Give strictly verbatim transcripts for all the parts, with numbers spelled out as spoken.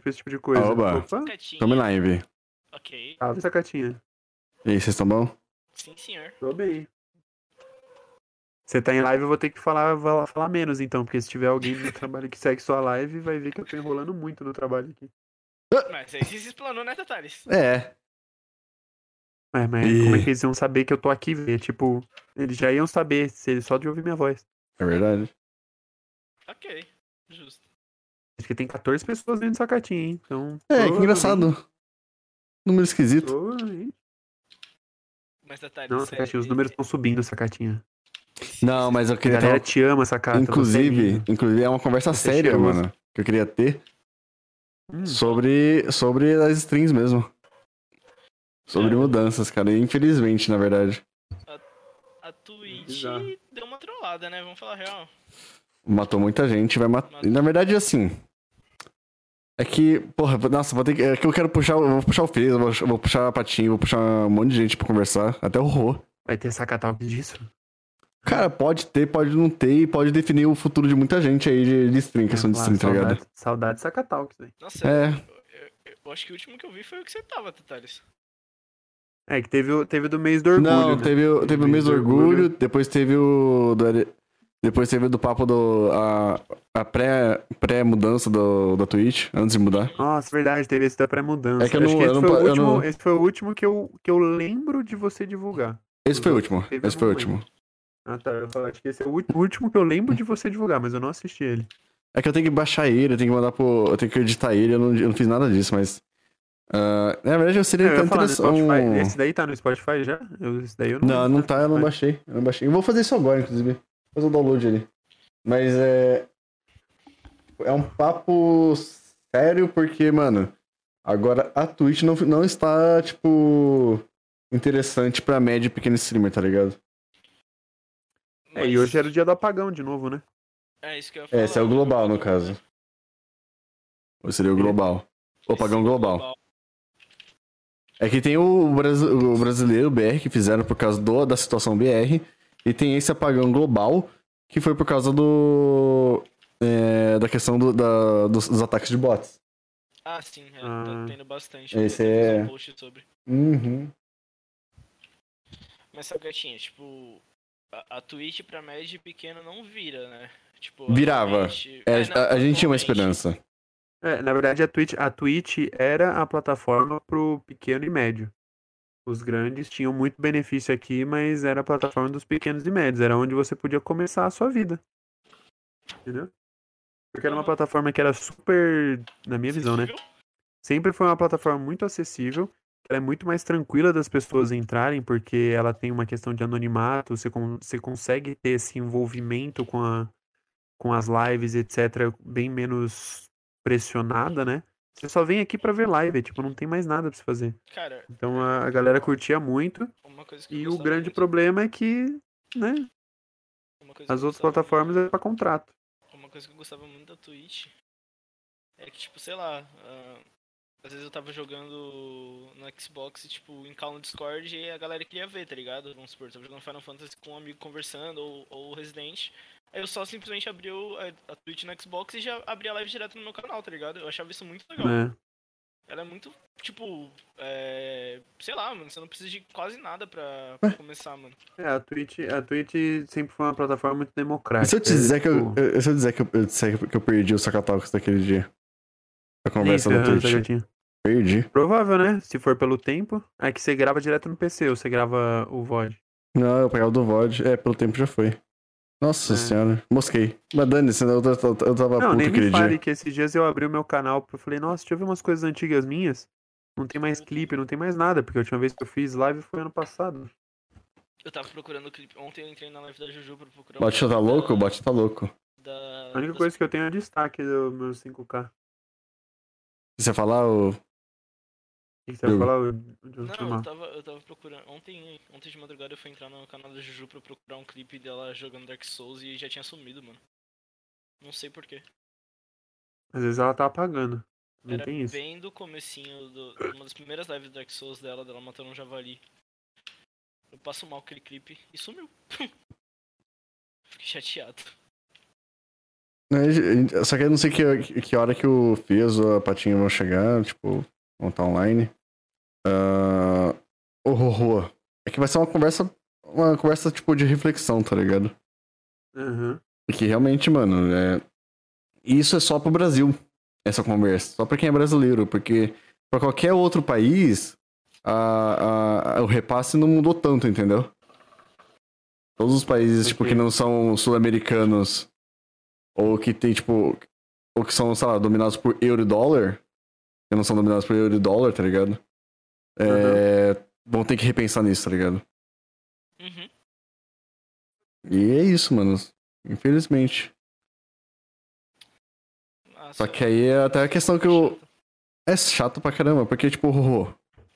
pra esse tipo de coisa. Oba. Opa, Sacatinha. Tamo em live. Ok. salve, sacatinha. E aí, vocês estão bom? Sim, senhor. Tô bem. Você tá em live, eu vou ter que falar, falar, falar menos, então, porque se tiver alguém no trabalho que segue sua live, vai ver que eu tô enrolando muito no trabalho aqui. Mas aí você se explanou, né, Tatares? É. É, mas Ih. como é que eles iam saber que eu tô aqui, velho? Tipo, eles já iam saber, se eles só de ouvir minha voz. É verdade. Ok. Justo. Acho que tem quatorze pessoas dentro do sacatinha, hein? Então. É, que engraçado. Número esquisito. Provavelmente. Mas, Tatares, Não, sério, sacatinha, os números estão subindo, sacatinha. esse- Não, esse- mas eu A queria ter galera uma... te ama, sacata. Você é Inclusive, lindo. inclusive é uma conversa Você é séria, cheiroso. mano. Que eu queria ter Hum, sobre, sobre as strings mesmo. Sobre É. mudanças, cara. Infelizmente, na verdade. A Twitch Bizarro. deu uma trollada, né? Vamos falar a real. Matou muita gente, vai matar. Matou. Na verdade, assim. É que, porra, nossa, vou ter que. É que eu quero puxar. Eu vou puxar o Fez, eu vou, eu vou puxar a Patinho, vou puxar um monte de gente pra conversar. Até o Rô. vai ter sacatalk disso? Cara, pode ter, pode não ter, e pode definir o futuro de muita gente aí de, de stream, questão de stream, tá ligado? saudade, saudade de sacatalk, velho. Nossa, É. eu, eu- eu acho que o último que eu vi foi o que você tava, Tatares. É que teve, o- teve o do mês do orgulho. Não, né? teve, o- teve o mês do orgulho, depois teve o. Do, depois teve o do papo do. A, a pré, pré-mudança do, da Twitch, antes de mudar. Nossa, verdade, teve esse da pré-mudança. É que eu Acho não- que eu esse, não foi o pa- eu último, não- esse foi o último que eu, que eu lembro de você divulgar. Esse Os foi o outros último. que teve, eu Esse foi o não lembro. último. Ah, tá. Eu falo, acho que esse é o ú- o último que eu lembro de você divulgar, mas eu não assisti ele. É que eu tenho que baixar ele, eu tenho que mandar pro. Eu tenho que editar ele, eu não, eu não fiz nada disso, mas. ah, na verdade, eu seria É, eu tão ia falar no interessante. Spotify. Esse daí tá no Spotify já? Eu, esse daí eu não Não, lembro não se tá, eu não no baixei. Eu não baixei. Eu vou fazer isso agora, inclusive. Vou fazer o download ali. Mas é. É um papo sério, porque, mano, agora a Twitch não, não está, tipo, interessante pra média e pequeno streamer, tá ligado? É, e hoje era o dia do apagão de novo, né? É isso que eu ia falar. É, esse é o global, no caso. Ou seria o global. O apagão global. É que tem o, brasi- o brasileiro, o B R, que fizeram por causa do, da situação B R. E tem esse apagão global, que foi por causa do. é, da questão do- da- dos, dos ataques de bots. Ah, sim, é, Ah. tá tendo bastante. Esse Eu até fiz é- um post sobre. Uhum. Mas sabe, gatinha, tipo, a, a Twitch pra média e pequeno não vira, né? Tipo, Virava. atualmente- É, É, não, a, a gente tinha uma atualmente- esperança. É, na verdade, a Twitch, a Twitch era a plataforma pro pequeno e médio. Os grandes tinham muito benefício aqui, mas era a plataforma dos pequenos e médios. Era onde você podia começar a sua vida. Entendeu? Porque era uma Uhum. plataforma que era super, na minha visão, né? Acessível? Sempre foi uma plataforma muito acessível. Ela é muito mais tranquila das pessoas entrarem, porque ela tem uma questão de anonimato. Você, con- você consegue ter esse envolvimento com, a, com as lives, etcétera, bem menos pressionada, né? Você só vem aqui pra ver live, tipo, não tem mais nada pra você fazer. Cara, Então a, a galera curtia muito. uma coisa que eu E o gostava grande muito- problema é que, né, uma coisa que as eu outras gostava plataformas é pra contrato. Uma coisa que eu gostava muito da Twitch é que, tipo, sei lá, ah, às vezes eu tava jogando no Xbox e, tipo, em call no Discord e a galera queria ver, tá ligado? Vamos supor, eu tava jogando Final Fantasy com um amigo conversando ou, ou Resident. Aí eu só simplesmente abri o- a, a Twitch no Xbox e já abri a live direto no meu canal, tá ligado? Eu achava isso muito legal. Né? Ela é muito, tipo, é, sei lá, mano, você não precisa de quase nada pra, pra começar, mano. É, a Twitch, a Twitch sempre foi uma plataforma muito E democrática. se eu te dizer que eu, tipo, eu- se eu dizer que eu, eu disser que eu perdi o Sacatalcos daquele dia? A conversa nem da ferrando, Twitch. Zagatinho. Perdi. Provável, né? Se for pelo tempo. É que você grava direto no P C ou você grava o V O D. Não, eu pegava do V O D. É, pelo tempo já foi. Nossa É. senhora. Mosquei. Mas dane-se, eu, eu, eu tava Não, puto nem aquele me fale dia. que esses dias eu abri o meu canal eu falei, nossa, deixa eu ver umas coisas antigas minhas. Não tem mais clipe, não tem mais nada, porque a última vez que eu fiz live foi ano passado. Eu tava procurando o clipe. Ontem eu entrei na live da Juju pra procurar Bot tá clipe louco? da- O bot tá louco. da- A única das- coisa que eu tenho é destaque do meu cinco K. Se você falar, o. O que você vai Eu- falar? Eu, eu, Não, eu tava, eu tava procurando. Ontem, ontem de madrugada eu fui entrar no canal da Juju pra procurar um clipe dela jogando Dark Souls e já tinha sumido, mano. Não sei porquê. Às vezes ela tá apagando. Não Era tem isso. bem do comecinho, do, uma das primeiras lives do Dark Souls dela, dela matando um javali. Eu passo mal aquele clipe e sumiu. Fiquei chateado. Né, só que eu não sei que, que hora que o Fez ou a Patinha vão chegar, tipo, vão estar online. Uh, o Rorô. É que vai ser uma conversa, uma conversa, tipo, de reflexão, tá ligado? Uhum. Porque realmente, mano, é... isso é só pro Brasil, essa conversa. Só pra quem é brasileiro, porque pra qualquer outro país, a, a, o repasse não mudou tanto, entendeu? Todos os países, tipo, que Ok. não são sul-americanos, ou que tem, tipo, ou que são, sei lá, dominados por euro e dólar, que não são dominados por euro e dólar, tá ligado? Uhum. É... vão ter que repensar nisso, tá ligado? Uhum. E é isso, mano. Infelizmente. Só Nossa, que aí é até a questão que é eu. chato. É chato pra caramba, porque, tipo, o Rorô.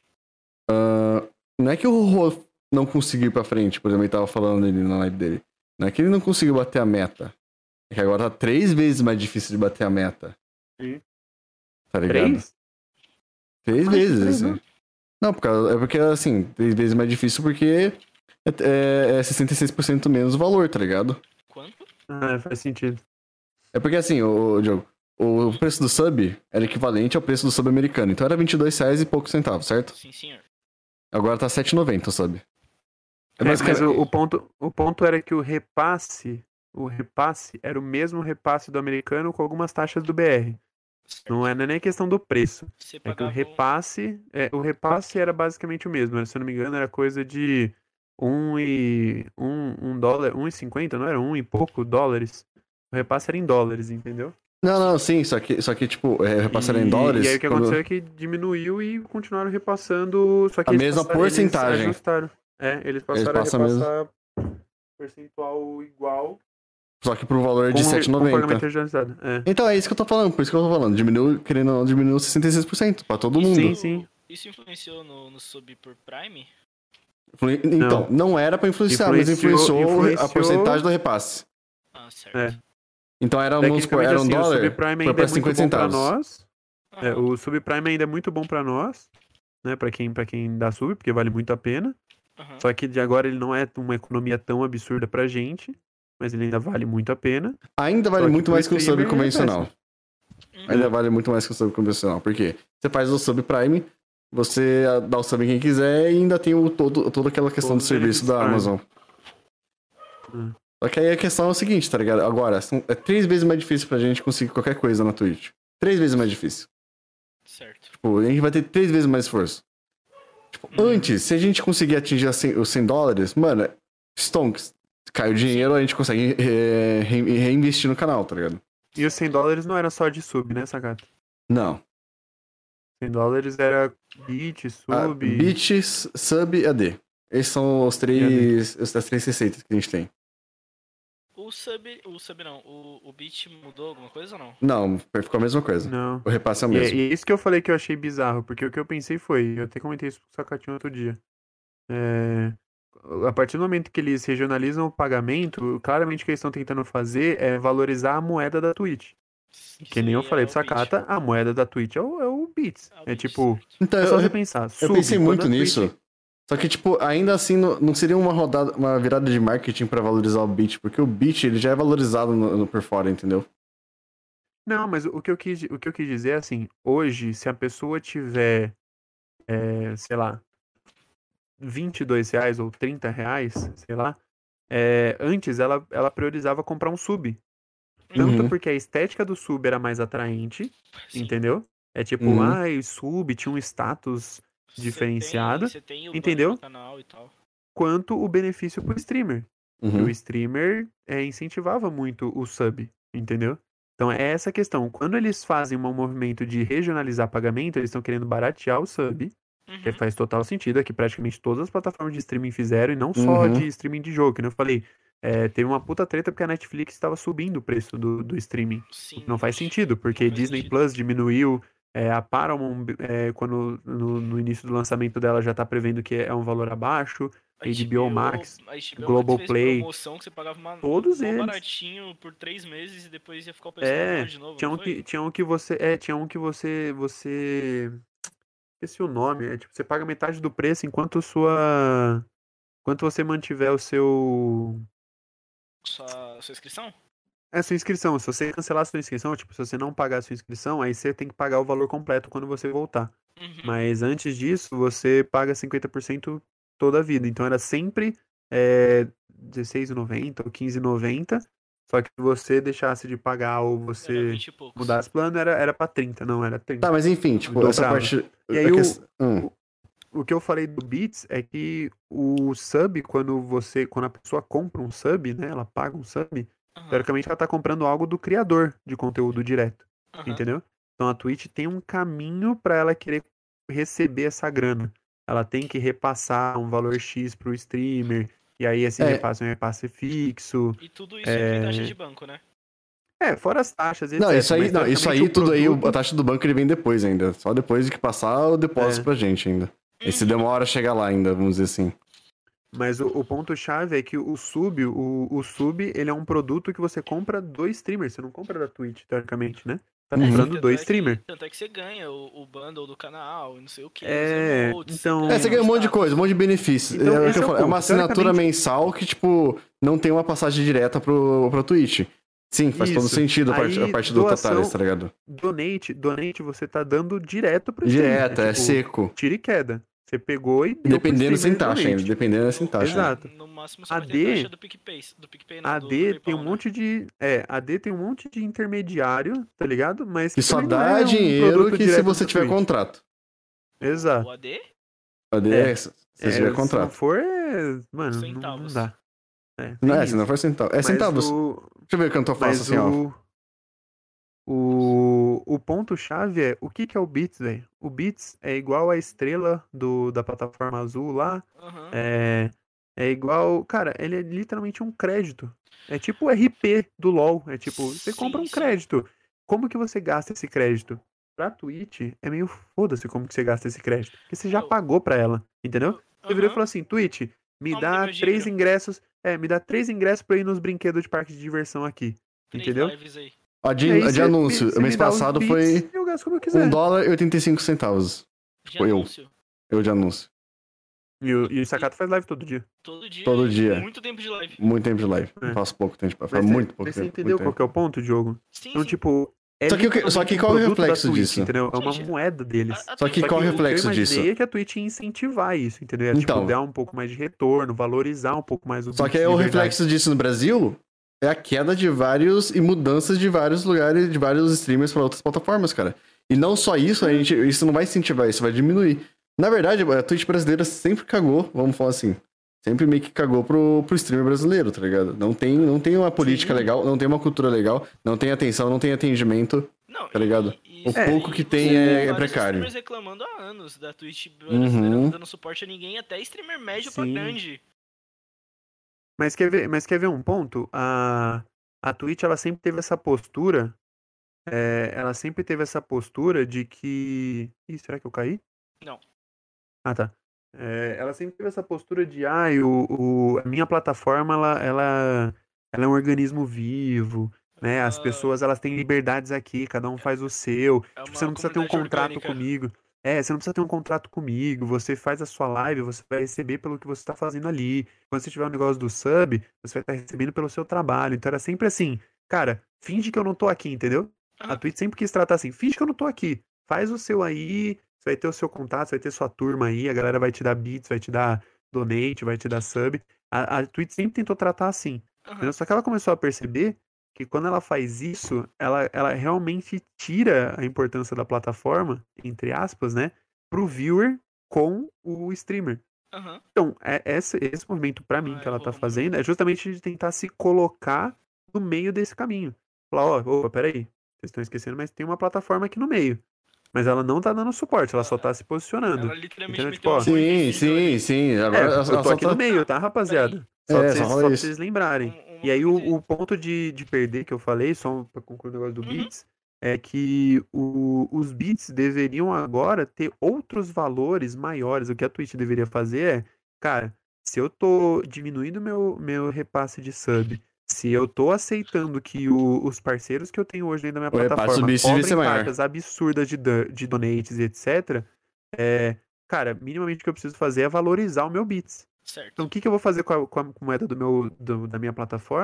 ah, não é que o Rorô não conseguiu ir pra frente, por exemplo, ele tava falando ali na live dele. Não é que ele não conseguiu bater a meta. É que agora tá três vezes mais difícil de bater a meta. Sim. Tá ligado? Três? Três Como assim vezes, três, assim. não? Não, por causa, é porque, assim, três vezes mais difícil porque é, é, é sessenta e seis por cento menos o valor, tá ligado? Quanto? Ah, faz sentido. É porque, assim, o, o Diogo, o preço do sub era equivalente ao preço do sub americano. Então era vinte e dois reais e poucos centavos, certo? Sim, senhor. Agora tá sete e noventa o sub. É É, mas o, basicamente... o ponto, o ponto era que o repasse, o repasse era o mesmo repasse do americano com algumas taxas do B R. Não Certo. é nem questão do preço. Você É que o pagava um. repasse, é, o repasse era basicamente o mesmo. Se eu não me engano, era coisa de um e um, um dólar, um e cinquenta, não era um e pouco dólares. O repasse era em dólares, entendeu? Não, Sim, não, sim. sim, só que, só que tipo, é, repassaram em E, e aí o dólares que aconteceu quando... é que diminuiu e continuaram repassando, só que A eles mesma passaram, eles porcentagem. ajustaram. É, eles Eles passaram a passam mesmo. repassar percentual igual Só que pro valor de com, re- com pagamento sete e noventa. regionalizado. É. Então é isso que eu tô falando, por isso que eu tô falando. Diminuiu, querendo ou não, diminuiu sessenta e seis por cento pra todo Isso, mundo. Sim, sim. isso influenciou no, no sub por Prime? Influi- Então, Não. não era pra influenciar, mas Influenciou, influenciou a porcentagem influenciou. do repasse. Ah, certo. É. Então era, vamos supor, Tecnicamente, era um assim, o dólar, subprime foi ainda é pra muito cinquenta bom pra centavos. nós. É, Aham. o subprime ainda é muito bom pra nós, né? Para quem, para quem dá sub, porque vale muito a pena. Aham. Só que de agora ele não é uma economia tão absurda pra gente, mas ele ainda vale muito a pena. Ainda vale Só que muito pro mais que o sub streamer é convencional. péssimo. Uhum. Ainda vale muito mais que o sub convencional. Por quê? Você faz o sub Prime, você dá o sub em quem quiser e ainda tem o, todo, toda aquela questão do Todos os serviço benefícios da Prime. Amazon. Hum. Só que aí a questão é o seguinte, tá ligado? Agora, são- é três vezes mais difícil pra gente conseguir qualquer coisa na Twitch. Três vezes mais difícil. Certo. Tipo, a gente vai ter três vezes mais esforço. Tipo, Uhum. antes, se a gente conseguir atingir cem os cem dólares, mano, stonks. Cai o dinheiro, a gente consegue é, re- reinvestir no canal, tá ligado? E os cem dólares não era só de sub, né, Sakata? Não. cem dólares era bit, A sub Bit, Sub e A D. Esses são os e A D. três, as três receitas que a gente tem. O sub. O sub não. O, o bit mudou alguma coisa ou não? Não, ficou a mesma coisa. Não. O repasse é o E é, mesmo. e é isso que eu falei que eu achei bizarro, porque o que eu pensei foi, eu até comentei isso com o Sacatinho outro dia. É, a partir do momento que eles regionalizam o pagamento, claramente o que eles estão tentando fazer é valorizar a moeda da Twitch. Que nem eu Seria falei pro o bit. Sakata, a moeda da Twitch é o, é o Bits. Ah, o É bit, tipo, certo. Então, é eu, só você eu pensar, eu sub, pensei quando muito a Twitch... nisso. Só que, tipo, ainda assim, não, não seria uma rodada, uma virada de marketing pra valorizar o Bit, porque o Bit, ele já é valorizado no, no por fora, entendeu? Não, mas o que eu quis, o que eu quis dizer é assim, hoje, se a pessoa tiver, é, sei lá, vinte e dois reais ou trinta reais, sei lá, é, antes ela, ela priorizava comprar um sub. Tanto Uhum. porque a estética do sub era mais atraente, Sim. entendeu? É tipo, Uhum. ai, sub tinha um status Você tem, diferenciado, você tem o banner entendeu? no canal e tal. Quanto o benefício pro streamer. Que o Uhum. streamer é, incentivava muito o sub, entendeu? Então é essa a questão. Quando eles fazem um movimento de regionalizar pagamento, eles estão querendo baratear o sub, que Uhum. faz total sentido, é que praticamente todas as plataformas de streaming fizeram, e não só Uhum. de streaming de jogo, que nem eu falei. É, teve uma puta treta porque a Netflix estava subindo o preço do, do streaming. O Sim. que não faz sentido, Não porque faz Disney sentido. Plus diminuiu, é, a Paramount, é, quando no, no início do lançamento dela já tá prevendo que é um valor abaixo, A H B O HBO, Max, a H B O Max fez Globoplay, promoção que você pagava uma, todos mó eles. baratinho por três meses e depois ia ficar o preço normal É, de novo, tinha não um que, foi? tinha um que você, é, tinha um que você, você, esqueci o nome, é tipo, você paga metade do preço enquanto sua, enquanto você mantiver o seu, Sua, sua inscrição? É a sua inscrição. Se você cancelar a sua inscrição, tipo, se você não pagar a sua inscrição, aí você tem que pagar o valor completo quando você voltar. Uhum. Mas antes disso, você paga cinquenta por cento toda a vida. Então era sempre é, dezesseis reais e noventa ou quinze reais e noventa. Só que se você deixasse de pagar ou Era você vinte e poucos. mudasse plano, era, era pra trinta, não, era trinta. Tá, mas enfim, tipo, essa Dobrava. parte. E aí a o, quest- hum. o, o que eu falei do Beats é que o sub, quando você, quando a pessoa compra um sub, né, ela paga um sub, Aham, teoricamente ela tá comprando algo do criador de conteúdo direto, aham. entendeu? Então a Twitch tem um caminho pra ela querer receber essa grana. Ela tem que repassar um valor X pro streamer, e aí esse É. repasse é um repasse fixo. E tudo isso é... taxa É, de banco, né? é, fora as taxas, Não, etcétera. isso aí, Mas não, isso teoricamente aí, o tudo aí, o- a produto- taxa do banco ele vem depois ainda. Só depois de que passar o depósito É. pra gente ainda. Esse Uhum. demora a chegar lá ainda, vamos dizer assim. Mas o, o ponto-chave é que o sub, o, o sub, ele é um produto que você compra do streamer, você não compra da Twitch, teoricamente, né? Tá Uhum. comprando Tanto do é streamer. Que, tanto é que você ganha o, o bundle do canal, não sei o que, É, os emotes, então- você É, você ganha um monte de status. coisa, um monte de benefícios. Então, é, o esse que eu é o falo, é uma ponto. assinatura Teoricamente- mensal que, tipo, não tem uma passagem direta pro, pro Twitch. Sim, faz todo Isso. sentido a parte, a Aí, parte do doação- Tatares, tá ligado? Donate, donate você tá dando direto pro streamer. Direto, é tipo, seco. Tira e queda. Você pegou e deu pro Dependendo sem streamer taxa ainda, donate. dependendo sem taxa. Exato. No máximo você A vai ter D- taxa do PicPay, do PicPay não, A do, D do tem PayPal, um né? monte de. É, a D tem um monte de intermediário, tá ligado? Mas Que só também não dá é um dinheiro produto que se direto você da tiver Twitch. contrato. Exato. O A D? A D É. é, se você É, tiver se não contrato. for, é... mano, não, não Centavos. dá. É, Não tem é, se não isso. for centavos. É Mas centavos. o- Deixa eu ver quanto eu faço Mas assim, ó. o, o, o ponto-chave é o que, que é o Beats, velho? O Beats é igual a estrela do, da plataforma azul lá. Aham. É, é igual. Cara, ele é literalmente um crédito. É tipo o R P do LoL. É tipo, você compra Sim, um sim. crédito. Como que você gasta esse crédito? Pra Twitch, é meio foda-se como que você gasta esse crédito. Porque você já Eu- pagou pra ela, entendeu? Você virou e Aham. falou assim, Twitch, me Toma dá meu três dinheiro. ingressos. É, me dá três ingressos pra ir nos brinquedos de parque de diversão aqui. Três Entendeu? lives aí. Ó, de, E aí de cê anúncio, me- cê o mês me dá os passado bits foi e eu gasto como eu quiser. um dólar e oitenta e cinco centavos. De Tipo, eu. anúncio. Eu de anúncio. E o, e o Sakato faz live todo dia. Todo dia. Todo e dia. Muito tempo de live. Muito tempo de live. É. Não faço pouco tempo. Faz Mas cê- muito pouco mas você tempo. entendeu muito qual que é o ponto, Diogo? Sim, Então, sim. tipo, é Só que o que- só que literalmente qual é o produto da reflexo Twitch, disso? entendeu? É uma Gente, moeda deles. A- a Só que Twitch- qual é o que reflexo que eu disso? imaginei é que a Twitch ia incentivar isso, entendeu? É, Então. tipo, dar um pouco mais de retorno, valorizar um pouco mais o Só Beats que aí de o verdade. reflexo disso no Brasil é a queda de vários e mudanças de vários lugares, de vários streamers para outras plataformas, cara. E não só isso, a gente, isso não vai incentivar, isso vai diminuir. Na verdade, a Twitch brasileira sempre cagou, vamos falar assim. Sempre meio que cagou pro, pro streamer brasileiro, tá ligado? Não tem, não tem uma política Sim. legal, não tem uma cultura legal, não tem atenção, não tem atendimento. Não, Tá ligado? E, O pouco que tem você é- vê é vários precário. streamers reclamando há anos da Twitch brasileira Uhum. não dando suporte a ninguém, até streamer médio pra Sim. grande. Mas quer ver, mas quer ver um ponto? A, a Twitch, ela sempre teve essa postura. é, ela sempre teve essa postura de que. Ih, será que eu caí? Não. Ah, tá. É, ela sempre teve essa postura de, ah, o, o, a minha plataforma, ela, ela, ela é um organismo vivo, né? As Ah, pessoas, elas têm liberdades aqui, cada um faz o seu. é Tipo, uma você não precisa ter um comunidade contrato orgânica. comigo. É, você não precisa ter um contrato comigo. Você faz a sua live, você vai receber pelo que você tá fazendo ali. Quando você tiver um negócio do sub, você vai estar recebendo pelo seu trabalho. Então era sempre assim, cara, finge que eu não tô aqui, entendeu? A Aham. Twitch sempre quis tratar assim, finge que eu não tô aqui. Faz o seu aí, você vai ter o seu contato, você vai ter sua turma aí, a galera vai te dar bits, vai te dar donate, vai te dar sub. A, a Twitch sempre tentou tratar assim. Aham. Entendeu? Só que ela começou a perceber que quando ela faz isso, ela, ela realmente tira a importância da plataforma, entre aspas, né, pro viewer com o streamer. Aham. Então, é, esse, esse movimento, pra mim, Ah, que eu ela vou- tá vou- fazendo, é justamente de tentar se colocar no meio desse caminho. Falar, ó, opa, peraí, vocês estão esquecendo, mas tem uma plataforma aqui no meio. Mas ela não tá dando suporte, ela só tá se posicionando. Ela literalmente Entendeu? meteu Tipo, ó, uma mão Sim, invisível sim, ali. sim. É, Agora ela, eu ela tô só aqui no tá... meio, tá, rapaziada? Só É, pra só vocês, rola só pra isso. vocês lembrarem. Um- um E aí, o, momento o ponto de, de perder que eu falei, só pra concluir o negócio do Uhum. Beats, é que o- os Beats deveriam agora ter outros valores maiores. O que a Twitch deveria fazer é, cara, se eu tô diminuindo meu, meu repasse de sub, se eu tô aceitando que o- os parceiros que eu tenho hoje dentro da minha O repasse plataforma do Beats devia ser cobrem maior. taxas absurdas de, dan- de donates e etcétera, é, cara, minimamente o que eu preciso fazer é valorizar o meu Beats. Certo. Então, o que, que eu vou fazer com a, com a moeda do meu, do- da minha plataforma?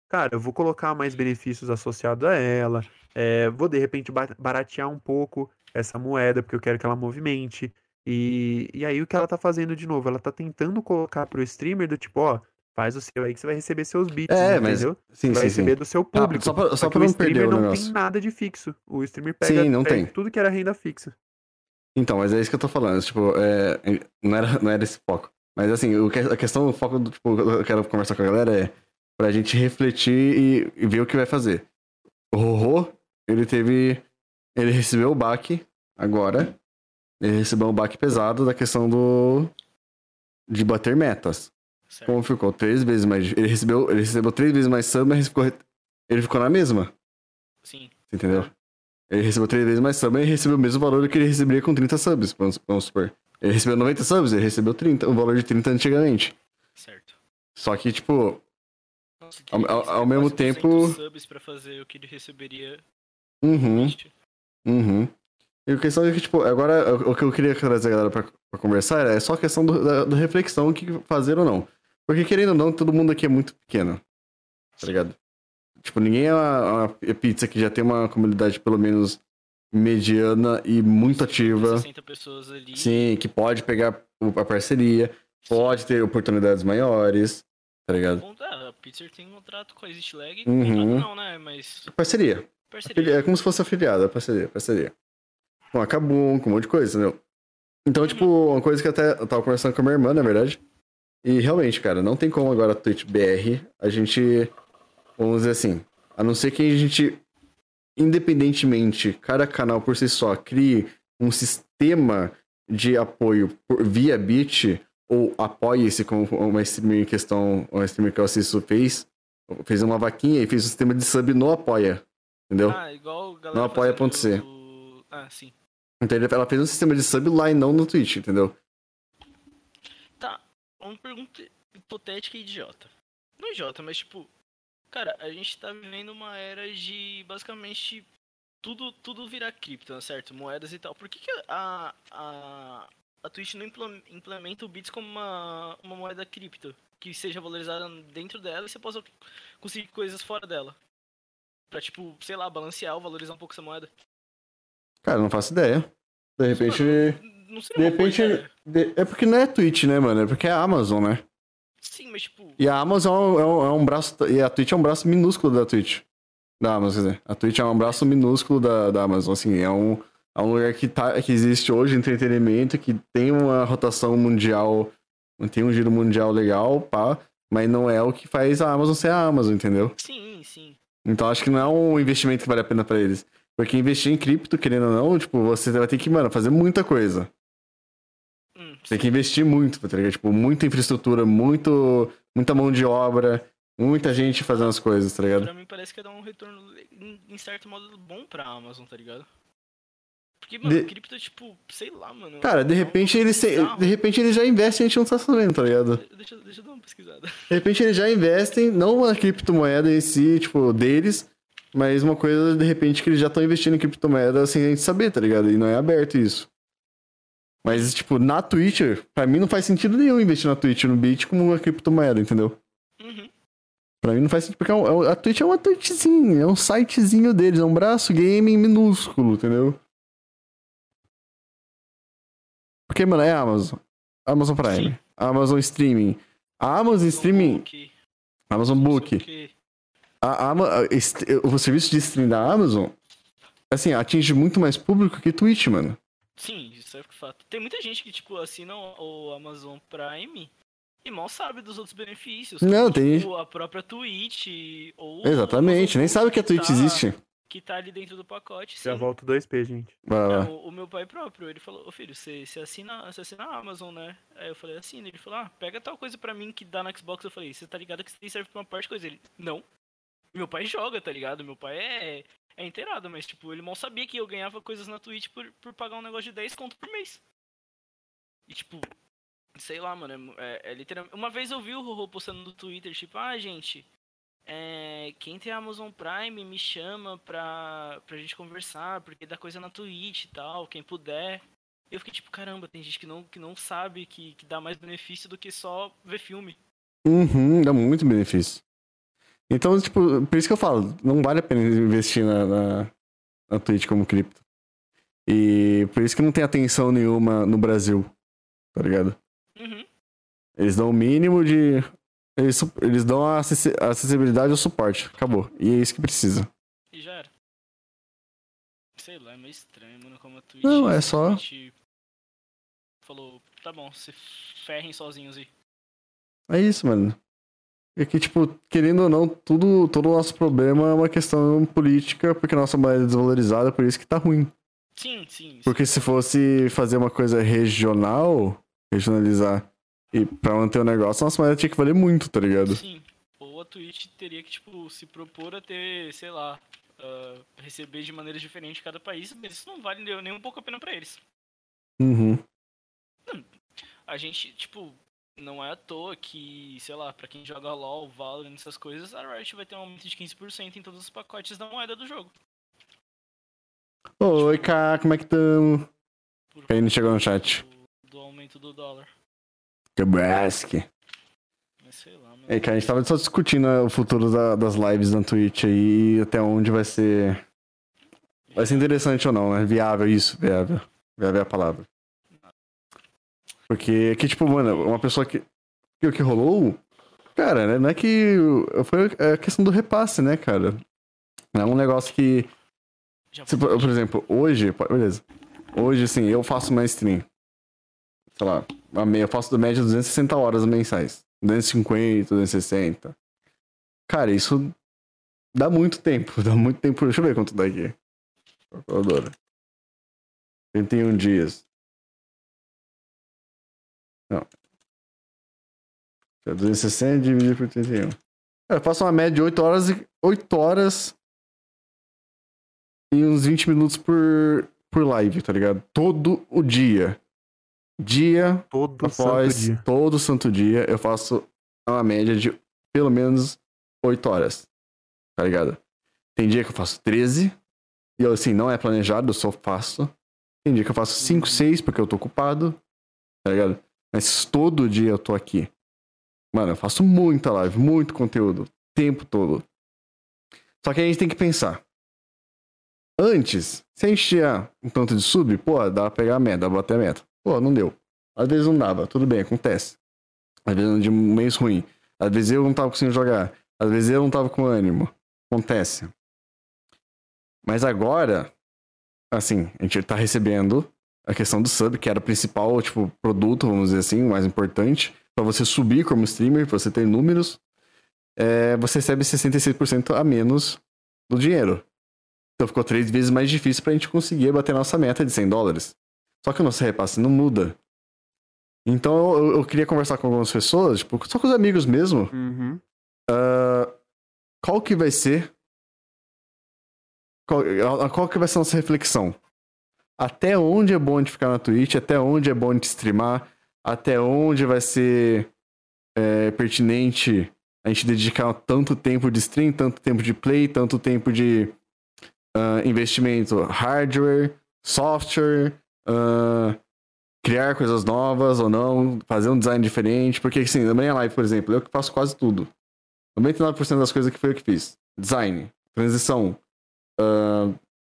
cara, eu vou colocar mais benefícios associados a ela, é, vou de repente ba- baratear um pouco essa moeda, porque eu quero que ela movimente. E, e aí o que ela tá fazendo de novo? Ela tá tentando colocar pro streamer do tipo, ó, faz o seu aí que você vai receber seus bits, É, mas. entendeu? Você Sim, vai sim, sim. receber do seu Ah, público. só pra, Só só que pra o não perder streamer o não tem negócio. nada de fixo. O streamer pega, Sim, não pega tem. tudo que era renda fixa. Então, mas é isso que eu tô falando. Tipo, é, é, não era, não era esse foco. Mas assim, o que- a questão, o foco do tipo, eu quero conversar com a galera é pra gente refletir e, e ver o que vai fazer. O Rorô, ele teve. Ele recebeu o baque agora. Ele recebeu um baque pesado da questão do. De bater metas. Certo. Como ficou três vezes mais. Ele recebeu, ele recebeu três vezes mais sub, mas ficou, ele ficou na mesma. Sim. Você entendeu? Ele recebeu três vezes mais sub, mas ele recebeu o mesmo valor que ele receberia com trinta subs, vamos, vamos supor. Ele recebeu noventa subs, ele recebeu trinta, o valor de trinta antigamente. Certo. Só que, tipo, Nossa, ao, teria que ao, receber ao mesmo quase tempo. duzentos subs pra fazer o que ele receberia no Uhum, Twitch. uhum. E a questão é que, tipo, agora o, o que eu queria trazer a galera pra, pra conversar é só a questão do, da, da reflexão, o que fazer ou não. Porque, querendo ou não, todo mundo aqui é muito pequeno, tá ligado? Tipo, ninguém é uma, uma pizza que já tem uma comunidade pelo menos mediana e muito ativa. sessenta pessoas ali. Sim, que pode pegar o- a parceria, pode ter oportunidades maiores, tá ligado? Ah, a Pizzer tem um contrato com a Exit Lag. Uhum. Contrato não, né? Mas. Parceria. Parceria. É como se fosse afiliada, parceria, parceria. Com a Kabum, com um monte de coisa, entendeu? Então, Uhum. tipo, uma coisa que até eu tava conversando com a minha irmã, na verdade. E realmente, cara, não tem como agora a Twitch B R, a gente, vamos dizer assim, a não ser que a gente, independentemente, cada canal por si só, crie um sistema de apoio por, via Bit, ou apoie-se como uma streamer em questão, uma streamer que eu assisto fez, fez uma vaquinha e fez um sistema de sub no Apoia, entendeu? Ah, igual galera No apoia.c. fazendo... Ah, sim. Então ela fez um sistema de sub lá e não no Twitch, entendeu? Tá, uma pergunta hipotética e idiota. Não idiota, mas tipo... Cara, a gente tá vivendo uma era de, basicamente, tudo, tudo virar cripto, certo? Moedas e tal. Por que, que a, a, a Twitch não impla- implementa o Bits como uma, uma moeda cripto? Que seja valorizada dentro dela e você possa conseguir coisas fora dela. Pra, tipo, sei lá, balancear ou valorizar um pouco essa moeda. Cara, não faço ideia. De repente. Mano, não seria De uma boa repente. ideia. de- É porque não é Twitch, né, mano? É porque é a Amazon, né? Sim, mas tipo... E a Amazon é um, é um- é um braço. E a Twitch é um braço minúsculo da Twitch. Da Amazon, quer dizer. A Twitch é um braço minúsculo da, da Amazon, assim. É um, é um lugar que, tá, que existe hoje, entretenimento, que tem uma rotação mundial. Tem um giro mundial legal, pá. Mas não é o que faz a Amazon ser a Amazon, entendeu? Sim, sim. Então acho que não é um investimento que vale a pena pra eles. Porque investir em cripto, querendo ou não, tipo, você vai ter que, mano, fazer muita coisa. Hum, Tem que investir muito, tá ligado? Tipo, muita infraestrutura, muito, muita mão de obra, muita gente fazendo as coisas, tá ligado? Pra mim parece que ia dar um retorno, em, em certo modo, bom pra Amazon, tá ligado? Porque, mano, De- cripto é tipo, sei lá, mano. Cara, de é um repente bagulho eles, se- bizarro. de repente eles já investem e a gente não tá sabendo, tá ligado? Deixa, deixa eu dar uma pesquisada. De repente eles já investem, não na criptomoeda em si, tipo, deles, mas uma coisa, de repente, que eles já estão investindo em criptomoeda sem a gente saber, tá ligado? E não é aberto isso. Mas, tipo, na Twitch, pra mim não faz sentido nenhum investir na Twitch, no Bit, como uma criptomoeda, entendeu? Uhum. Pra mim não faz sentido, porque é um- é um- a Twitch é uma Twitchzinha, é um sitezinho deles, é um braço gaming minúsculo, entendeu? Porque, mano, é a Amazon. Amazon Prime. Sim. Amazon Streaming. A Amazon Streaming. Book, Amazon não sei Book. o quê. A, Ama- a- est- o serviço de streaming da Amazon, assim, atinge muito mais público que Twitch, mano. Sim, isso é fato. Tem muita gente que, tipo, assina o o Amazon Prime e mal sabe dos outros benefícios. Não, como, tem- tipo, a própria Twitch ou o Exatamente, Amazon nem Book sabe que a Twitch tá- existe. Que tá ali dentro do pacote, sim. Já volto dois P, gente. Vai lá. Não, o, o meu pai próprio, ele falou, ô filho, você, você, assina, você assina a Amazon, né? Aí eu falei, assina. Ele falou, ah, pega tal coisa pra mim que dá no Xbox. Eu falei, você tá ligado que isso aí serve pra uma parte de coisa? Ele, não. Meu pai joga, tá ligado? Meu pai é, é inteirado, mas tipo, ele mal sabia que eu ganhava coisas na Twitch por, por pagar um negócio de dez conto por mês. E tipo, sei lá, mano, é, é, é literalmente... Uma vez eu vi o Rorô postando no Twitter, tipo, ah, gente... É, quem tem Amazon Prime me chama pra, pra gente conversar, porque dá coisa na Twitch e tal, quem puder. Eu fiquei tipo, caramba, tem gente que não, que não sabe que, que dá mais benefício do que só ver filme. Uhum, dá muito benefício. Então, tipo, por isso que eu falo, não vale a pena investir na, na, na Twitch como cripto. E por isso que não tem atenção nenhuma no Brasil, tá ligado? Uhum. Eles dão o mínimo de... Eles, eles dão a acessi- a acessibilidade e o suporte. Acabou. E é isso que precisa. E já era. Sei lá, é meio estranho, mano, como a Twitch Não, é só- simplesmente falou, tá bom, se ferrem sozinhos aí. É isso, mano. É que, tipo, querendo ou não, tudo, todo o nosso problema é uma questão política, porque a nossa moeda é desvalorizada, por isso que tá ruim. Sim, sim. Porque sim, se fosse fazer uma coisa regional, regionalizar, e pra manter o negócio, nossa moeda tinha que valer muito, tá ligado? Sim. Ou a Twitch teria que, tipo, se propor a ter, sei lá, uh, receber de maneiras diferentes em cada país, mas isso não vale nem um pouco a pena pra eles. Uhum. A gente, tipo, não é à toa que, sei lá, pra quem joga LoL, Valorant, essas coisas, a Riot vai ter um aumento de quinze por cento em todos os pacotes da moeda do jogo. Oi, Cá, como é que tamo? Por Quem não conta chegou no chat? Do, do aumento do dólar. Quebrask. Mas sei lá, mano. É, cara, a gente tava só discutindo o futuro da- das lives na Twitch aí, até onde vai ser... Vai ser interessante ou não, né? Viável, isso, viável. Viável é a palavra. Porque, que tipo, mano, uma pessoa que... que o que rolou... Cara, né, não é que... Foi a questão do repasse, né, cara? É um negócio que... Já Se, por, por exemplo, hoje... Beleza. Hoje, assim, eu faço uma stream. Sei lá, a meia, eu faço da média duzentas e sessenta horas mensais. duzentas e cinquenta, duzentas e sessenta. Cara, isso dá muito tempo. Dá muito tempo. Deixa eu ver quanto dá aqui. Calculadora. trinta e um dias. Não. duzentos e sessenta dividido por trinta e um. Eu faço uma média de oito horas e oito horas e uns vinte minutos por, por live, tá ligado? Todo o dia. Dia Todo após santo dia. todo santo dia eu faço uma média de pelo menos oito horas. Tá ligado? Tem dia que eu faço treze. E eu, assim, não é planejado, eu só faço. Tem dia que eu faço cinco, seis porque eu tô ocupado. Tá ligado? Mas todo dia eu tô aqui. Mano, eu faço muita live, muito conteúdo. O tempo todo. Só que a gente tem que pensar. Antes, se a gente tinha um tanto de sub, pô, dá pra pegar a meta, dá pra bater a meta. Pô, não deu. Às vezes não dava, tudo bem, acontece. Às vezes de um mês ruim. Às vezes eu não tava conseguindo jogar. Às vezes eu não tava com ânimo. Acontece. Mas agora, assim, a gente tá recebendo a questão do sub, que era o principal, tipo, produto, vamos dizer assim, o mais importante. Pra você subir como streamer, pra você ter números, é, você recebe sessenta e seis por cento a menos do dinheiro. Então ficou três vezes mais difícil pra gente conseguir bater a nossa meta de cem dólares. Só que o nosso repasse não muda. Então eu, eu queria conversar com algumas pessoas, tipo, só com os amigos mesmo. Uhum. Uh, qual que vai ser... Qual, qual que vai ser a nossa reflexão? Até onde é bom de ficar na Twitch, até onde é bom de streamar, até onde vai ser é, pertinente a gente dedicar tanto tempo de stream, tanto tempo de play, tanto tempo de uh, investimento hardware, software, uh, criar coisas novas ou não, fazer um design diferente, porque assim, na minha live, por exemplo, eu que faço quase tudo. noventa e nove por cento das coisas que foi eu que fiz. Design, transição, uh,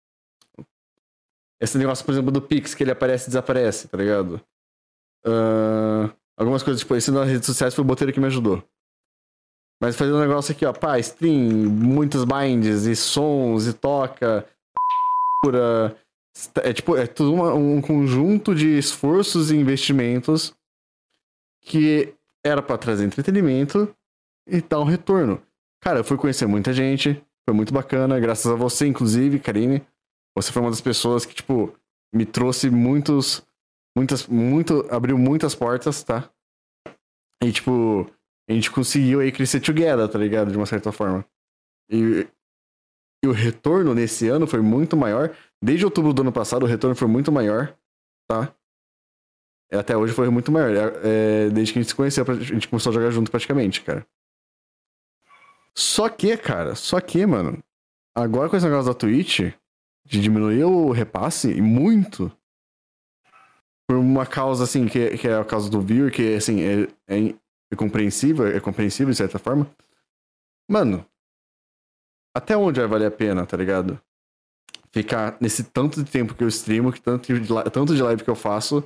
esse negócio, por exemplo, do Pix, que ele aparece e desaparece, tá ligado? Uh, algumas coisas, tipo, esse nas redes sociais foi o Boteiro que me ajudou. Mas fazer um negócio aqui, ó, pá, stream, muitos binds e sons e toca, pura... É tipo, é tudo uma, um conjunto de esforços e investimentos que era pra trazer entretenimento e dar um retorno. Cara, eu fui conhecer muita gente, foi muito bacana, graças a você, inclusive, Karine. Você foi uma das pessoas que, tipo, me trouxe muitos, muitas, muito, abriu muitas portas, tá? E, tipo, a gente conseguiu aí crescer together, tá ligado? De uma certa forma. E, e o retorno nesse ano foi muito maior. Desde outubro do ano passado, o retorno foi muito maior, tá? E até hoje foi muito maior. É, desde que a gente se conheceu, a gente começou a jogar junto praticamente, cara. Só que, cara, só que, mano, agora com esse negócio da Twitch, de diminuir o repasse, muito, por uma causa, assim, que, que é a causa do viewer, que, assim, é, é, é compreensível, é compreensível de certa forma. Mano, até onde vai valer a pena, tá ligado? Ficar nesse tanto de tempo que eu streamo, que tanto de, tanto de live que eu faço.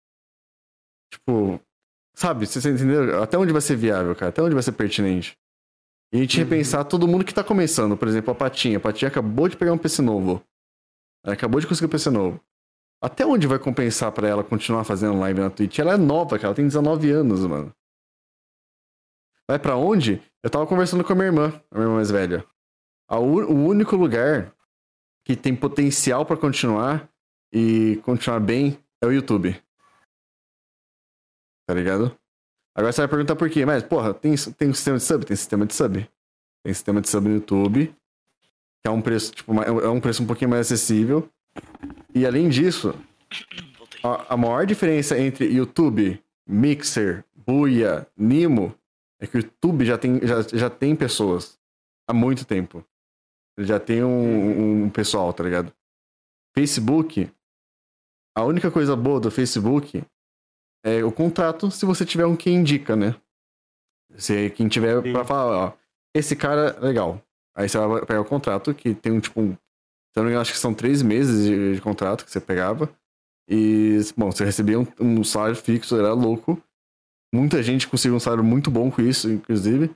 Tipo, sabe? Você entendeu? Até onde vai ser viável, cara? Até onde vai ser pertinente? E a gente uhum. repensar todo mundo que tá começando. Por exemplo, a Patinha. A Patinha acabou de pegar um P C novo. Ela acabou de conseguir um P C novo. Até onde vai compensar pra ela continuar fazendo live na Twitch? Ela é nova, cara. Ela tem dezenove anos, mano. Vai pra onde? Eu tava conversando com a minha irmã, a minha irmã mais velha. A u- o único lugar que tem potencial pra continuar e continuar bem é o YouTube. Tá ligado? Agora você vai perguntar por quê. Mas, porra, tem, tem um sistema de sub? Tem sistema de sub. Tem sistema de sub no YouTube. Que é um preço, tipo, é um preço um pouquinho mais acessível. E além disso, a, a maior diferença entre YouTube, Mixer, Buia, Nimo, é que o YouTube já tem, já, já tem pessoas há muito tempo. Ele já tem um, um pessoal, tá ligado? Facebook, a única coisa boa do Facebook é o contrato, se você tiver um que indica, né? Se quem tiver Sim. pra falar, ó, esse cara, legal. Aí você vai pegar o contrato, que tem um, tipo, um, se eu não me engano, acho que são três meses de, de contrato que você pegava. E, bom, você recebia um, um salário fixo, era louco. Muita gente conseguiu um salário muito bom com isso, inclusive.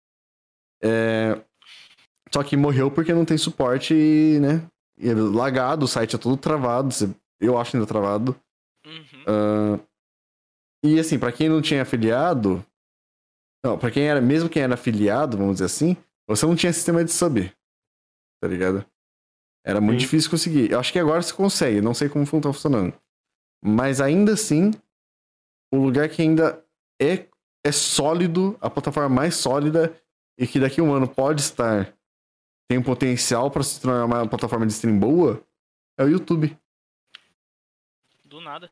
É... Só que morreu porque não tem suporte e, né? E é lagado, o site é todo travado. Eu acho ainda travado. Uhum. Uh... E, assim, pra quem não tinha afiliado... Não, pra quem era... Mesmo quem era afiliado, vamos dizer assim, você não tinha sistema de sub. Tá ligado? Era muito Sim. difícil conseguir. Eu acho que agora você consegue. Não sei como tá funcionando. Mas ainda assim, o lugar que ainda é, é sólido, a plataforma mais sólida e que daqui a um ano pode estar, tem um potencial para se tornar uma plataforma de stream boa, é o YouTube. Do nada.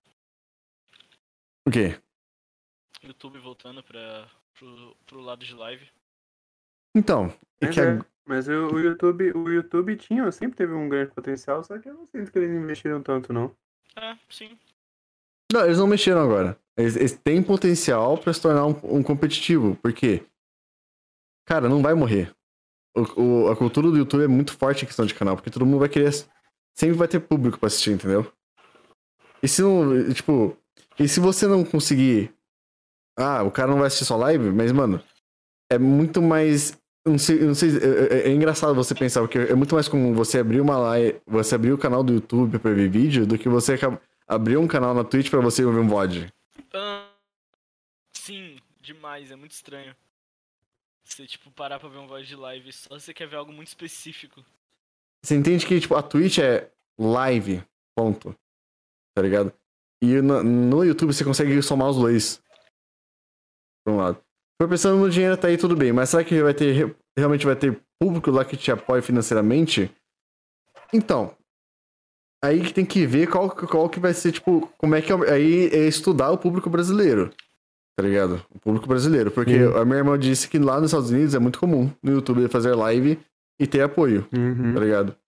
O quê? YouTube voltando pra, pro, pro lado de live. Então, é mas, que é, a... mas o, o YouTube, o YouTube tinha, sempre teve um grande potencial, só que eu não sinto que eles investiram tanto, não. É, sim. Não, eles não mexeram agora. Eles, eles têm potencial pra se tornar um, um competitivo, porque, cara, não vai morrer. O, o, a cultura do YouTube é muito forte em questão de canal, porque todo mundo vai querer, sempre vai ter público pra assistir, entendeu? E se não, tipo, e se você não conseguir, ah, o cara não vai assistir sua live, mas, mano, é muito mais, não sei, não sei é, é, é engraçado você pensar, porque é muito mais comum você abrir uma live, você abrir o canal do YouTube pra ver vídeo, do que você acaba, abrir um canal na Twitch pra você ouvir um V O D. Ah, sim, demais, é muito estranho. Você, tipo, parar pra ver um V O D de live, só você quer ver algo muito específico. Você entende que, tipo, a Twitch é live, ponto. Tá ligado? E no, no YouTube você consegue somar os dois. Por um lado. Se for pensando no dinheiro, tá aí tudo bem, mas será que vai ter, realmente vai ter público lá que te apoia financeiramente? Então, aí que tem que ver qual, qual que vai ser, tipo, como é que é, aí é estudar o público brasileiro, tá ligado? O público brasileiro, porque uhum. a minha irmã disse que lá nos Estados Unidos é muito comum no YouTube fazer live e ter apoio, uhum. tá ligado?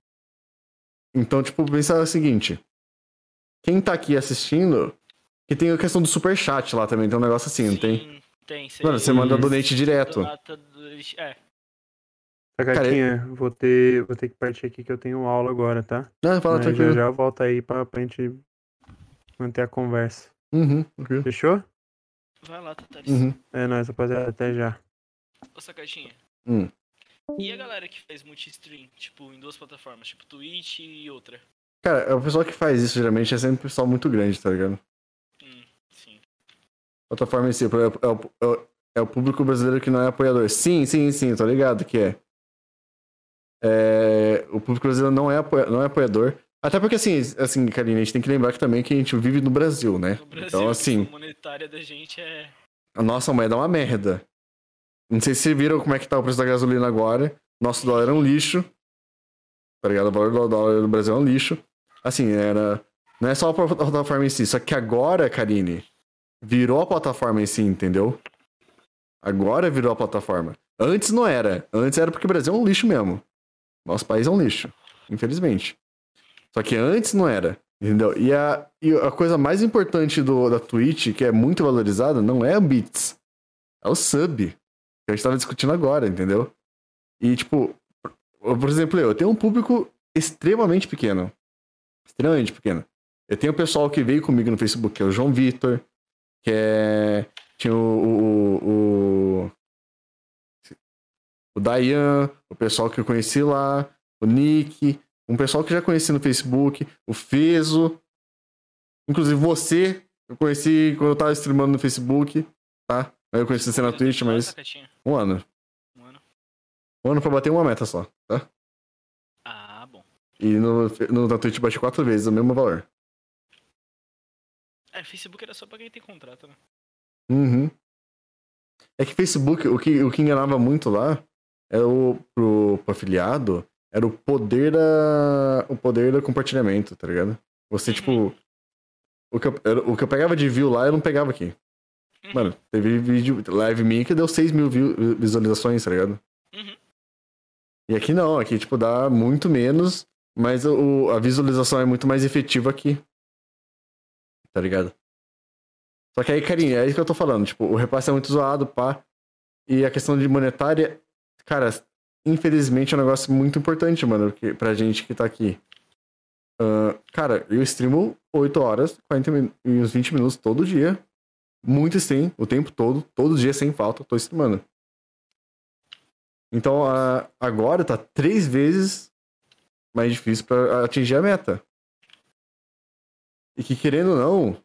Então, tipo, pensar o seguinte, quem tá aqui assistindo, que tem a questão do superchat lá também, tem um negócio assim, Sim, não tem? tem. Cê... Mano, você manda donate direto. É. Gatinha, eu vou ter, vou ter que partir aqui que eu tenho aula agora, tá? Não, fala Mas tranquilo. Já já eu volto aí pra, pra gente manter a conversa. Uhum, ok. Fechou? Vai lá, Tataris. Uhum. É nóis, rapaziada. Até já. Ô, Sacatinha. Hum. E a galera que faz multi-stream, tipo, em duas plataformas, tipo Twitch e outra? Cara, o pessoal que faz isso, geralmente, é sempre um pessoal muito grande, tá ligado? Hum, sim. Plataforma em si, é o, é, o, é o público brasileiro que não é apoiador. Sim, sim, sim, tô ligado que é. É, o público brasileiro não é, apoia, não é apoiador. Até porque, assim, assim, Karine, a gente tem que lembrar que também que a gente vive no Brasil, né? No Brasil, então, assim, a monetária da gente é... A nossa moeda é uma merda. Não sei se vocês viram como é que tá o preço da gasolina agora. Nosso dólar é um lixo. Tá ligado? O valor do dólar do Brasil é um lixo. Assim, era... Não é só a plataforma em si. Só que agora, Karine, virou a plataforma em si, entendeu? Agora virou a plataforma. Antes não era. Antes era porque o Brasil é um lixo mesmo. Nosso país é um lixo, infelizmente. Só que antes não era, entendeu? E a, e a coisa mais importante do, da Twitch, que é muito valorizada, não é o bits. É o sub. Que a gente tava discutindo agora, entendeu? E, tipo, por exemplo, eu tenho um público extremamente pequeno. Extremamente pequeno. Eu tenho o pessoal que veio comigo no Facebook, que é o João Vitor, que é... Tinha o... O, o, o Dayan, o pessoal que eu conheci lá, o Nick, um pessoal que eu já conheci no Facebook, o Fezo, inclusive você, eu conheci quando eu tava streamando no Facebook, tá? Eu conheci você na Twitch, mas... Um ano. Um ano. Um ano pra bater uma meta só, tá? Ah, bom. E no, no, na Twitch bate quatro vezes o mesmo valor. É, Facebook era só pra quem tem contrato, né? Uhum. É que Facebook, o que, o que enganava muito lá, era o, pro, pro afiliado, era o poder da. O poder do compartilhamento, tá ligado? Você, Uhum. tipo. O que, eu, era- o que eu pegava de view lá, eu não pegava aqui. Uhum. Mano, teve vídeo live minha que deu seis mil view- visualizações, tá ligado? Uhum. E aqui não, aqui, tipo, dá muito menos, mas o, a visualização é muito mais efetiva aqui. Tá ligado? Só que aí, carinha, é isso que eu tô falando. Tipo, o repasse é muito zoado, pá. E a questão de monetária, cara, infelizmente é um negócio muito importante, mano, que, pra gente que tá aqui. Ah, cara, eu streamo oito horas, quarenta min- e uns vinte minutos todo dia. Muito stream, o tempo todo, todo dia sem falta, tô streamando. Então, ah, agora tá três vezes mais difícil pra atingir a meta. E que querendo ou não,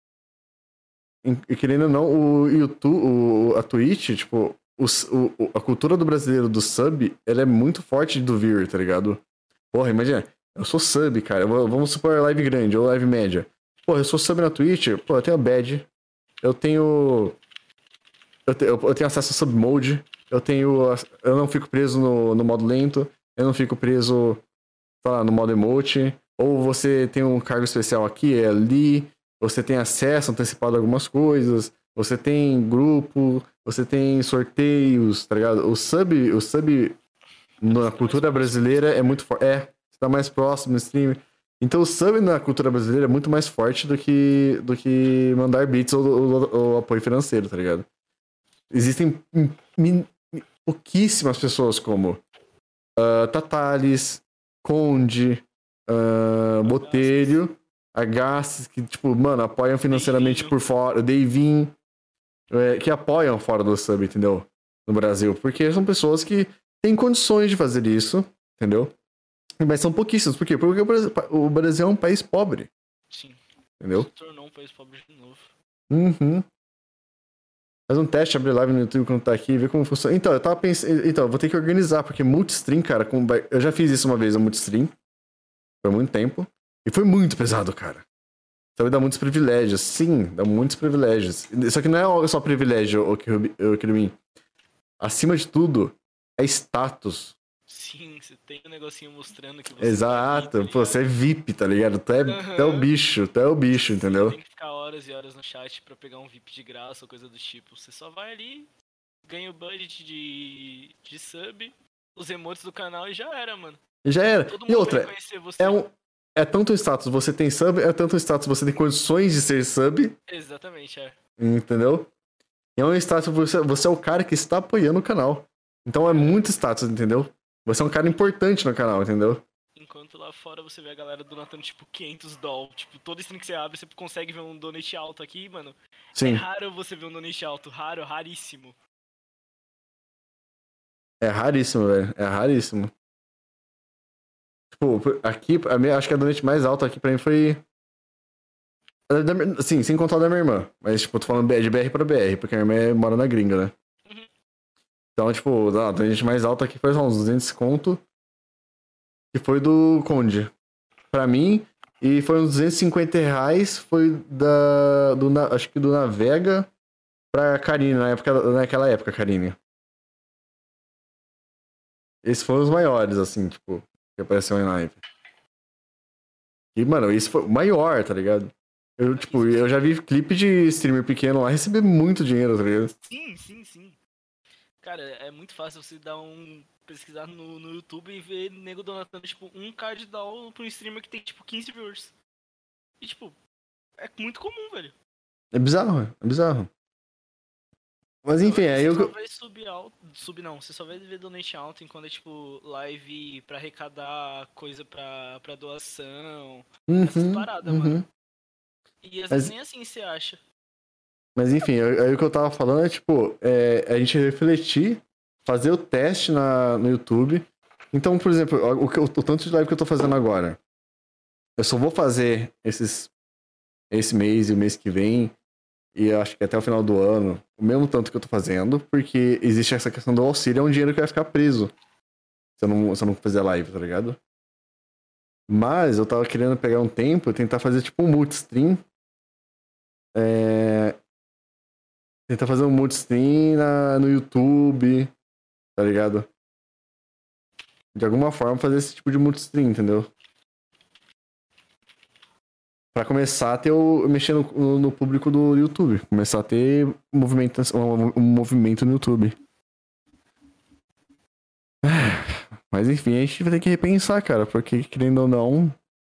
E querendo ou não, o YouTube, o, a Twitch, tipo, os- o, o- a cultura do brasileiro do sub, ela é muito forte do viewer, tá ligado? Porra, imagina, eu sou sub, cara, eu vou- vamos supor live grande ou live média. Porra, eu sou sub na Twitch, pô, eu tenho a badge, eu tenho. Eu, te- eu, eu tenho acesso a sub mode, eu tenho. a- Eu não fico preso no, no modo lento, eu não fico preso, sei lá, no modo emote. Ou você tem um cargo especial aqui, é ali. Você tem acesso antecipado a algumas coisas. Você tem grupo. Você tem sorteios, tá ligado? O sub, o sub na cultura brasileira é muito forte. É, você tá mais próximo do stream. Então o sub na cultura brasileira é muito mais forte do que, do que mandar bits ou, ou- ou apoio financeiro, tá ligado? Existem min- pouquíssimas pessoas como ah, Tatalis, Conde, ah, Botelho, Agassi, que, tipo, mano, apoiam financeiramente Deivinho. por fora, o Deivin, é, que apoiam fora do sub, entendeu? No Brasil. Porque são pessoas que têm condições de fazer isso, entendeu? Mas são pouquíssimas. Por quê? Porque o Brasil, o Brasil é um país pobre, Sim. entendeu? Se tornou um país pobre de novo. Uhum. Faz um teste, abre live no YouTube quando tá aqui, vê como funciona. Então, eu tava pensando. Então, eu vou ter que organizar, porque multistream, cara, com... eu já fiz isso uma vez, a multistream. Por muito tempo. E foi muito pesado, cara. Sabe, dá muitos privilégios. Sim, dá muitos privilégios. Só que não é só privilégio, o Kirby. Acima de tudo, é status. Sim, você tem um negocinho mostrando que você Exato. é V I P, tá Pô, você é ligado? V I P, tá ligado? Tu é, tu é o Aham. bicho, tu é o bicho, Você entendeu? tem que ficar horas e horas no chat pra pegar um V I P de graça ou coisa do tipo. Você só vai ali, ganha o budget de, de sub, os emotes do canal e já era, mano. E já era. Todo E mundo vai outra, reconhecer você. é um. É tanto status você tem sub, é tanto status você tem condições de ser sub, Exatamente, é. entendeu? E é um status, você, você é o cara que está apoiando o canal. Então é muito status, entendeu? Você é um cara importante no canal, entendeu? Enquanto lá fora você vê a galera donatando tipo quinhentos dólares. Tipo, toda stream que você abre, você consegue ver um donate alto aqui, mano. É Sim. raro você ver um donate alto. Raro, raríssimo. É raríssimo, velho. É raríssimo. Tipo, aqui, a minha, acho que a donate mais alta aqui pra mim foi. Sim, sem contar da minha irmã. Mas, tipo, tô falando de B R pra B R, porque a minha irmã mora na gringa, né? Uhum. Então, tipo, a donate mais alta aqui foi só uns duzentos conto. Que foi do Conde. Pra mim. E foi uns duzentos e cinquenta reais. Foi da. Do, acho que do Navega pra Karine, na época, naquela época, Karine. Esses foram os maiores, assim, tipo, que apareceu em live. E, mano, isso foi o maior, tá ligado? Eu, tipo, eu já vi clipe de streamer pequeno lá receber muito dinheiro, tá ligado? Sim, sim, sim. Cara, é muito fácil você dar um. Pesquisar no, no YouTube e ver nego donatando, tipo, um k de doll pra um streamer que tem, tipo, quinze viewers. E, tipo, é muito comum, velho. É bizarro, é bizarro. Mas enfim, aí Você só eu. vai subir alto. Sub não, você só vai ver donate alto quando é tipo live pra arrecadar coisa pra, pra doação. Essas Uhum, paradas, uhum. mano. E às vezes Mas, nem assim você acha. mas enfim, aí aí o que eu tava falando é, tipo, é, a gente refletir, fazer o teste na, no YouTube. Então, por exemplo, o, que eu- o tanto de live que eu tô fazendo agora, eu só vou fazer esses, esse mês e o mês que vem, e eu acho que até o final do ano, o mesmo tanto que eu tô fazendo, porque existe essa questão do auxílio, é um dinheiro que vai ficar preso se eu não, se eu não fizer live, tá ligado? Mas eu tava querendo pegar um tempo e tentar fazer tipo um multistream. É... Tentar fazer um multistream na, no YouTube, tá ligado? De alguma forma fazer esse tipo de multistream, entendeu? Pra começar a ter o. Mexer no, no público do YouTube. Começar a ter movimento, um, um movimento no YouTube. Mas enfim, a gente vai ter que repensar, cara, porque querendo ou não.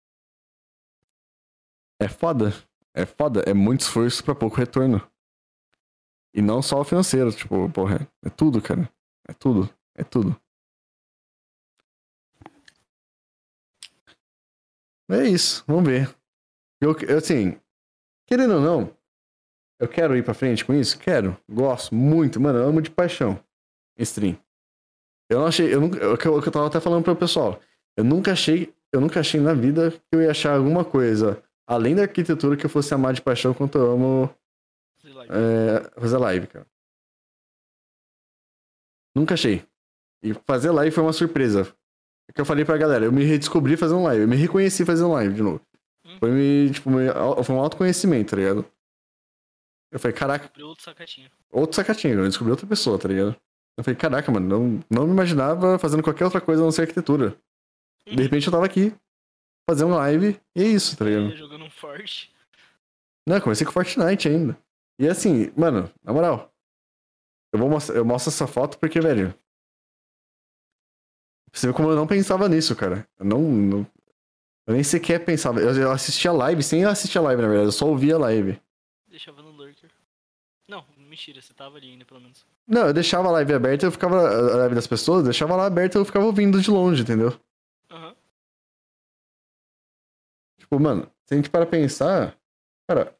É foda. É foda. É muito esforço pra pouco retorno. E não só o financeiro, tipo, porra, é tudo, cara. É tudo. É tudo. É isso, vamos ver. Eu, eu, assim, querendo ou não, eu quero ir pra frente com isso? Quero. Gosto muito. Mano, eu amo de paixão. Stream. Eu não achei. Eu nunca, eu, eu, eu tava até falando pro pessoal. Eu nunca achei. Eu nunca achei na vida que eu ia achar alguma coisa, além da arquitetura, que eu fosse amar de paixão quanto eu amo é, fazer live, cara. Nunca achei. E fazer live foi uma surpresa. É que eu falei pra galera, eu me redescobri fazendo live, eu me reconheci fazendo live de novo. Hum. Foi, me, tipo, me, foi um autoconhecimento, tá ligado? Eu falei, caraca. Descobriu outro sacatinho. Outro sacatinho, eu descobri outra pessoa, tá ligado? Eu falei, caraca, mano, não, não me imaginava fazendo qualquer outra coisa a não ser arquitetura. De repente eu tava aqui, fazendo live, e é isso, tá ligado? É, jogando um Forte. Não, eu comecei com Fortnite ainda. E assim, mano, na moral, eu vou mostrar, eu mostro essa foto porque, velho, você vê como eu não pensava nisso, cara. Eu não, não eu nem sequer pensava. Eu, eu assistia live sem assistir a live, na verdade, eu só ouvia a live. Deixava no lurker. Não, mentira, você tava ali ainda, pelo menos. Não, eu deixava a live aberta, eu ficava. A live das pessoas, eu deixava lá aberta e eu ficava ouvindo de longe, entendeu? Aham. Uhum. Tipo, mano, se a gente para pensar. Cara.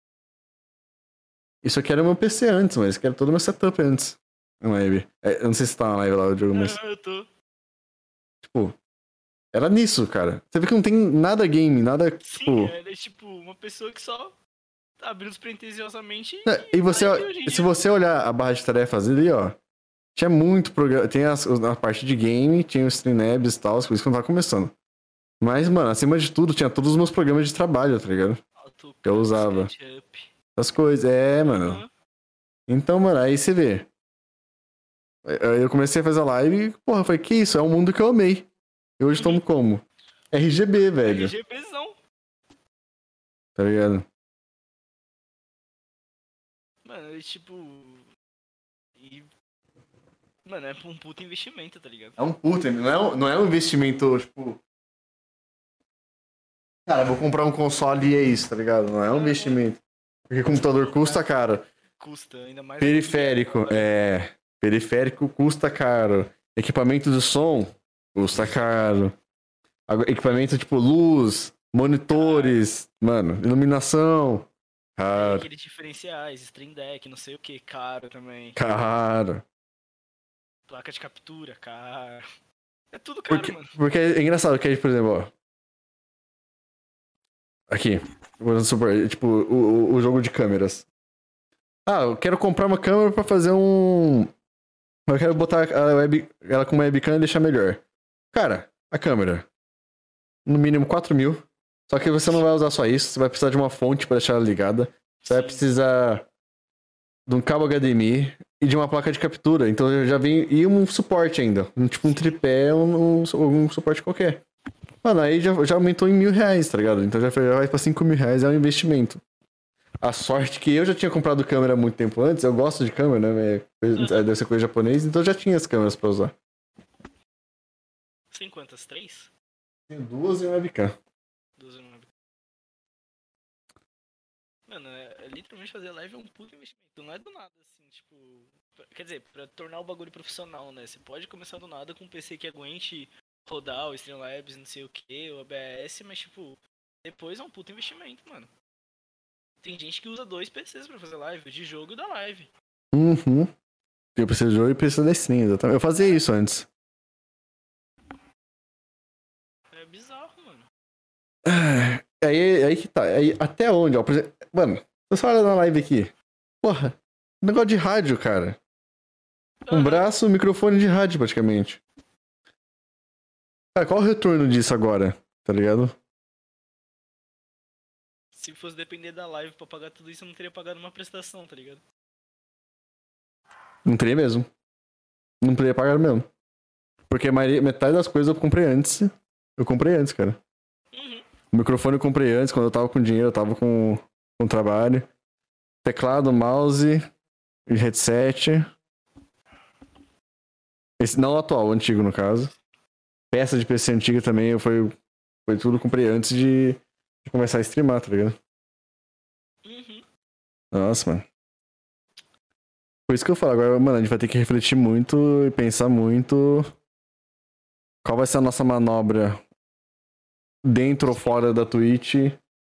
Isso aqui era o meu P C antes, mas isso aqui era todo o meu setup antes. Na live. É, eu não sei se tá na live lá o jogo, mas. Ah, eu tô. Tipo. Era nisso, cara. Você vê que não tem nada game, nada. Sim, Tipo. ela é tipo uma pessoa que só abriu despretensiosamente e. É, e você, tá aí hoje em se dia. você olhar a barra de tarefas ali, ó. Tinha muito programa. Tem as, a parte de game, tinha os streamlabs e tal, por isso que eu não tava começando. Mas, mano, acima de tudo, tinha todos os meus programas de trabalho, tá ligado? AutoCAD, Que eu usava. SketchUp. As coisas. É, mano. Uhum. Então, mano, aí você vê. Aí eu comecei a fazer a live e, porra, eu falei, que isso? É um mundo que eu amei. E hoje tomo como? R G B, velho. RGBzão. Tá ligado? Mano, é tipo. E. Mano, é um puta investimento, tá ligado? É um puta, não é um, não é um investimento, tipo. Cara, vou comprar um console e é isso, tá ligado? Não é um investimento. Porque computador custa caro. Custa, ainda mais. Periférico, é. Periférico custa caro. Equipamento de som custa caro. Agora, equipamento tipo luz, monitores, mano, iluminação. Tem Caro. aqueles diferenciais, Stream Deck, não sei o que, caro também. Caro. Placa de captura, caro. É tudo caro, Porque, mano. porque é engraçado que, por exemplo, ó. Aqui. Vamos supor, tipo, o, o, o jogo de câmeras. Ah, eu quero comprar uma câmera pra fazer um. Eu quero botar a web, ela com uma webcam e deixar melhor. Cara, a câmera. No mínimo quatro mil. Só que você não vai usar só isso. Você vai precisar de uma fonte pra deixar ela ligada. Você vai Sim. precisar de um cabo H D M I e de uma placa de captura. Então já vem. E um suporte ainda. Um, tipo um tripé ou um, um, um suporte qualquer. Mano, aí já, já aumentou em mil reais, tá ligado? Então já, foi, já vai pra cinco mil reais, é um investimento. A sorte que eu já tinha comprado câmera há muito tempo antes, eu gosto de câmera, né? Uhum. Deve ser coisa japonesa, então eu já tinha as câmeras pra usar. Tem quantas? Três? Tenho duas e uma webcam. Duas e uma webcam. Mano, é, é literalmente fazer live é um puto investimento. Não é do nada, assim, tipo. pra- Quer dizer, pra tornar o bagulho profissional, né? Você pode começar do nada com um P C que aguente rodar o Streamlabs, não sei o que, o O B S, mas, tipo, depois é um puto investimento, mano. Tem gente que usa dois P Cs pra fazer live, o de jogo e da live. Uhum. Eu preciso de jogo e preciso da stream, exatamente. Eu fazia isso antes. É bizarro, mano. Ah, Aí, aí que tá. Aí, até onde, ó? Por exemplo, mano, você olha na live aqui. Porra, negócio de rádio, cara. Um Aham. braço, um microfone de rádio, praticamente. Cara, qual o retorno disso agora? Tá ligado? Se fosse depender da live pra pagar tudo isso, eu não teria pagado uma prestação, tá ligado? Não teria mesmo. Não teria pagar mesmo. Porque a maioria, metade das coisas eu comprei antes. Eu comprei antes, cara. Uhum. O microfone eu comprei antes, quando eu tava com dinheiro, eu tava com, com trabalho. Teclado, mouse, e headset. Esse, não o atual, o antigo, no caso. Peça de P C antiga também, foi, foi tudo que eu comprei antes de, de começar a streamar, tá ligado? Uhum. Nossa, mano. Por isso que eu falo, agora, mano, a gente vai ter que refletir muito e pensar muito qual vai ser a nossa manobra dentro ou fora da Twitch.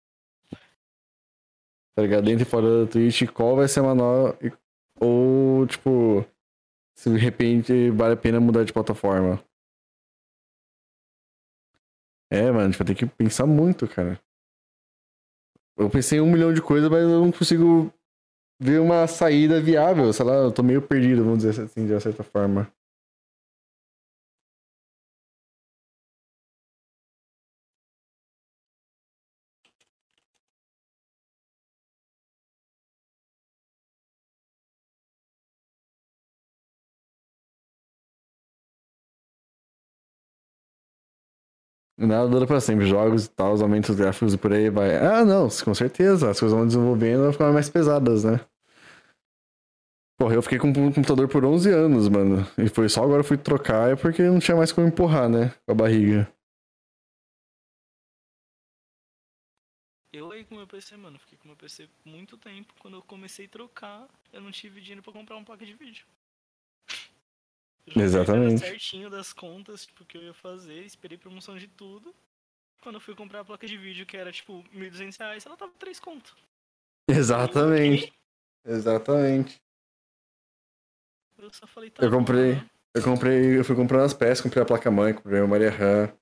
Tá ligado? Dentro e fora da Twitch, qual vai ser a manobra. Ou, tipo, se de repente vale a pena mudar de plataforma. É, mano, a gente vai ter que pensar muito, cara. Eu pensei em um milhão de coisas, mas eu não consigo ver uma saída viável. Sei lá, eu tô meio perdido, vamos dizer assim, de uma certa forma. Nada dura pra sempre. Jogos e tal, os aumentos gráficos e por aí vai. Ah, não, com certeza. As coisas vão desenvolvendo e vão ficando mais pesadas, né? Porra, eu fiquei com um computador por onze anos, mano. E foi só agora eu fui trocar, é porque não tinha mais como empurrar, né? Com a barriga. Eu aí com meu P C, mano, fiquei com meu P C muito tempo. Quando eu comecei a trocar, eu não tive dinheiro pra comprar uma placa de vídeo. Eu juntei a grana Exatamente. certinho das contas, tipo, que eu ia fazer, esperei promoção de tudo. Quando eu fui comprar a placa de vídeo, que era tipo mil e duzentos reais, ela tava três conto. Exatamente. Exatamente. Eu só falei, tá Eu bom, comprei. né? Eu comprei. Eu fui comprando as peças, comprei a placa-mãe, comprei a Maria RAM.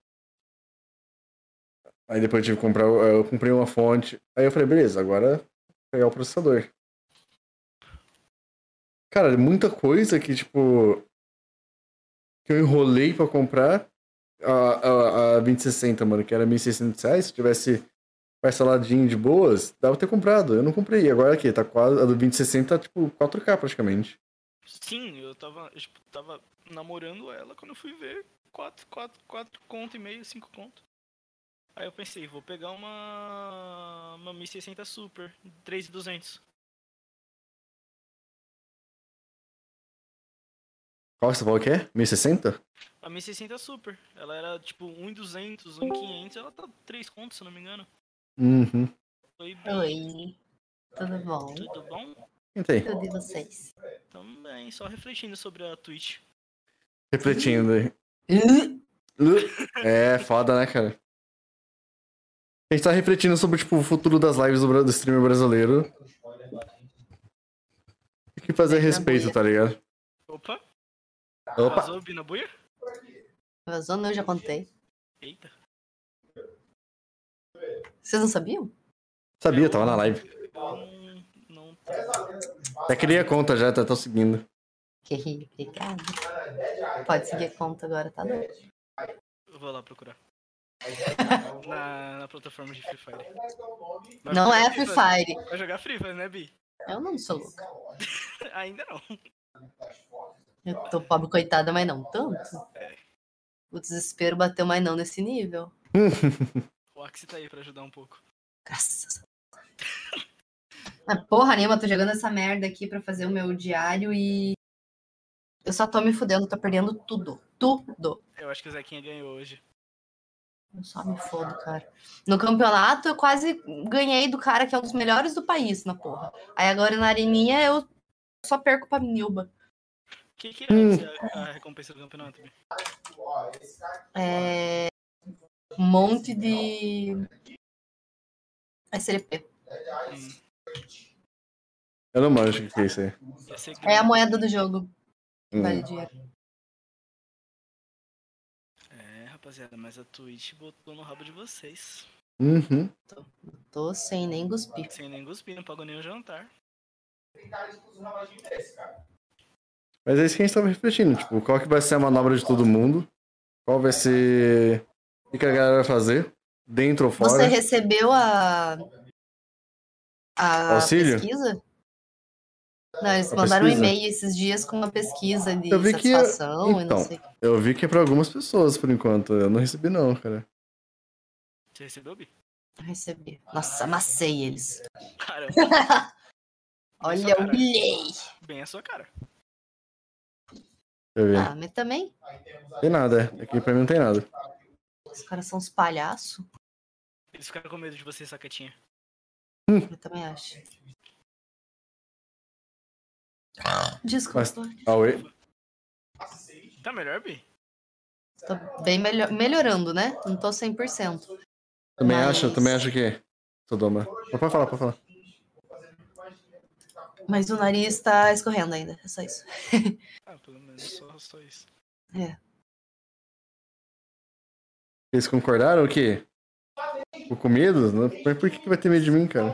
Aí depois eu tive que comprar. Eu comprei uma fonte. Aí eu falei, beleza, agora vou pegar o processador. Cara, muita coisa que, tipo. Que eu enrolei pra comprar. A, a, a vinte sessenta, mano, que era mil e seiscentos reais. Se tivesse parceladinho de boas, dava pra ter comprado. Eu não comprei. Agora aqui, tá quase. A do vinte sessenta tá tipo quatro K praticamente. Sim, eu tava, eu, tipo, tava namorando ela quando eu fui ver quatro, quatro, quatro conto e meio, cinco conto. Aí eu pensei, vou pegar uma uma mil e sessenta Super, três mil e duzentos. Qual que você falou que é? mil e sessenta? A mil e sessenta Super, ela era tipo um mil e duzentos, um mil e quinhentos, ela tá três contos, se eu não me engano. Uhum. Foi bem. Oi, tudo bom? Tudo bom? Tentei. Tudo e vocês? Também, só refletindo sobre a Twitch. Refletindo aí. É, foda, né, cara? A gente tá refletindo sobre, tipo, o futuro das lives do, bra- do streamer brasileiro. O que fazer a Beijo na respeito, buia. tá ligado? Opa, Opa! vazou o Binabuia? Vazou, não, eu já contei. Eita. Vocês não sabiam? Sabia, Eu- tava na live. Eu não. não Até criei a conta já, tá, tô seguindo. Que obrigada. Pode seguir a conta agora, tá doido? eu vou lá procurar. Na, na plataforma de Free Fire. Vai Não jogar é Free Fire. Vai jogar Free Fire, né, Bi? Eu não sou louca. Ainda não. Eu tô pobre coitada, mas não tanto. É. O desespero bateu, mas não nesse nível. O Axie tá aí pra ajudar um pouco. Graças a Deus. Mas porra nenhuma, tô jogando essa merda aqui pra fazer o meu diário e. Eu só tô me fudendo, tô perdendo tudo. Tudo. Eu acho que o Zequinha ganhou hoje. Eu só me fodo, cara. No campeonato, eu quase ganhei do cara que é um dos melhores do país, na porra. Aí agora na areninha, eu só perco pra Nilba. O que, que é hum. a, a recompensa do campeonato? Bi? É... Um monte de... S L P. Hum. Eu não manjo o que é isso aí. É a moeda do jogo. Hum. Vale dinheiro. É, rapaziada, mas a Twitch botou no rabo de vocês. Uhum. Tô, tô sem nem cuspir. Sem nem cuspir, não pagou nem o jantar. Mas é isso que a gente tava refletindo, tipo, qual que vai ser a manobra de todo mundo? Qual vai ser... O que a galera vai fazer? Dentro ou fora? Você recebeu a... A Auxílio? pesquisa? Não, eles A mandaram um pesquisa? e-mail esses dias com uma pesquisa de Eu vi que- satisfação e não então. sei. Eu vi que é pra algumas pessoas, por enquanto. Eu não recebi não, cara. Você recebeu, Bi? Recebi. Nossa, amassei eles. Caramba. Olha, eu humilhei. Bem a sua cara. Deixa eu ver. Ah, mas também, Tem nada, é. Aqui pra mim não tem nada. os caras são uns palhaços. Eles ficaram com medo de você, saquetinha. Eu também acho. Desculpa. Mas- Ah, oi? Tá melhor, Bi? Tô bem melhor, melhorando, né? Não tô cem por cento. Também Mas- acha? Também acha que... Sodoma. Mas pode falar, pode falar. Mas o nariz tá escorrendo ainda, é só isso. Ah, pelo menos só, só isso. É. Eles concordaram o quê? Ficou com medo? Mas por que que vai ter medo de mim, cara?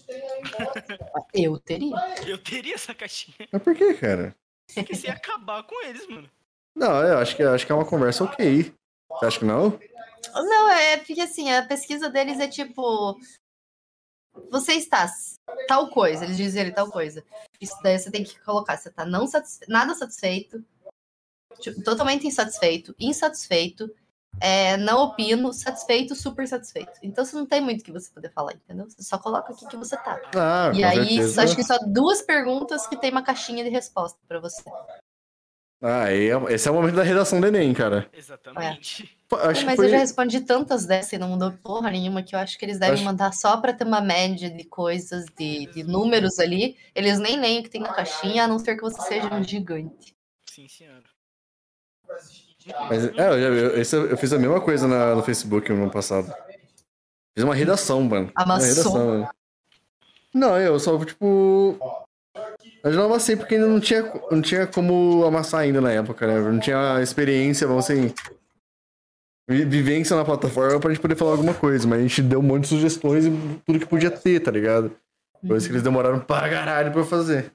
Eu teria. Eu teria essa caixinha. Mas por que, cara? Porque você ia acabar com eles, mano. Não, eu acho que, eu acho que é uma conversa ok. Você acha que não? Não, é porque assim, a pesquisa deles é tipo. Você está tal coisa, eles dizem tal coisa. Isso daí você tem que colocar, você tá não satisfe... nada satisfeito, tipo, totalmente insatisfeito, insatisfeito, é, não opino, satisfeito, super satisfeito. Então você não tem muito o que você poder falar, entendeu? Você só coloca aqui que você tá. Ah, E com aí, certeza. acho que só duas perguntas que tem uma caixinha de resposta pra você. Ah, e é- esse é o momento da redação do Enem, cara. Exatamente. Pô, Acho que Mas foi... eu já respondi tantas dessas e não mudou porra nenhuma que eu acho que eles devem Acho- mandar só pra ter uma média de coisas, de, de números ali. Eles nem leem o que tem na caixinha, a não ser que você seja um gigante. Sim, senhora. Mas, é, eu, já- eu, esse- eu fiz a mesma coisa na- no Facebook no ano passado. Fiz uma redação, mano. Uma Amassou. redação, mano. Não, eu só, tipo... Eu já não amassei porque ainda não tinha, não tinha como amassar ainda na época, né? Não tinha experiência, vamos assim... vi- Vivência na plataforma pra gente poder falar alguma coisa. Mas a gente deu um monte de sugestões e tudo que podia ter, tá ligado? Coisa que eles demoraram pra caralho pra eu fazer.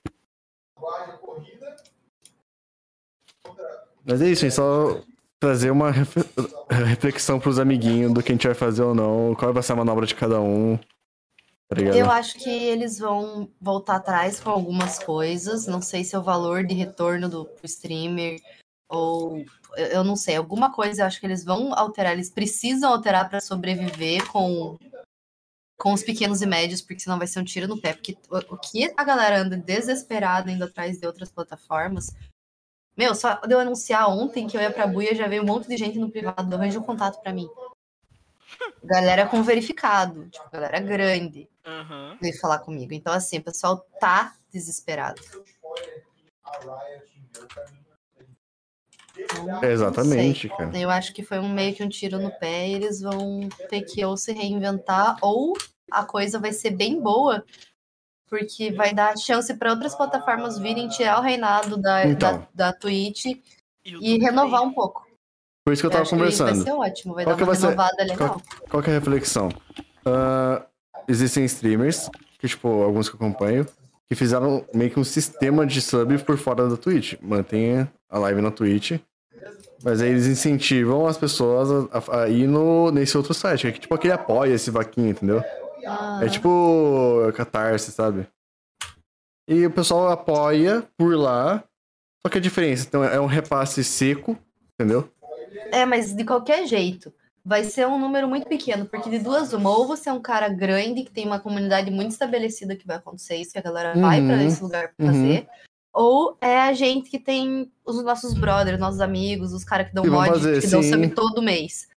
Mas é isso, hein? Só trazer uma ref- reflexão pros amiguinhos do que a gente vai fazer ou não, qual vai ser a manobra de cada um. Tá ligado? Eu acho que eles vão voltar atrás com algumas coisas. Não sei se é o valor de retorno do pro streamer ou eu eu não sei, alguma coisa eu acho que eles vão alterar, eles precisam alterar para sobreviver com com os pequenos e médios, porque senão vai ser um tiro no pé, porque o, o que a galera anda desesperada indo atrás de outras plataformas. Meu, só de eu anunciar ontem que eu ia pra Buia, já veio um monte de gente no privado, arranja um contato pra mim. Galera com verificado, tipo, galera grande, Aham. veio falar comigo. Então, assim, o pessoal tá desesperado. Então, É, exatamente, não cara. sei. Eu acho que foi um meio que um tiro no pé e eles vão ter que ou se reinventar ou a coisa vai ser bem boa, porque vai dar chance para outras plataformas virem tirar o reinado da, Então. da, da Twitch E, e renovar um pouco. Por isso que eu Eu tava acho que conversando. vai ser ótimo, vai Qual dar que uma vai ser- renovada legal. Qual que é a reflexão? Ah, existem streamers, que tipo, alguns que eu acompanho, que fizeram meio que um sistema de sub por fora da Twitch. Mantém a live na Twitch, mas aí eles incentivam as pessoas a, a- a ir no, nesse outro site. É que tipo aquele apoia esse vaquinha, entendeu? Ah, É tipo Catarse, sabe? E o pessoal apoia por lá. Só que a diferença, então, é um repasse seco, entendeu? É, mas de qualquer jeito, vai ser um número muito pequeno, porque de duas uma, ou você é um cara grande, que tem uma comunidade muito estabelecida que vai acontecer isso, que a galera vai Uhum, pra esse lugar pra uhum. fazer, ou é a gente que tem os nossos brothers, nossos amigos, os caras que dão Que vão mod, fazer, que dão sim. sub todo mês.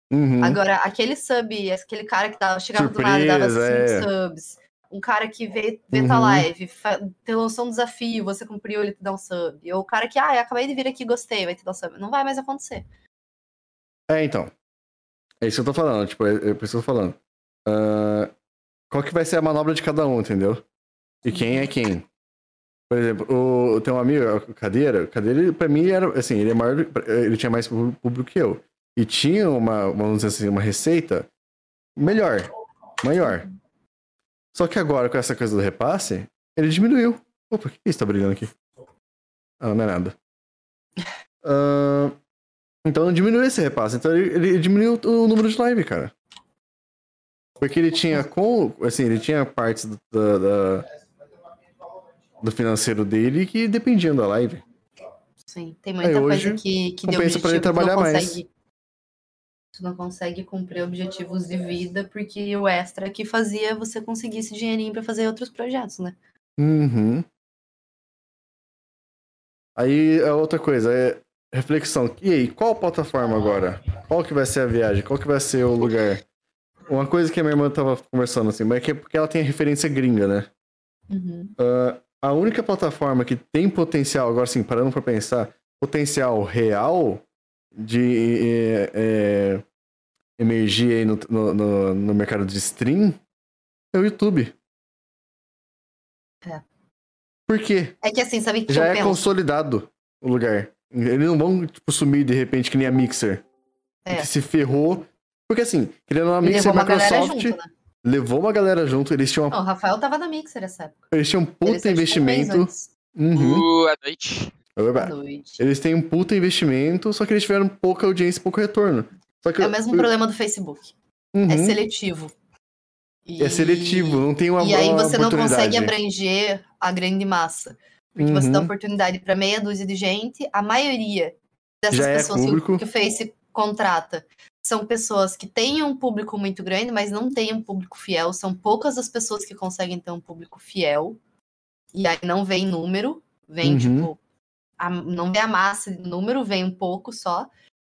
Uhum. Agora, aquele sub, aquele cara que dava, chegava do nada e dava Surpresa, cinco é. subs, um cara que vê, vê tua Uhum. live, fa- te lançou um desafio, você cumpriu, ele te dá um sub. Ou o cara que, ah, eu acabei de vir aqui, gostei, vai te dar um sub. Não vai mais acontecer. É, então. É isso que eu tô falando, tipo, é, é por isso que eu tô falando. Ah, qual que vai ser a manobra de cada um, entendeu? E quem é quem? Por exemplo, o, tem um amigo, o Cadeira, o Cadeira, ele, pra mim, era, assim, ele é maior, ele tinha mais público que eu. E tinha uma, vamos dizer assim, uma receita melhor, maior. Só que agora, com essa coisa do repasse, ele diminuiu. Opa, o que isso tá brilhando aqui? Ah, não é nada. Ah, então diminuiu esse repasse. Então ele, ele diminuiu o número de live, cara. Porque ele tinha com. Assim, ele tinha partes do, da, da- do financeiro dele que dependiam da live. Sim, tem Aí muita hoje, coisa que, que de compensa pra ele objetivo tu não trabalhar mais. consegue. Tu não consegue cumprir objetivos de vida, porque o extra que fazia você conseguir esse dinheirinho pra fazer outros projetos, né? Uhum. Aí a outra coisa é reflexão. E aí, qual plataforma agora? Qual que vai ser a viagem? Qual que vai ser o lugar? Uma coisa que a minha irmã tava conversando assim, mas é que é porque ela tem a referência gringa, né? Uhum. Uh, a única plataforma que tem potencial, agora assim, parando pra pensar, potencial real de é, é, emergir aí no, no, no, no mercado de stream é o YouTube. É. Por quê? É que assim, sabe o que Já eu é penso? consolidado o lugar. Eles não vão, tipo, sumir de repente que nem a Mixer. É. Que se ferrou. Porque assim, querendo a E Mixer, levou uma galera Microsoft junto, né? levou uma galera junto, eles tinham, Não, o Rafael tava na Mixer nessa época. eles tinham um Ele puta saiu, tipo, um mês investimento. antes, Uhum. Uh, à noite. Oba. à noite. Eles têm um puta investimento, só que eles tiveram pouca audiência e pouco retorno. Só que É o mesmo problema do Facebook. Uhum. É seletivo. E... É seletivo, não tem uma E aí uma você não consegue oportunidade. abranger a grande massa. Porque você dá Uhum. oportunidade para meia dúzia de gente. A maioria dessas Já é pessoas que o, público. que o Face contrata são pessoas que têm um público muito grande, mas não têm um público fiel. São poucas as pessoas que conseguem ter um público fiel. E aí não vem número, vem Uhum. tipo... A, não vem a massa de número, vem um pouco só.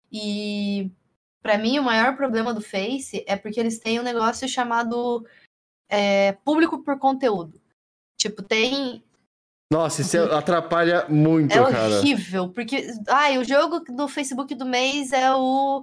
E para mim o maior problema do Face é porque eles têm um negócio chamado é, público por conteúdo. Tipo, tem... Nossa, isso atrapalha muito, É cara. horrível, porque... Ai, o jogo do Facebook do mês é o...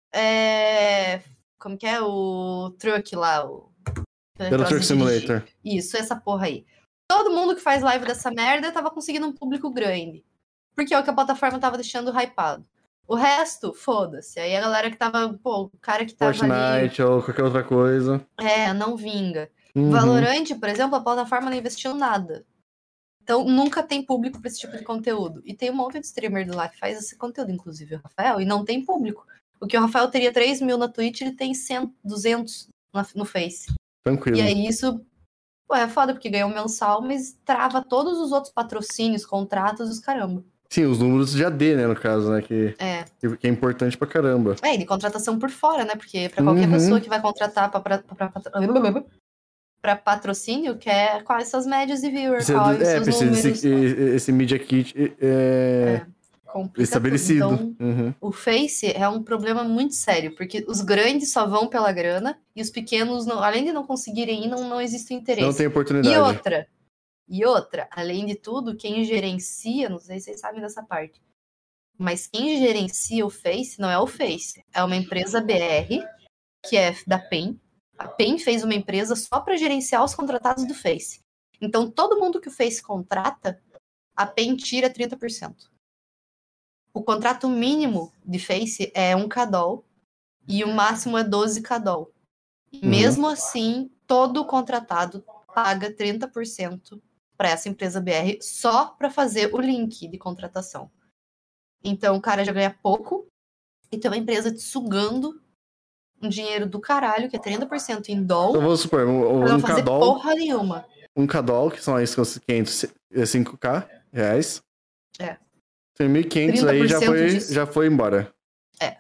É, como que é? O Truck lá, o... Pelo Truck Simulator. Isso, essa porra aí. Todo mundo que faz live dessa merda tava conseguindo um público grande. Porque é o que a plataforma tava deixando hypado. O resto, foda-se. Aí a galera que tava... Pô, o cara que tava Fortnite ali... ou qualquer outra coisa. É, não vinga. Uhum. Valorant, por exemplo, a plataforma não investiu nada. Então, nunca tem público para esse tipo de conteúdo. E tem um monte de streamer lá que faz esse conteúdo, inclusive o Rafael, e não tem público. Porque o Rafael teria três mil na Twitch, ele tem cem, duzentos no Face. Tranquilo. E aí isso, pô, é foda, porque ganhou um mensal, mas trava todos os outros patrocínios, contratos, os caramba. Sim, os números de A D, né, no caso, né, que é, que é importante pra caramba. É, e de contratação por fora, né, porque pra qualquer uhum. pessoa que vai contratar pra... pra, pra, pra para patrocínio, que é quais são as médias de viewer, precisa quais do, é, os precisa números. Esse, esse Media Kit é, é estabelecido. Então, uhum. o Face é um problema muito sério, porque os grandes só vão pela grana e os pequenos, não, além de não conseguirem ir, não, não existe interesse. Não tem oportunidade. E outra, e outra, além de tudo, quem gerencia, não sei se vocês sabem dessa parte, mas quem gerencia o Face não é o Face, é uma empresa B R, que é da PEN. A PEN fez uma empresa só para gerenciar os contratados do Face. Então, todo mundo que o Face contrata, a PEN tira trinta por cento. O contrato mínimo de Face é um K D O L e o máximo é doze K D O L. E Uhum. mesmo assim, todo contratado paga trinta por cento para essa empresa B R só para fazer o link de contratação. Então, o cara já ganha pouco e tem uma empresa te sugando um dinheiro do caralho, que é trinta por cento em dólar. Então, vamos supor, um, pra não um fazer K D O L, porra nenhuma. Um K D O L, que são esses quinhentos, cinco K reais. É. Tem mil e quinhentos aí já foi, já foi embora. É.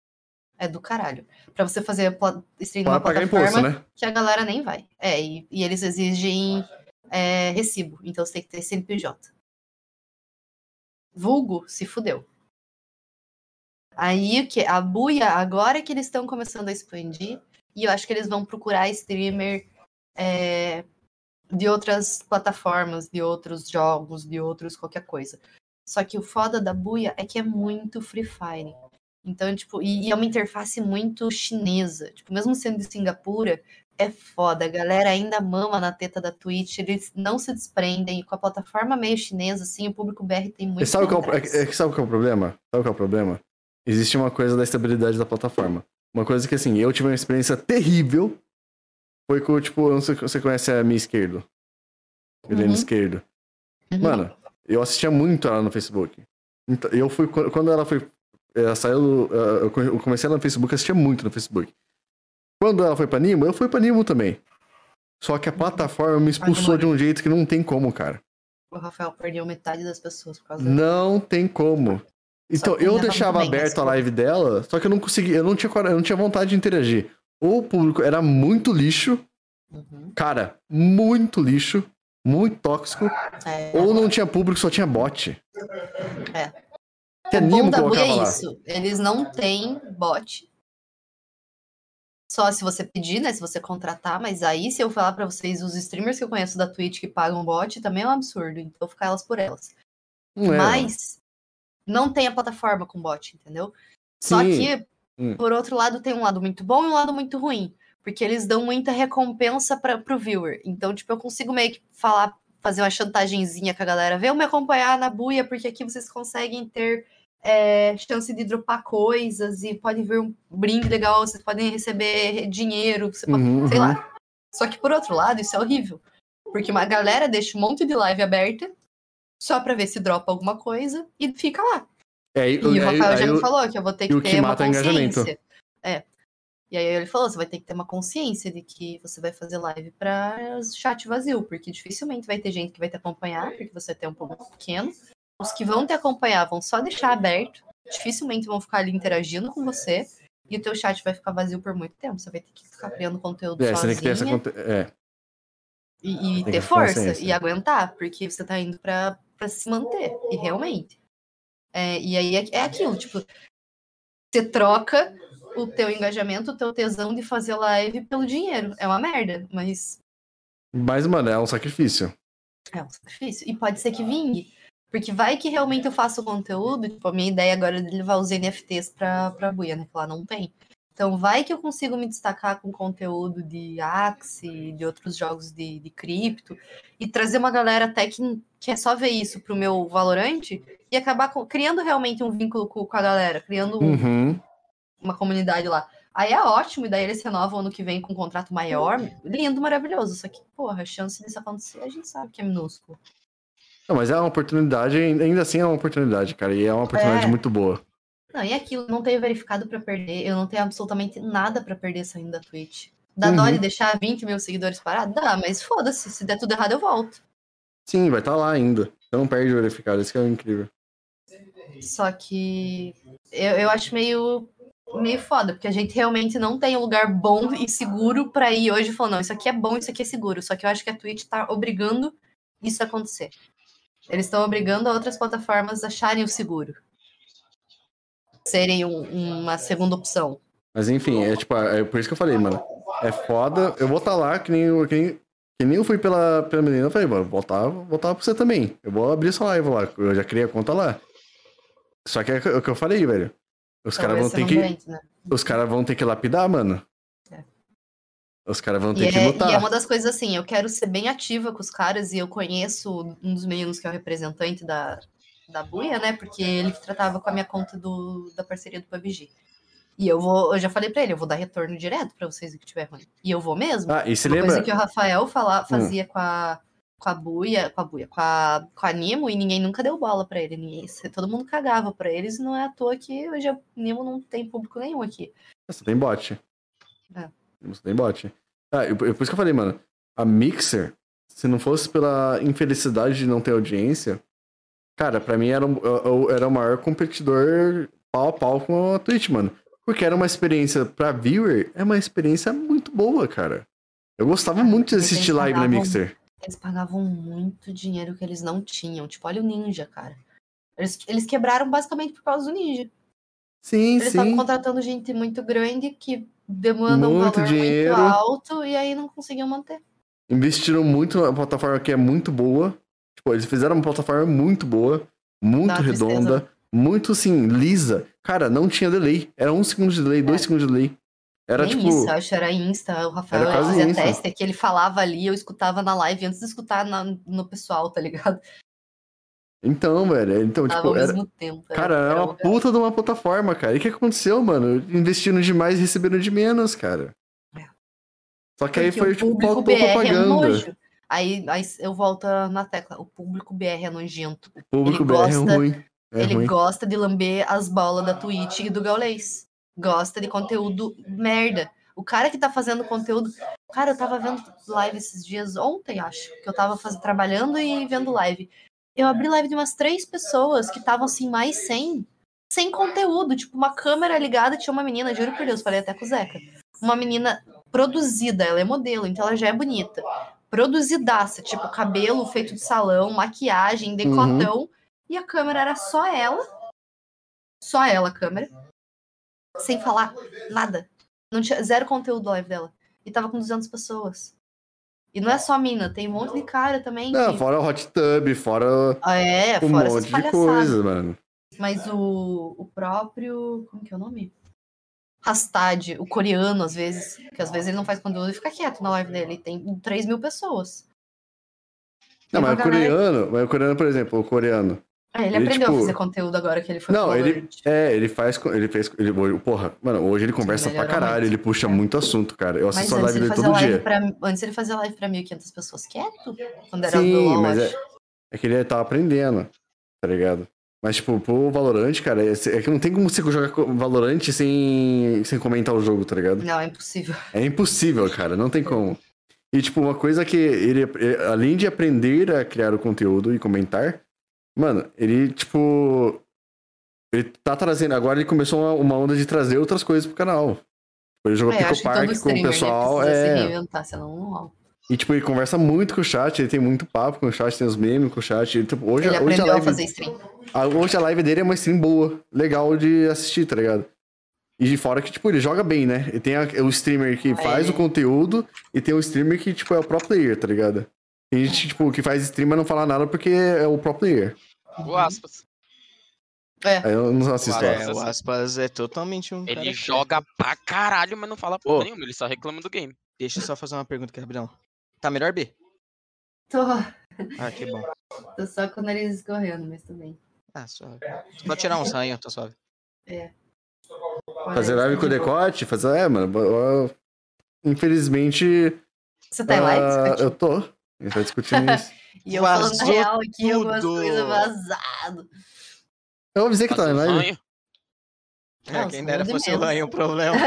É do caralho. Pra você fazer stream numa plataforma imposto, né? que a galera nem vai. É, e, e eles exigem é, recibo. Então você tem que ter C N P J. Vulgo se fudeu. Aí o que? A buia, agora que eles estão começando a expandir, e eu acho que eles vão procurar streamer é, de outras plataformas, de outros jogos, de outros qualquer coisa. Só que o foda da buia é que é muito Free Fire. Então, tipo, e, e é uma interface muito chinesa. Tipo, mesmo sendo de Singapura, é foda. A galera ainda mama na teta da Twitch, eles não se desprendem. E com a plataforma meio chinesa, assim, o público B R tem muito E sabe pé qual, é, atrás. é, sabe qual é o problema? Sabe qual é o problema? Existe uma coisa da estabilidade da plataforma. Uma coisa que, assim, eu tive uma experiência terrível. Foi com, tipo, eu não sei se você conhece a minha esquerdo. Milene Uhum. Esquerdo. Uhum. Mano, eu assistia muito ela no Facebook. Então, eu fui, quando ela foi, ela saiu, eu comecei ela no Facebook, eu assistia muito no Facebook. Quando ela foi pra Nimo, eu fui pra Nimo também. Só que a plataforma me expulsou de um jeito que não tem como, cara. O Rafael perdeu metade das pessoas por causa da... Não tem como. Então, Só que eu ainda deixava vamos bem, aberto mas, a pô. live dela, só que eu não conseguia, eu não tinha, cora- eu não tinha vontade de interagir. Ou o público era muito lixo, Uhum. cara, muito lixo, muito tóxico, É, ou não tinha público, só tinha bot. é. Que O bom Animo da Buia colocava é lá. isso. Eles não têm bot. Só se você pedir, né? Se você contratar. Mas aí, se eu falar pra vocês, os streamers que eu conheço da Twitch que pagam bot, também é um absurdo. Então, eu vou ficar elas por elas. Não é, Mas não tem a plataforma com bot, entendeu? Só Sim. que, Hum. por outro lado, tem um lado muito bom e um lado muito ruim. Porque eles dão muita recompensa para pro viewer. Então, tipo, eu consigo meio que falar, fazer uma chantagenzinha com a galera. Vem me acompanhar na buia, porque aqui vocês conseguem ter é, chance de dropar coisas e pode vir um brinde legal, vocês podem receber dinheiro, você pode, Uhum, sei uhum. lá. Só que, por outro lado, isso é horrível. Porque uma galera deixa um monte de live aberta só pra ver se dropa alguma coisa e fica lá. É, E o aí, Rafael aí, já me o- falou que eu vou ter e que o que ter uma mata é o engajamento. consciência. É. E aí ele falou, você vai ter que ter uma consciência de que você vai fazer live pra chat vazio, porque dificilmente vai ter gente que vai te acompanhar, porque você tem um público pequeno. Os que vão te acompanhar vão só deixar aberto, dificilmente vão ficar ali interagindo com você, e o teu chat vai ficar vazio por muito tempo. Você vai ter que ficar criando conteúdo É, você tem que ter essa. sozinha conte- É, e, e tem ter que ter força consciência. e aguentar, porque você tá indo pra, pra se manter, e realmente. É, e aí é, é aquilo, tipo, você troca o teu engajamento, o teu tesão de fazer live pelo dinheiro. É uma merda, mas Mas, mano, é um sacrifício. é um sacrifício. E pode ser que vingue. Porque vai que realmente eu faço conteúdo, tipo, a minha ideia agora é de levar os N F Ts pra, pra buia, né? Que lá não tem. Então vai que eu consigo me destacar com conteúdo de Axie, de outros jogos de, de cripto, e trazer uma galera até que quer só ver isso pro meu Valorant e acabar com- criando realmente um vínculo com, com a galera, criando um, Uhum. uma comunidade lá. Aí é ótimo, e daí eles renovam ano que vem com um contrato maior. Lindo, maravilhoso. Só que, porra, a chance disso acontecer, a gente sabe que é minúsculo. Não, mas é uma oportunidade, ainda assim é uma oportunidade, cara. E é uma oportunidade É. muito boa. Não, e aquilo, não tenho verificado pra perder. Eu não tenho absolutamente nada pra perder saindo da Twitch. Dá Uhum. dó de deixar vinte mil seguidores parados? Dá, mas foda-se. Se der tudo errado, eu volto. Sim, vai estar lá ainda. Você não perde o verificado, isso que é incrível. Só que eu, eu acho meio, meio foda, porque a gente realmente não tem um lugar bom e seguro pra ir hoje e falar, não, isso aqui é bom, isso aqui é seguro. Só que eu acho que a Twitch tá obrigando isso a acontecer. Eles estão obrigando a outras plataformas a acharem o seguro. Serem um- uma segunda opção. Mas enfim, é tipo, é por isso que eu falei, mano. É foda. Eu vou estar lá, que nem, eu- que nem, que nem eu fui pela, pela menina. Eu falei, mano, vou voltar, vou voltar pra você também. Eu vou abrir essa live lá. Eu já criei a conta lá. Só que é o que eu falei, velho. Os caras vão Talvez você ter não que. aguente, né? Os caras vão ter que lapidar, mano. É. Os caras vão E ter que é, lutar. e é uma das coisas assim, eu quero ser bem ativa com os caras e eu conheço um dos meninos que é o representante da, da Buia, né? Porque ele que tratava com a minha conta do, da parceria do P U B G. E eu vou, eu já falei pra ele, eu vou dar retorno direto pra vocês o que tiver ruim. E eu vou mesmo. Ah, e se Uma lembra? coisa que o Rafael fala, fazia hum. com a com a Buia, com a Buia, com a, com a Nimo, e ninguém nunca deu bola pra ele. Ninguém, todo mundo cagava pra eles, e não é à toa que hoje a Nimo não tem público nenhum aqui. Você tem bot. É. Você tem bot. Ah, eu, por isso que eu falei, mano, a Mixer, se não fosse pela infelicidade de não ter audiência, cara, pra mim era, um, era o maior competidor pau a pau com a Twitch, mano. Porque era uma experiência pra viewer, é uma experiência muito boa, cara. Eu gostava muito de assistir live na Mixer. Eles pagavam muito dinheiro que eles não tinham. Tipo, olha o Ninja, cara. Eles, eles quebraram basicamente por causa do Ninja. Sim, Eles estavam sim. contratando gente muito grande que demanda um Muito valor dinheiro. muito alto e aí não conseguiam manter. Investiram muito na plataforma que é muito boa. Tipo, eles fizeram uma plataforma muito boa, muito Dá uma redonda, tristeza. muito, assim, lisa. Cara, não tinha delay. Era um segundo de delay, dois É. segundos de delay. Era, Nem tipo... isso, eu acho que era Insta, o Rafael Era quase fazia Insta. teste, que ele falava ali, eu escutava na live antes de escutar na- no pessoal, tá ligado? Então, velho, então, Tava ao tipo, era... mesmo tempo. Era, Cara, era era uma lugar. puta de uma plataforma, cara. E o que aconteceu, mano? Investindo demais e recebendo de menos, cara. É. Só que aí Porque foi, o tipo, público faltou B R é propaganda. nojo. Aí, aí eu volto na tecla. O público B R é nojento. O público Ele B R é gosta, ruim. É ele ruim. gosta de lamber as bolas da Twitch e do Gaulês. Gosta de conteúdo merda. O cara que tá fazendo conteúdo. Cara, eu tava vendo live esses dias, ontem, acho, que eu tava faz... trabalhando e vendo live. Eu abri live de umas três pessoas que estavam assim, mais sem, sem conteúdo. Tipo, uma câmera ligada, tinha uma menina, juro por Deus, falei até com o Zeca. Uma menina produzida, ela é modelo, então ela já é bonita. Produzidaça, tipo, cabelo feito de salão, maquiagem, decotão. Uhum. E a câmera era só ela. Só ela, a câmera. Sem falar nada. Não tinha zero conteúdo da live dela. E tava com duzentas pessoas. E não é só a mina, tem um monte de cara também. Não, que... fora o Hot Tub, fora é, um fora monte de coisa, mano. Mas o, o próprio... Como que é o nome? Hastad, o coreano, às vezes, que às vezes ele não faz conteúdo e fica quieto na live dele. Tem três mil pessoas. Não, mas o galera... coreano, mas o coreano, por exemplo, o coreano. É, ele, ele aprendeu tipo... a fazer conteúdo agora que ele foi Não, ele é, ele faz, ele fez, ele, porra, mano, hoje ele conversa pra caralho, muito. Ele puxa é. muito assunto, cara. Eu assisto a live dele todo dia. Pra, antes ele fazia live pra mil e quinhentas pessoas quieto, quando era Sim, do LoL, mas é, é que ele tava aprendendo, tá ligado? Mas, tipo, pro Valorant, cara, é, é que não tem como você jogar Valorant sem, sem comentar o jogo, tá ligado? Não, é impossível. É impossível, cara, não tem como. E, tipo, uma coisa que ele, além de aprender a criar o conteúdo e comentar, mano, ele, tipo... Ele tá trazendo... Agora ele começou uma, uma onda de trazer outras coisas pro canal. Ele jogou é, Pico Park com o pessoal. Ele é... se reinventar, senão não... E, tipo, ele conversa muito com o chat, ele tem muito papo com o chat, tem os memes com o chat. Ele, tipo, hoje, ele hoje aprendeu a, live, a fazer stream. A, hoje a live dele é uma stream boa, legal de assistir, tá ligado? E de fora que, tipo, ele joga bem, né? Ele tem a, o streamer que faz é. o conteúdo e tem o streamer que, tipo, é o pro player, tá ligado? Tem gente, tipo, que faz stream mas não fala nada porque é o pro player. O Aspas. É. Aí eu não assisto. O Aspas, é, o Aspas é totalmente um Ele joga que... pra caralho, mas não fala porra oh, nenhuma, ele só reclama do game. Deixa eu só fazer uma pergunta aqui, Gabriel. Tá melhor, B? Tô. Ah, que bom. Tô só com o nariz escorrendo, mas também. Ah, suave. Só tirar um sanho, tô suave. É. Fazer live com o decote? Fazer... É, mano. Eu... Infelizmente... Você tá em live? Uh, eu tô. A gente tá discutindo isso. E eu Vazou falando real aqui, algumas coisas vazado. Eu avisei que tá em live. É, não, quem dera fosse o ranho o problema.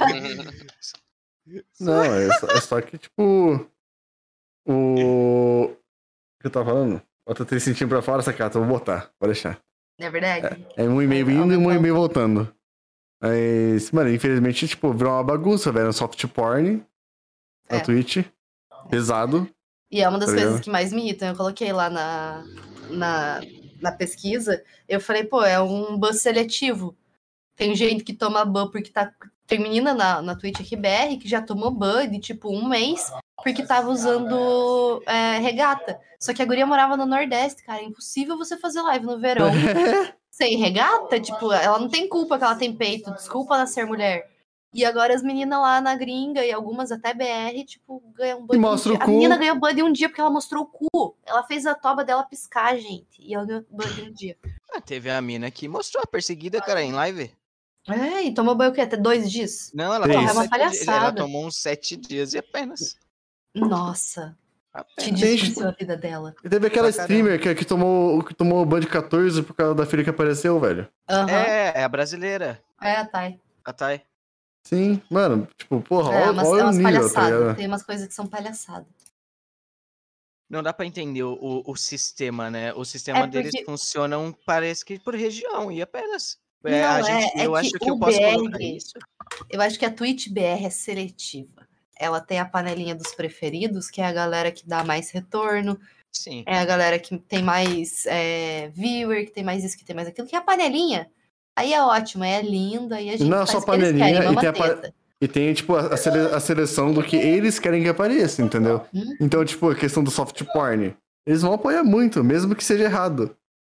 Não, é só, é só que, tipo... O... O que eu tava falando? Bota três centímetros pra fora, essa carta, eu vou botar. Pode deixar. É verdade? É, é um e-mail indo e um e-mail voltando. Mas, mano, infelizmente, tipo, virou uma bagunça, velho. Um soft porn na é. Twitch. Pesado. E é uma das tá coisas que mais me irritam. Eu coloquei lá na, na, na pesquisa. Eu falei, pô, é um ban seletivo. Tem gente que toma ban porque tá... Tem menina na, na Twitch aqui, B R, que já tomou ban de, tipo, um mês porque tava usando é, regata. Só que a guria morava no Nordeste, cara. É impossível você fazer live no verão sem regata. Tipo, ela não tem culpa que ela tem peito. Desculpa ela ser mulher. E agora as meninas lá na gringa e algumas até B R, tipo, ganham ban de um dia. A menina ganhou ban de um dia porque ela mostrou o cu. Ela fez a toba dela piscar, gente. E ela ganhou ban de um dia. Ah, teve a mina que mostrou a perseguida, cara, em live. É, e tomou banho o quê? Até dois dias? Não, ela, Porra, tomou, é uma sete palhaçada. Dias, ela tomou uns sete dias e apenas. Nossa. Apenas. Que destruiu a vida dela. E teve aquela streamer que, que tomou que tomou ban de catorze por causa da filha que apareceu, velho. Uhum. É, é a brasileira. É a Thay. A Thay. Sim, mano, tipo, porra, é, olha, umas, olha é umas o nível, tá ligado? Tem umas coisas que são palhaçadas. Não dá pra entender o, o, o sistema, né? O sistema é porque... deles funcionam, parece que por região, e apenas. Não, é, a é, gente, é eu que acho que o eu posso B R, colocar isso. Eu acho que a Twitch B R é seletiva. Ela tem a panelinha dos preferidos, que é a galera que dá mais retorno. Sim. É a galera que tem mais é, viewer, que tem mais isso, que tem mais aquilo. Que é a panelinha. Aí é ótimo, aí é lindo, aí a gente Não é faz só o que eles panelinha, querem, e mama tem a pa- teta. E tem, tipo, a, a sele- a seleção do que eles querem que apareça, entendeu? Hum? Então, tipo, a questão do soft porn. Eles vão apoiar muito, mesmo que seja errado.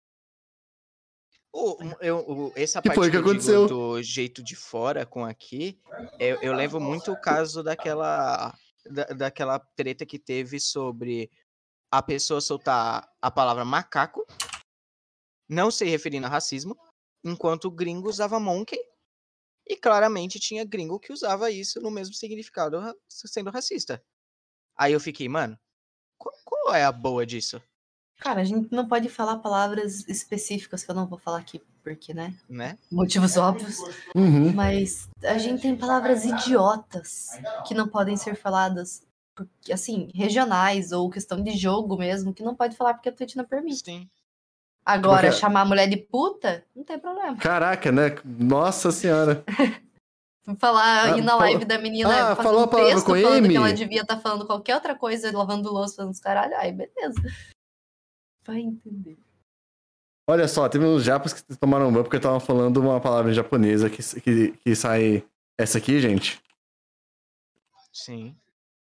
O, eu, o- essa Que parte foi que que eu digo aconteceu. do jeito de fora com aqui, eu, eu levo muito o caso daquela, da, daquela treta que teve sobre a pessoa soltar a palavra macaco, não se referindo a racismo, enquanto o gringo usava monkey, e claramente tinha gringo que usava isso no mesmo significado, ra- sendo racista. Aí eu fiquei, mano, qual, qual é a boa disso, Cara, a gente não pode falar palavras específicas que eu não vou falar aqui, porque, né? né? Motivos óbvios. Uhum. Mas a gente tem palavras idiotas que não podem ser faladas, porque, assim, regionais ou questão de jogo mesmo, que não pode falar porque a Twitch não permite. Sim. Agora, Porque- chamar a mulher de puta, não tem problema. Caraca, né? Nossa senhora. Falar, Ah, ir na falou- live da menina, Ah, fazer falou um a palavra texto com falando M? que ela devia estar falando qualquer outra coisa, lavando louça, fazendo os caralho, aí beleza. Vai entender. Olha só, teve uns japas que tomaram ban porque estavam falando uma palavra em japonesa que, que, que sai essa aqui, gente. Sim.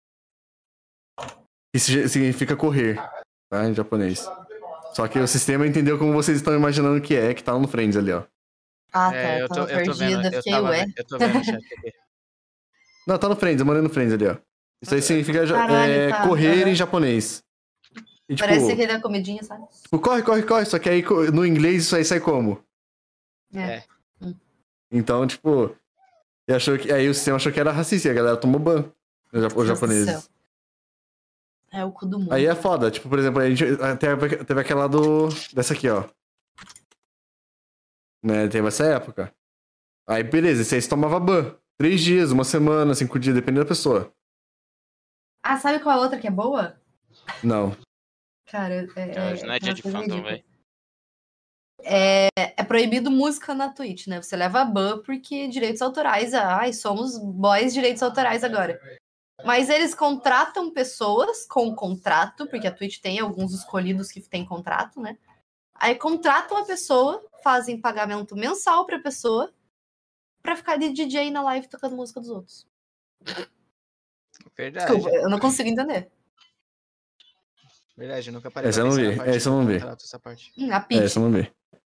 Que si- significa correr, tá? Em japonês. Só que o sistema entendeu como vocês estão imaginando que é, que tá no Friends ali, ó. Ah, tá, É, eu eu tava tô, eu tô vendo, perdida, eu, fiquei, tava, ué. ve- eu tô vendo o chat aqui. Não, tá no Friends, eu mandei no Friends ali, ó. Isso aí significa ja- Caralho, é, tá, correr aham. em japonês. E, tipo, Parece aquele da comidinha, sabe? tipo, corre, corre, corre. Só que aí co- no inglês isso aí sai como? É. Então, tipo, e achou que, aí o sistema achou que era racista e a galera tomou ban. Os ja- os Deus do japoneses. céu. É o cu do mundo. Aí é foda, tipo, por exemplo, a gente teve, teve aquela do. Dessa aqui, ó. Né, teve essa época. Aí, beleza, esse aí você tomava ban. Três dias, uma semana, cinco dias, dependendo da pessoa. Ah, sabe qual a outra que é boa? Não. Cara, é, Cara, isso não é dia uma de coisa fandom, ridícula. velho. É, é proibido música na Twitch, né? Você leva ban porque direitos autorais, ai, somos boys direitos autorais agora. Mas eles contratam pessoas com contrato, porque a Twitch tem alguns escolhidos que tem contrato, né? Aí contratam a pessoa, fazem pagamento mensal pra pessoa, pra ficar de D J na live tocando música dos outros. Verdade. Desculpa, eu não consigo entender. Verdade, eu nunca parei Essa pra eu não pensar vi, na parte essa eu do não vi. contrato, essa parte. Hum, A É, Peach. essa eu não vi.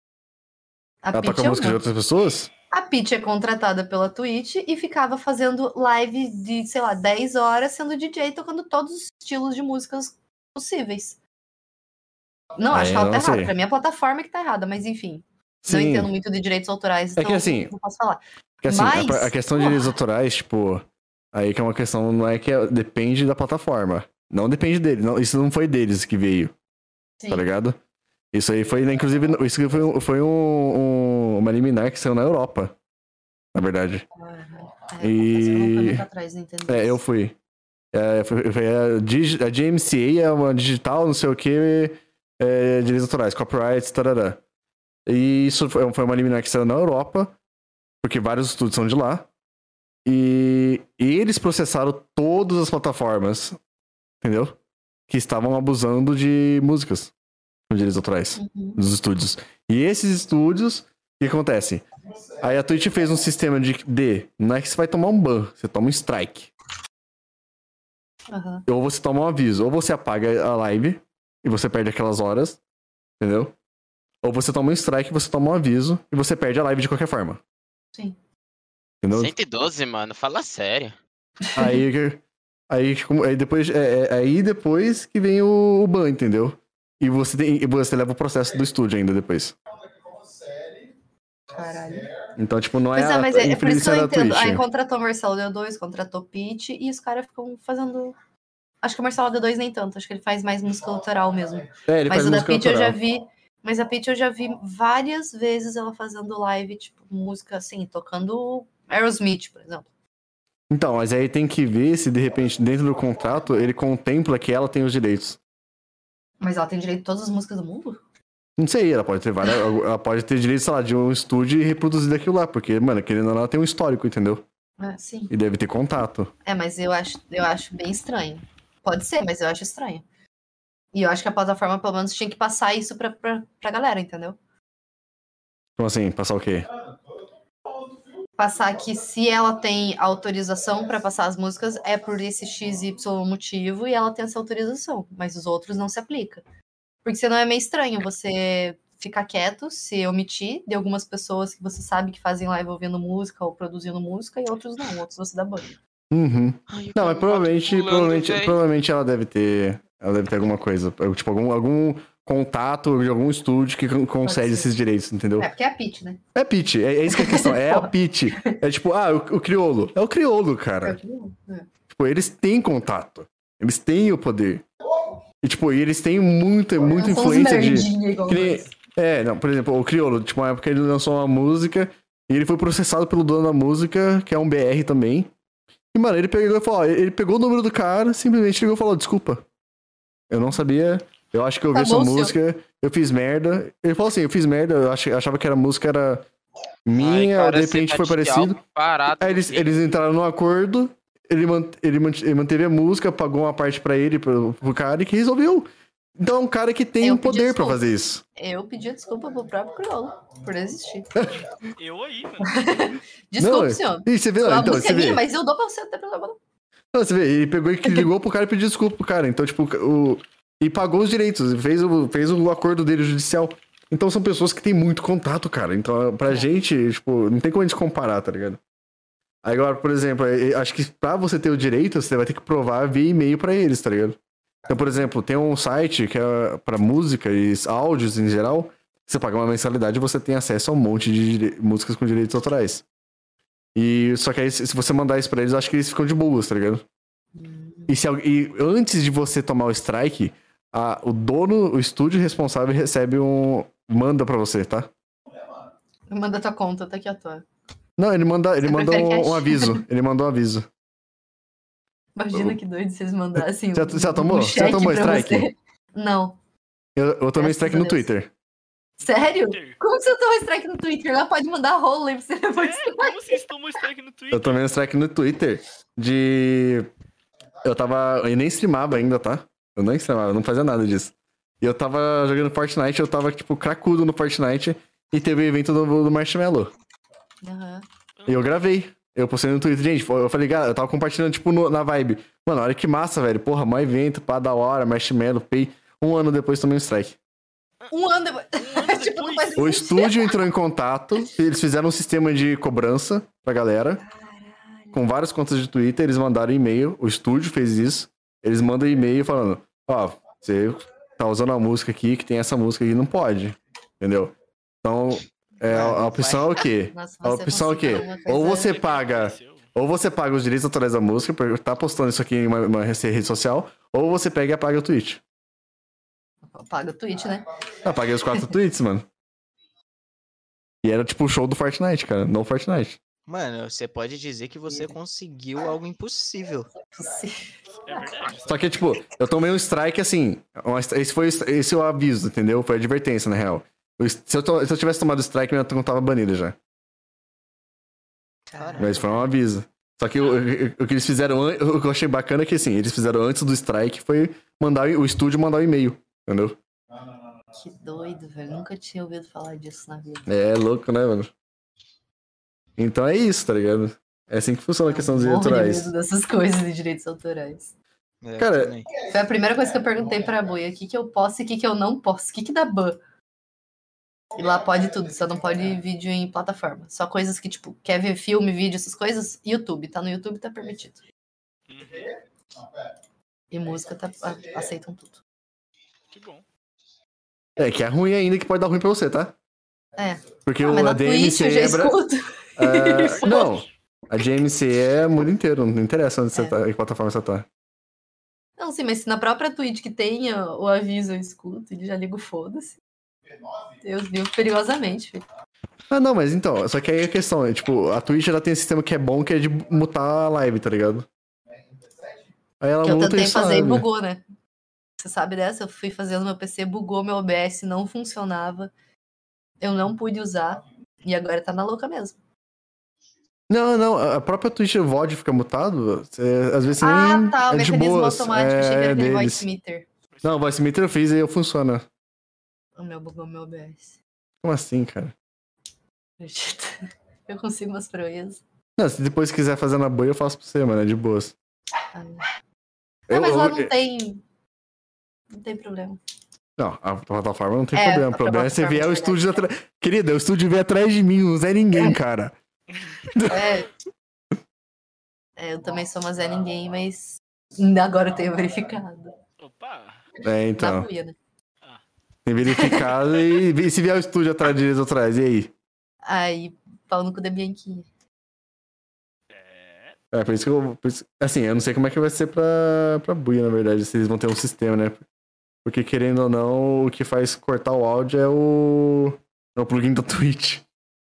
A Ela Peach toca é música de uma. outras pessoas? A Peach é contratada pela Twitch e ficava fazendo live de, sei lá, dez horas sendo D J, tocando todos os estilos de músicas possíveis. Não, É, acho que ela não tá errada. sei. Pra mim a plataforma é que tá errada, mas enfim. Não Sim. entendo muito de direitos autorais, É então que assim, não posso falar. Porque assim, a Mas, pa- a, questão de porra. direitos autorais, tipo, aí que é uma questão, não é que é- depende da plataforma. Não depende dele. Não, isso não foi deles que veio, Sim. tá ligado? Isso aí foi, né, inclusive, isso foi, um- foi um, um- uma liminar que saiu na Europa, na verdade. É, E- eu não fui muito atrás, não entendo. É, eu isso. fui. É, foi, foi a, Dig- a G M C A, é uma digital, não sei o que, é, direitos autorais, copyrights, tarará. E isso foi, foi uma liminar que saiu na Europa, porque vários estudos são de lá. E, e eles processaram todas as plataformas, entendeu? Que estavam abusando de músicas com direitos autorais, Uhum. dos estúdios. E esses estúdios, o que acontece? Aí a Twitch fez um sistema de, de não é que você vai tomar um ban, você toma um strike. Aham. Ou você toma um aviso, ou você apaga a live e você perde aquelas horas, entendeu? Ou você toma um strike, você toma um aviso e você perde a live de qualquer forma. Sim. Entendeu? cento e doze, mano, fala sério. Aí, aí, como- aí depois, é, é- aí depois que vem o, o ban, entendeu? E você, tem, e você leva o processo do estúdio ainda depois. Caralho. Então, tipo, não é, Pois é, a mas é, é por isso que influência eu da entendo. Twitch. Aí contratou Marcelo D dois, contratou Peach e os caras ficam fazendo. Acho que o Marcelo D dois nem tanto, acho que ele faz mais música autoral mesmo. É, ele Mas faz o da música Peach eu já autoral. vi. Mas a Peach eu já vi várias vezes ela fazendo live, tipo, música assim, tocando Aerosmith, por exemplo. Então, mas aí tem que ver se, de repente, dentro do contrato, ele contempla que ela tem os direitos. Mas ela tem direito de todas as músicas do mundo? Não sei, ela pode ter várias. Ela pode ter direito, sei lá, de um estúdio e reproduzir daquilo lá, porque, mano, querendo ou não, ela tem um histórico, entendeu? É, sim. E deve ter contato. É, mas eu acho, eu acho bem estranho. Pode ser, mas eu acho estranho. E eu acho que a plataforma, pelo menos, tinha que passar isso pra, pra, pra galera, entendeu? Como assim? Passar o quê? passar que se ela tem autorização para passar as músicas, é por esse X Y motivo e ela tem essa autorização, mas os outros não se aplica. Porque senão é meio estranho você ficar quieto, se omitir de algumas pessoas que você sabe que fazem live ouvindo música ou produzindo música, e outros não, outros você dá banho. Uhum. Ai, eu Não, quero mas um provavelmente, rato pulando, provavelmente, véi. provavelmente ela deve ter. Ela deve ter alguma coisa. Tipo, algum, algum contato de algum estúdio que con- concede ser. esses direitos, entendeu? É, porque é a Pitty, né? É pitch, é, é isso que é a questão. É a Porra. pitch. É tipo, ah, o, o criolo. É o criolo, É cara. o que não, é. Tipo, eles têm contato. Eles têm o poder. E, tipo, e eles têm muita, muita Não são uns influência de. merdinha igual que nem- nós. É, não, por exemplo, o Criolo, tipo, uma época ele lançou uma música e ele foi processado pelo dono da música, que é um B R também. E, mano, ele pegou e falou, ó, ele pegou o número do cara, simplesmente ligou e falou, desculpa. Eu não sabia, eu acho que eu ouvi Tá essa bom, senhor. música, eu fiz merda. Ele falou assim, eu fiz merda, eu ach- achava que a música era Ai, minha, cara, ou de você repente tá foi de parecido. algo parado Aí no eles, meio. eles entraram num acordo, ele, man- ele, man- ele manteve a música, pagou uma parte pra ele, pro, pro cara, e que resolveu. Então é um cara que tem Eu um pedi poder pra desculpa. fazer isso. Eu pedi desculpa pro próprio Criolo por existir. Eu aí, mano. Desculpa, Não, senhor. E você vê, ó, A então, música você é minha, vê. mas eu dou pra você, não tem problema não. Não, você vê, ele pegou e que ligou pro cara e pediu desculpa pro cara. Então, tipo, o. E pagou os direitos, fez o, fez o acordo dele judicial. Então são pessoas que têm muito contato, cara. Então, pra É. gente, tipo, não tem como a gente comparar, tá ligado? Agora, por exemplo, eu acho que pra você ter o direito, você vai ter que provar via e-mail pra eles, tá ligado? Então, por exemplo, tem um site que é pra música e áudios em geral. Você paga uma mensalidade e você tem acesso a um monte de dire- músicas com direitos autorais. E só que aí, se se você mandar isso pra eles, eu acho que eles ficam de boas, tá ligado? E, se, al- e antes de você tomar o strike, a- o dono, o estúdio responsável recebe um. Manda pra você, tá? Manda tua conta, tá aqui a tua. Não, ele manda, ele Você manda prefere um, cash? um aviso. Ele mandou um aviso. Imagina que doido se eles mandassem Já- um, já tomou? um Já cheque tomou pra strike? você. Não. Eu, eu tomei Graças strike a no Deus. Twitter. Sério? Twitter. Como que você toma strike no Twitter? Lá pode mandar rola e você depois. É, como vocês tomam strike no Eu Twitter? tomei um strike no Twitter de. Eu tava. Eu nem streamava ainda, tá? Eu nem streamava, eu não fazia nada disso. E eu tava jogando Fortnite, eu tava, tipo, cracudo no Fortnite e teve o evento do, do Marshmallow. Aham. E eu gravei. Eu postei no Twitter, gente. Eu falei, cara, eu tava compartilhando, tipo, no- na vibe. Mano, olha que massa, velho. Porra, mó evento, pá, da hora, Marshmallow, Pay. Um ano depois tomei um strike. Um ano depois. Um ano Tipo, não depois. faz O sentido. estúdio entrou em contato, eles fizeram um sistema de cobrança pra galera. Com várias contas de Twitter, eles mandaram e-mail. O estúdio fez isso. Eles mandam e-mail falando: Ó, você tá usando a música aqui, que tem essa música aqui, não pode. Entendeu? Então, é, a, a opção é o quê? Nossa, A você opção é o quê? considera uma Ou coisa- você paga. Ou você paga os direitos autorais da música, por tá postando isso aqui em uma, uma rede social, ou você pega e apaga o tweet. Paga o Twitch, né? Eu apaguei os quatro tweets, mano. E era tipo o show do Fortnite, cara. No Fortnite. Mano, você pode dizer que você conseguiu algo impossível. É verdade. Só que, tipo, eu tomei um strike assim. uma- Esse foi o- esse é o aviso, entendeu? Foi a advertência, na real. Eu- Se eu, to- se eu tivesse tomado strike, minha conta tava banida já. Cara, Mas foi um aviso. Só que o, o- o que eles fizeram, an- o que eu achei bacana é que, assim, eles fizeram antes do strike foi mandar o estúdio mandar o e-mail, entendeu? que doido, velho. Nunca tinha ouvido falar disso na vida. É louco, né, mano? Então é isso, tá ligado? É assim que funciona a questão dos Eu morro de direitos medo autorais. dessas coisas de direitos autorais. É, Cara, também. Foi a primeira coisa que eu perguntei pra Boia. O que, que eu posso e o que, que eu não posso? O que, que dá ban? E lá pode tudo, só não pode vídeo em plataforma. Só coisas que, tipo, quer ver filme, vídeo, essas coisas, YouTube. Tá no YouTube, tá permitido. Uhum. E música, tá, a- aceitam tudo. Que bom. É que é ruim ainda que pode dar ruim pra você, tá? É. Porque Ah, o, mas a na Twitch eu D M C já é. bra- escuto. Ah, não. A D M C é mundo inteiro, não interessa onde você É. tá, em que plataforma você tá. Não, sim, mas se na própria Twitch que tenha o aviso eu escuto, ele já liga o foda-se. Eu vivo perigosamente, filho. Ah, não, mas então, só que aí a questão é, tipo, a Twitch ela tem um sistema que é bom, que é de mutar a live, tá ligado? Aí ela Que eu muta tentei e fazer e sabe. bugou, né? Você sabe dessa? Eu fui fazendo meu P C, bugou meu O B S, não funcionava. Eu não pude usar. E agora tá na louca mesmo. Não, não, a própria Twitch V O D fica mutado, você- às vezes você Ah, nem tá, o é de mecanismo boas, automático. Achei que é era aquele deles. voice meter. Não, o Voice Meter eu fiz e funciona. O meu bugou meu O B S. Como assim, cara? Acredita? Eu consigo umas proezas. Não, se depois quiser fazer na boia, eu faço pra você, mano. É de boas. Ah, não, Eu- mas lá eu- não tem. Não tem problema. Não, a plataforma não tem É, problema. a O problema é você plataforma, vier o de verdade. estúdio atrás. Querida, o estúdio vem atrás de mim, não é ninguém, cara. É. É, eu também sou uma Zé Ninguém, mas ainda agora eu tenho verificado. Opa! É, Na então. buia, né? Tem verificado e, e se vier o estúdio atrás de eles atrás, e aí? Aí, pau no cu da Bianquinha. É. É, por isso que eu. por isso- assim, eu não sei como é que vai ser pra, pra buia, na verdade, se eles vão ter um sistema, né? Porque, querendo ou não, o que faz cortar o áudio é o. É o plugin da Twitch.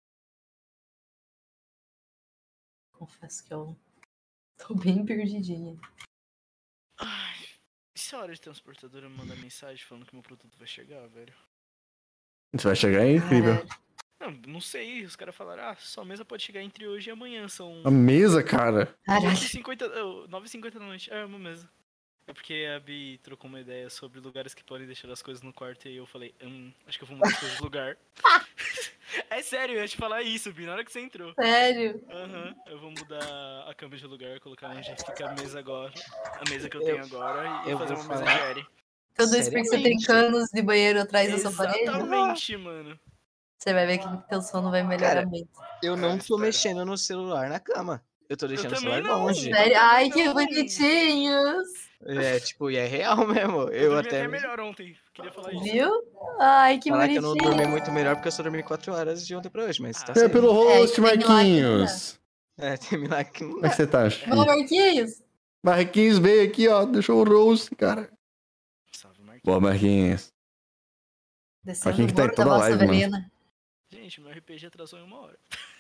Confesso que eu tô bem perdidinha. Ai, e se a hora de transportadora me mandar mensagem falando que meu produto vai chegar, velho? Isso vai chegar, é incrível. Caralho. Não, não sei. Os caras falaram, ah, sua mesa pode chegar entre hoje e amanhã. São A mesa, cara. Caralho. nove e cinquenta oh, nove e cinquenta da noite. É, uma mesa. É porque a Bi trocou uma ideia sobre lugares que podem deixar as coisas no quarto e eu falei, hum, acho que eu vou mudar as coisas de lugar. É sério, eu ia te falar isso, Bi, na hora que você entrou. Sério? Aham, eu vou mudar a cama de lugar, colocar onde fica a mesa agora, a mesa que eu tenho agora, e eu fazer vou uma mesa falar- diária. Tudo isso porque você tem Seriamente? canos de banheiro atrás da sua parede? Exatamente, mano. Você vai ver que teu sono vai melhorar Cara, muito. Eu não Cara, tô espero. mexendo no celular na cama. Eu tô deixando o também celular não. longe. Sério? Eu Ai, também que não. bonitinhos! É, tipo, e é real mesmo. Eu, Eu dormi até. até melhor ontem, queria falar isso. Viu? Ai, que Falar que eu não bonitinho. dormi muito melhor porque eu só dormi quatro horas de ontem pra hoje, mas tá Ah, É certo. pelo host, tem milagre, Marquinhos. É, terminar aqui não Como é dá. que você tá, Chico? Vamos, Marquinhos! Marquinhos veio aqui, ó. Deixou o roast, cara. Salve, Marquinhos. Boa, Marquinhos. Descendo Marquinhos o que tá em morro da toda vossa live, mano. Velena. Gente, meu R P G atrasou em uma hora.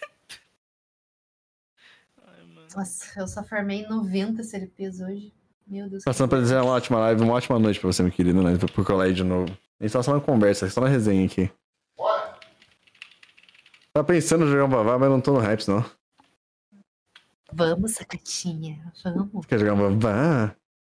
Ai, mano. Nossa, eu só farmei noventa C L Ps hoje. Meu Deus. que Passando pra dizer loucura. uma ótima live, uma ótima noite pra você, meu querido, né? Por colar aí de novo. A gente tá só na conversa, só na resenha aqui. Tava pensando em jogar um Vavá, mas não tô no hype, não. Vamos, sacatinha. Vamos. Você quer jogar um Vavá?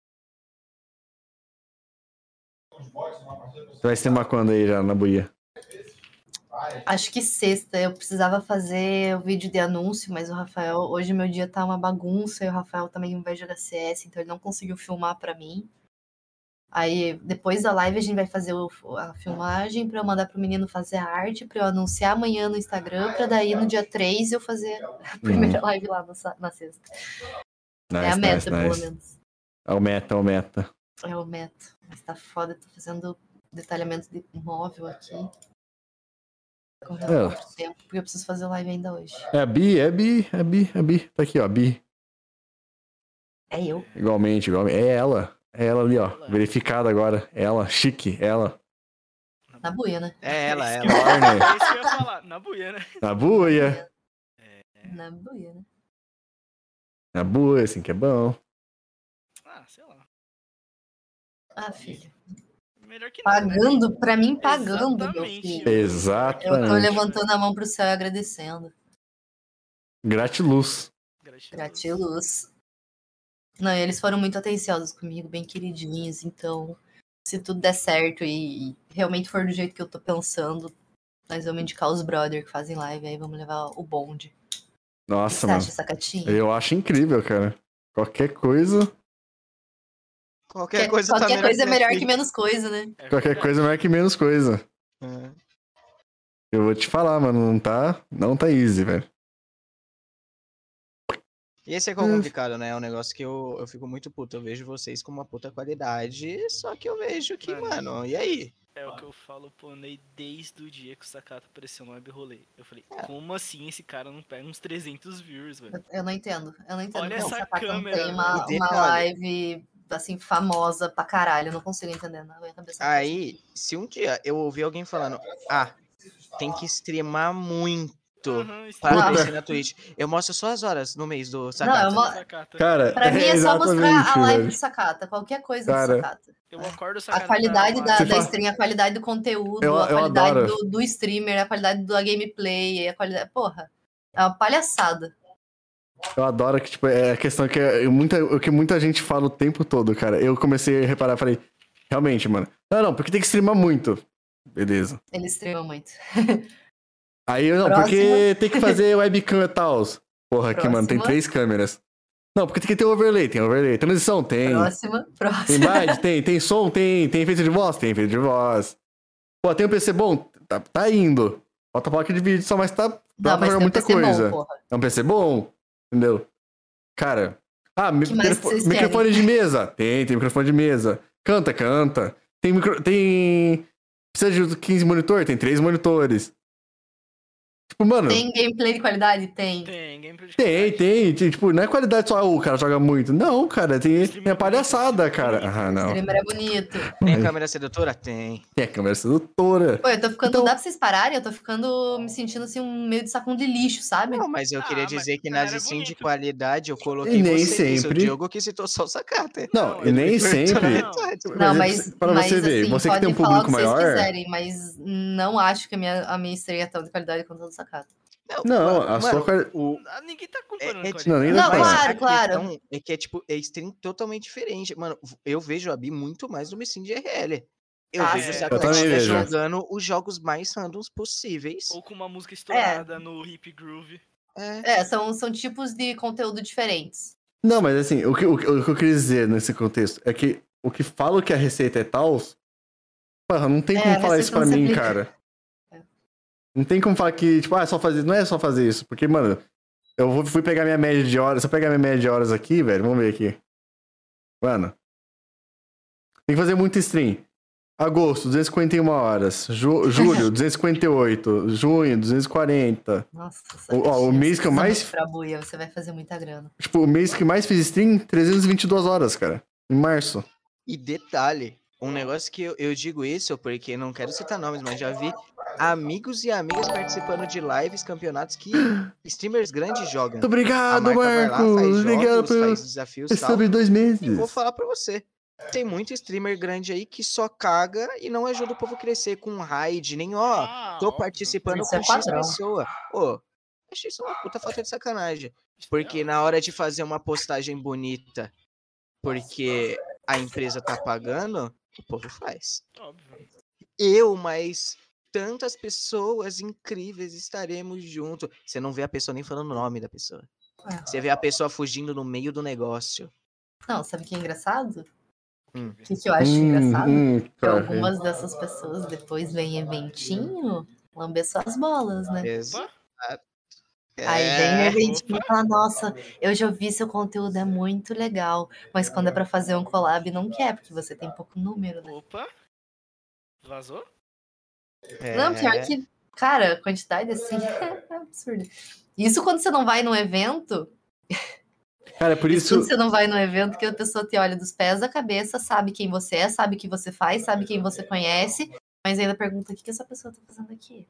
Você vai streamar quando aí já, na buia? Acho que sexta. Eu precisava fazer o vídeo de anúncio, mas o Rafael... Hoje meu dia tá uma bagunça e o Rafael também vai jogar C S, então ele não conseguiu filmar pra mim. Aí, depois da live, a gente vai fazer o- a filmagem pra eu mandar pro menino fazer a arte, pra eu anunciar amanhã no Instagram, pra daí no dia três eu fazer a primeira live lá na, sa- na sexta. Nice, é a meta, nice, pelo nice. menos. É o meta, é o meta. É o meta. Mas tá foda, tô fazendo detalhamento de móvel aqui. Correndo É. pouco tempo, porque eu preciso fazer live ainda hoje. É a Bi, é a Bi, é a Bi, é a Bi. Tá aqui, ó, a Bi. É eu. Igualmente, igualmente. É ela. É ela ali, ó. Ela. Verificada agora. Ela, chique, ela. Na buia, né? É ela, É ela. isso que eu- Warner. É isso que eu ia falar, na buia, né? Na buia. Na buia, né? Na buia, assim que é bom. Ah, sei lá. Ah, filho. Melhor que não, né? Pagando, pra mim, pagando, meu Exatamente. filho. Exatamente. Eu tô levantando a mão pro céu e agradecendo. Gratiluz. Gratiluz. Gratiluz. Não, e eles foram muito atenciosos comigo, bem queridinhos. Então, se tudo der certo e, e realmente for do jeito que eu tô pensando, nós vamos indicar os brother que fazem live, aí vamos levar o bonde. O que Nossa, você mano. acha, sacatinha? Eu acho incrível, cara. Qualquer coisa. Qualquer Qualquer coisa tá qualquer melhor coisa é que melhor aqui. que menos coisa, né? É Qualquer verdade. coisa é melhor que menos coisa. É. Eu vou te falar, mano. Não tá. Não tá easy, velho. E esse é que é o complicado, né? É um negócio que eu, eu fico muito puto. Eu vejo vocês com uma puta qualidade, só que eu vejo que, Mano. mano, e aí? É o que eu falo, pô, Ney, desde o dia que o Sakata apareceu no web rolê. Eu falei, É. como assim esse cara não pega uns trezentos viewers, velho? Eu, eu não entendo. Eu não entendo. Olha como essa o Sakata não câmera, tem uma, velho. uma Detalhe. live, assim, famosa pra caralho. Eu não consigo entender. Não, a cabeça não faz Aí, se um dia eu ouvir alguém falando, ah, tem que streamar muito Aham, isso pra Não. aparecer na Twitch. Eu mostro só as horas no mês do Sakata. eu mo- Sakata. Cara, Pra mim é só buscar a exatamente, live velho. do Sakata, qualquer coisa Cara, do Sakata. Eu acordo o A Sakata qualidade pra da, Você da fala- stream, a qualidade do conteúdo, Eu- a eu qualidade adoro. do, do streamer, a qualidade da gameplay, a qualidade. Porra, é uma palhaçada. Eu adoro que, tipo, é a questão que é muita, o que muita gente fala o tempo todo, cara. Eu comecei a reparar, falei, realmente, mano. Não, não, porque tem que streamar muito. Beleza. Ele streama muito. Aí, não, Próxima. porque tem que fazer webcam e tal. Porra, aqui, mano, tem Próxima. três câmeras. Não, porque tem que ter overlay, tem overlay. Transição, tem. Próxima, Tem próxima. byte, tem. Tem som, tem. Tem efeito de voz, tem efeito de voz. Pô, tem um P C bom? Tá, tá indo. Falta placa de vídeo só, mas tá... Dá Não, pra mas jogar tem um muita P C coisa. bom, porra. É um P C bom, entendeu? Cara... Ah, mi- Que mais telefo- vocês microfone querem? de mesa. Tem, tem microfone de mesa. Canta, canta. Tem micro... Tem... Precisa de quinze monitor? Tem três monitores. Tipo, mano... Tem gameplay de qualidade? Tem. Tem, gameplay de Tem, qualidade. tem, tem. Tipo, não é qualidade só, "Ah, o cara joga muito. Não, cara, tem, Streamer tem a palhaçada, cara. bonito, Ah, O não. streamer é bonito. Tem câmera sedutora? Tem. Tem a câmera sedutora. Pô, eu tô ficando. Então- Dá pra vocês pararem? Eu tô ficando me sentindo assim, um meio de sacão de lixo, sabe? Não, mas eu Ah, queria mas dizer que o nas cara é streams de bonito. qualidade eu coloquei E nem vocês. sempre. O Diogo que citou só o Sakata. Não, e ele nem me sempre. perguntou na metade. Não, Mas mas, pra mas você ver, assim, você que tem um podem falar o público que vocês maior- quiserem, mas não acho que a minha, a minha estreia é tão de qualidade quanto a do Sakata. Não, mano, a sua mano, quali- o, Ah, ninguém tá É, comparando é com a tipo- Não, gente. nem Não, dá pra- claro, a claro. questão é que é tipo, é stream totalmente diferente. Mano, eu vejo a Bi muito mais no Messenger I R L. Eu Ah, vejo sim. os Eu também atletas vejo. jogando os jogos mais randoms possíveis. Ou com uma música estourada no Hip Groove. É, É, são, são tipos de conteúdo diferentes. Não, mas assim, o que, o, que- o que eu queria dizer nesse contexto é que o que falo que a receita é tal, porra, não tem É, como a falar isso receita pra não se mim, aplica. cara. É. Não tem como falar que, tipo, ah, é só fazer. Não é só fazer isso. Porque, mano, eu vou, fui pegar minha média de horas. Se eu pegar minha média de horas aqui, velho, vamos ver aqui. Mano. Tem que fazer muito stream. Agosto, duzentas e cinquenta e uma horas. Ju, julho, duzentas e cinquenta e oito. Junho, duzentas e quarenta. Nossa, O- ó, o mês que eu mais- Pra buia, você vai fazer muita grana. Tipo, o mês que mais fiz stream, trezentas e vinte e duas horas, cara. Em março. e detalhe, um negócio que eu, eu digo isso porque não quero citar nomes, mas já vi amigos e amigas participando de lives, campeonatos que streamers grandes jogam. Muito A obrigado, marca vai lá, faz Marcos. Obrigado jogos, por faz desafios e tal. sobre dois meses. E vou falar pra você. Tem muito streamer grande aí que só caga e não ajuda o povo a crescer com raid, nem ó, Ah, tô óbvio. participando Isso com é X padrão. pessoa. Pô, acho isso uma puta falta de sacanagem. Porque na hora de fazer uma postagem bonita, porque a empresa tá pagando, o povo faz. Óbvio. Eu, mas tantas pessoas incríveis estaremos juntos. Você não vê a pessoa nem falando o nome da pessoa. É. Você vê a pessoa fugindo no meio do negócio. Não, sabe o que é engraçado? Hum. O que, que eu acho Hum, engraçado? hum, Que cara. algumas dessas pessoas depois vêm eventinho, lamber suas bolas, né? Exato. Aí vem É. o eventinho e fala, nossa, eu já vi seu conteúdo, é muito legal. Mas quando é pra fazer um collab, não quer, porque você tem pouco número, né? Opa. Vazou? É. Não, pior que, cara, a quantidade assim é absurda. Isso quando você não vai num evento, Cara, é por isso isso. quando você não vai num evento que a pessoa te olha dos pés à cabeça, sabe quem você é, sabe o que você faz, sabe quem você conhece, mas ainda pergunta o que, que essa pessoa tá fazendo aqui.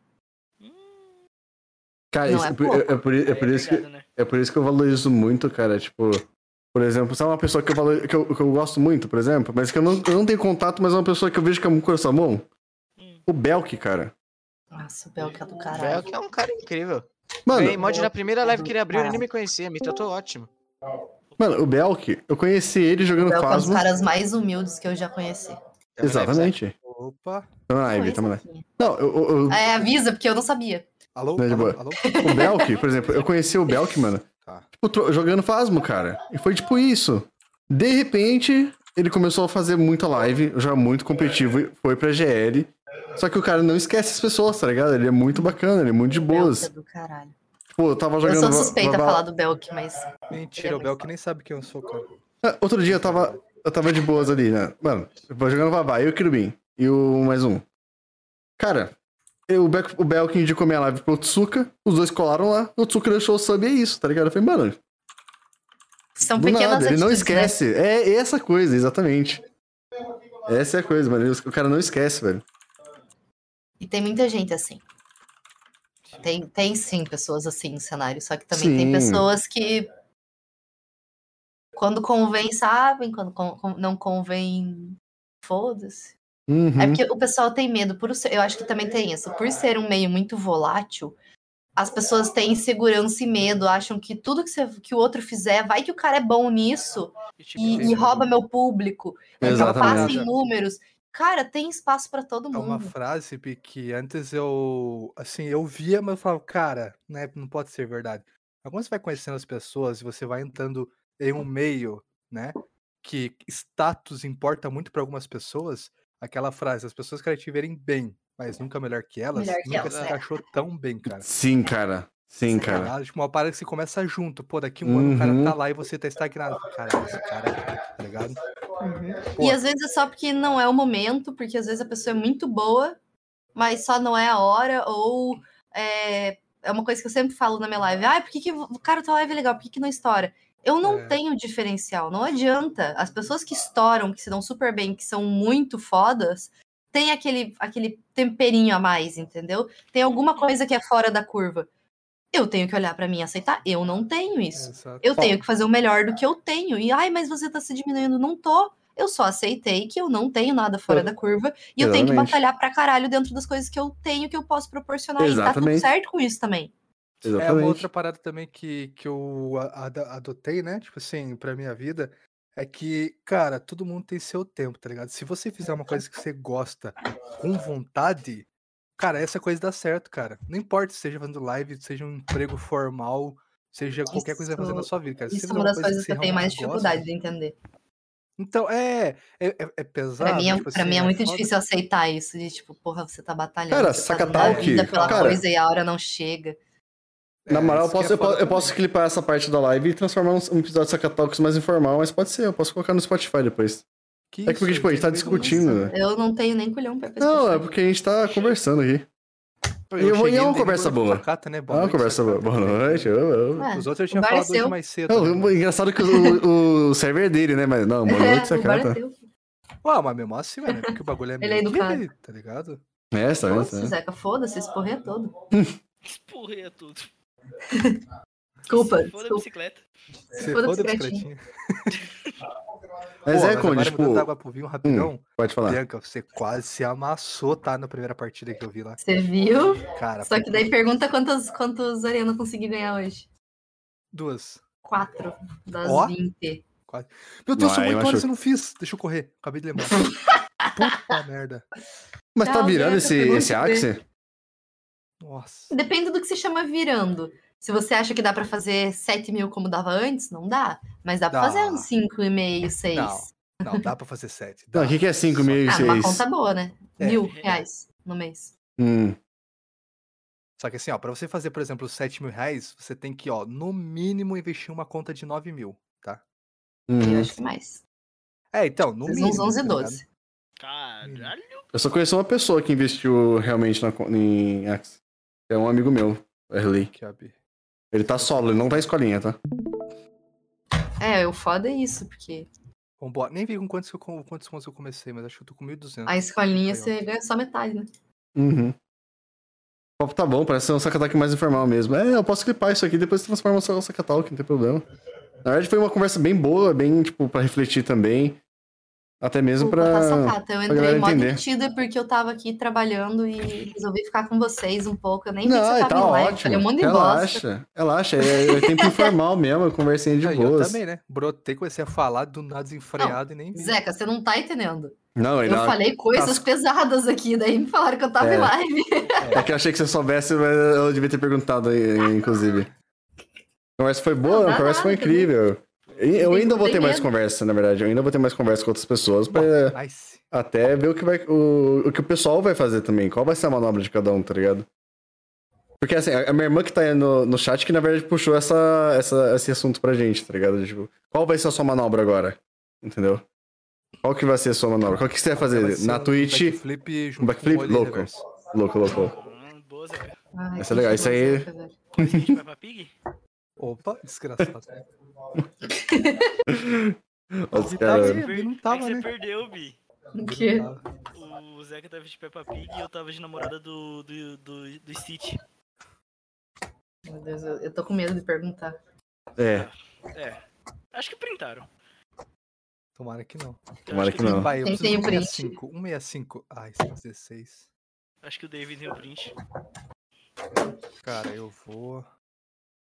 Cara, Não isso- é é, por- pouco. é, é por, é, por isso que, Obrigado, né? é por isso que eu valorizo muito, cara. Tipo, por exemplo, sabe uma pessoa que eu, valor, que eu, que eu gosto muito, por exemplo, mas que eu não, eu não tenho contato, mas é uma pessoa que eu vejo que é um coração bom? Hum. O Belk, cara. Nossa, o Belk é do O caralho. Belk é um cara incrível. Mano, Ganhei mod na primeira live que ele abriu, ele Caralho. nem me conhecia, me tratou ótimo. mano, o Belk, eu conheci ele O jogando Belk é um dos Phasmo. caras mais humildes que eu já conheci. Exatamente. Opa. Tamo na live, Conheço tamo na aqui. Não, eu, eu, eu- É, avisa, porque eu não sabia. Alô? Não, de alô, boa. alô? o Belk, por exemplo, eu conheci o Belk, mano, Tá. tipo, tro- jogando Phasmo, cara. E foi tipo isso. De repente, ele começou a fazer muita live, jogar muito competitivo, e foi pra G L. Só que o cara não esquece as pessoas, tá ligado? Ele é muito bacana, ele é muito de Belk é boas. do caralho. Tipo, eu tava Eu jogando. sou Va- suspeita a Va- falar do Belk, mas. Mentira, o Belk nem sabe quem eu sou, cara. Ah, Outro dia eu tava, eu tava de boas ali, né? Mano, eu vou jogando Vavá, eu e o Kirubin. E o mais um. Cara, eu, o, Belk, o Belk indicou minha live pro Otsuka, os dois colaram lá, o Otsuka deixou o sub e é isso, tá ligado? Eu falei, mano, São do pequenas nada, ele não atitudes, né? esquece. É essa coisa, exatamente. Essa é a coisa, mano. O cara não esquece, velho. E tem muita gente assim. Tem, tem sim pessoas assim no cenário, só que também tem Sim. pessoas que quando convém sabem, quando con- con- não convém, foda-se. Uhum. É porque o pessoal tem medo, por ser, eu acho que também tem isso, por ser um meio muito volátil, as pessoas têm insegurança e medo, acham que tudo que, você- que o outro fizer, vai que o cara é bom nisso E, tipo, e, e rouba meu público, e passa Exatamente. em números. cara, tem espaço pra todo É uma mundo. frase, Pi, que antes eu, assim, eu via, mas eu falava, cara, né, não pode ser verdade. Mas quando você vai conhecendo as pessoas e você vai entrando em um meio, né, que status importa muito pra algumas pessoas, aquela frase, as pessoas querem te verem bem, mas nunca melhor que elas, Melhor que nunca elas, se é. encaixou tão bem, cara. Sim, cara. Sim, Tá cara. Ligado? Tipo, uma parada que se começa junto. Pô, daqui um ano o cara Uhum. tá lá e você tá estagnado. Caralho, esse cara, tá ligado? Pô. E às vezes é só porque não é o momento, porque às vezes a pessoa é muito boa, mas só não é a hora, ou é, é uma coisa que eu sempre falo na minha live. Ah, por que, que o cara tua live é legal? Por que, que não estoura? Eu não É. tenho diferencial, não adianta. As pessoas que estouram, que se dão super bem, que são muito fodas, tem aquele, aquele temperinho a mais, entendeu? Tem alguma coisa que é fora da curva. Eu tenho que olhar pra mim e aceitar. Eu não tenho isso. Exato. Eu tenho que fazer o melhor do que eu tenho. E, ai, mas você tá se diminuindo. Não tô. Eu só aceitei que eu não tenho nada fora da curva. E eu tenho que Exatamente. batalhar pra caralho dentro das coisas que eu tenho, que eu posso proporcionar. E tá tudo Exatamente. certo com isso também. É uma Exatamente. outra parada também que, que eu a- ada- adotei, né? Tipo assim, pra minha vida, é que, cara, todo mundo tem seu tempo, tá ligado? Se você fizer uma coisa que você gosta com vontade, cara, essa coisa dá certo, cara. Não importa se seja fazendo live, seja um emprego formal, seja qualquer coisa que você vai fazer na Isso, sua vida, cara. Se você isso é fizer uma uma das coisa que coisas você que eu tenho mais realmente dificuldade gosta. de entender. Então, é, é, é- é Pra pesado, mim é, tipo pra assim, mim é é muito foda. difícil aceitar isso. De tipo, porra, você tá batalhando, Cara, você saca tá dando a tal vida que- pela cara- coisa e a hora não chega. Na É, moral, eu isso que posso, é eu, foda posso, eu posso também. clipar essa parte da live e transformar um, um episódio de Sacatalks mais informal, mas pode ser, eu posso colocar no Spotify depois. Que É que porque, isso, tipo, a gente tá no meio do nada. discutindo. Nossa, eu não tenho nem culhão pra Não, é Spotify. porque a gente tá conversando aqui. Eu E eu vou- e cheguei é no uma dele, conversa falei, boa. Sacata, né? É Boa uma noite, conversa boa. Sacata. Boa noite. eu- eu- É, Os outros eu o tinha bar é falado hoje seu. mais cedo. Não, né, o mas- engraçado é que o, o server é dele, né? Mas não, boa noite, É, o bar é Sacata. teu. Ué, mas mesmo assim, mano, é porque o bagulho é Ele é meio que educado. ele, tá ligado? É, tá vendo? Foda-se, Zeca, foda-se, esse porra é todo. Esporreia tudo. Desculpa, Foda a desculpa. bicicleta. Você Foda a foda a bicicletinha. bicicletinha. Mas Pô, é, mas Conde, agora tipo. mudando água pro vinho rapidão. Hum, pode falar. Bianca, você quase se amassou, tá? Na primeira partida que eu vi lá. Você viu? Cara, Só foi que daí pergunta quantos, quantos Arena eu consegui ganhar hoje. duas. Quatro das Ó. vinte. Quase. Meu Deus, Não, são aí oito horas machuca. e eu não fiz. Deixa eu correr. Acabei de lembrar. Puta merda. Mas tá Tchau, virando Zeca, esse, foi bom esse te Axe? Nossa. Depende do que se chama virando. Se você acha que dá pra fazer sete mil como dava antes, não dá. Mas dá pra Dá. fazer uns cinco e meio, seis. Não, não, dá pra fazer sete. Não, Dá. o que, que é cinco mil e Ah, numa seis? conta boa, né? É. Mil reais no mês. Hum. Só que assim, ó, pra você fazer, por exemplo, sete mil reais, você tem que, ó, no mínimo investir uma conta de nove mil, tá? Eu Uhum. acho que mais. É, então, no Às vezes mínimo. uns onze, tá ligado? doze. Caralho. Eu só conheço uma pessoa que investiu realmente na, con- em Axe. É um amigo meu, o Erley. Que ab- Ele tá solo, ele não tá em escolinha, tá? É, o foda é isso, porque Vambora. Nem vi com quantos, que eu, com quantos pontos eu comecei, mas acho que eu tô com mil e duzentos. a escolinha Aí, ó. você ganha só metade, né? Uhum. O papo tá bom, parece ser um sacatalk mais informal mesmo. É, eu posso clipar isso aqui e depois transformar em um sacatalk, não tem problema. Na verdade foi uma conversa bem boa, bem, tipo, pra refletir também. Até mesmo Desculpa, tá, pra... Sacata. Eu pra entrei galera mó entender. demitida porque eu tava aqui trabalhando e resolvi ficar com vocês um pouco. Eu nem vi que Não, você tava tá em live. ótimo. Falei um monte de bosta. Relaxa, relaxa. É, é tempo informal mesmo, conversinha de Aí, eu boas. também, né? Brotei, comecei a falar do nada desenfreado e nem vi. Zeca, você não tá entendendo. Não, ele Eu falei coisas Tá- pesadas aqui, daí me falaram que eu tava É. em live. É que eu achei que você soubesse, mas eu devia ter perguntado aí, inclusive. A conversa foi boa, Não, a dá conversa foi nada incrível. E eu Tem- ainda vou tem ter mais medo. conversa, na verdade. Eu ainda vou ter mais conversa com outras pessoas pra Bom, nice. até ver o que, vai, o, o que o pessoal vai fazer também. Qual vai ser a manobra de cada um, tá ligado? Porque assim, a a minha irmã que tá aí no, no chat que na verdade puxou essa, essa, esse assunto pra gente, tá ligado? Tipo, qual vai ser a sua manobra agora? Entendeu? Qual que vai ser a sua manobra? Qual que você vai fazer? Vai ser Na um Twitch, backflip junto um backflip? com o olho Louco. reverso. louco, louco, louco. Hum, boa, Zeca. Ai, Essa é que legal, isso aí- Zeca, velho. Conhece de Peppa Pig? Opa, desgraçado. Os Bi caras- tava- Bi não É que tava, você né? perdeu, Bi. O quê? O Zeca tava de Peppa Pig e eu tava de namorada do, do, do, do Stitch. Meu Deus, eu, eu tô com medo de perguntar. É, É. Acho que printaram. Tomara que não. Eu Tomara acho que não. Vai, eu Quem preciso tem de o print? cento e sessenta e cinco. cento e sessenta e cinco. Ai, cento e dezesseis. Acho que o David tem o print. Cara, eu vou.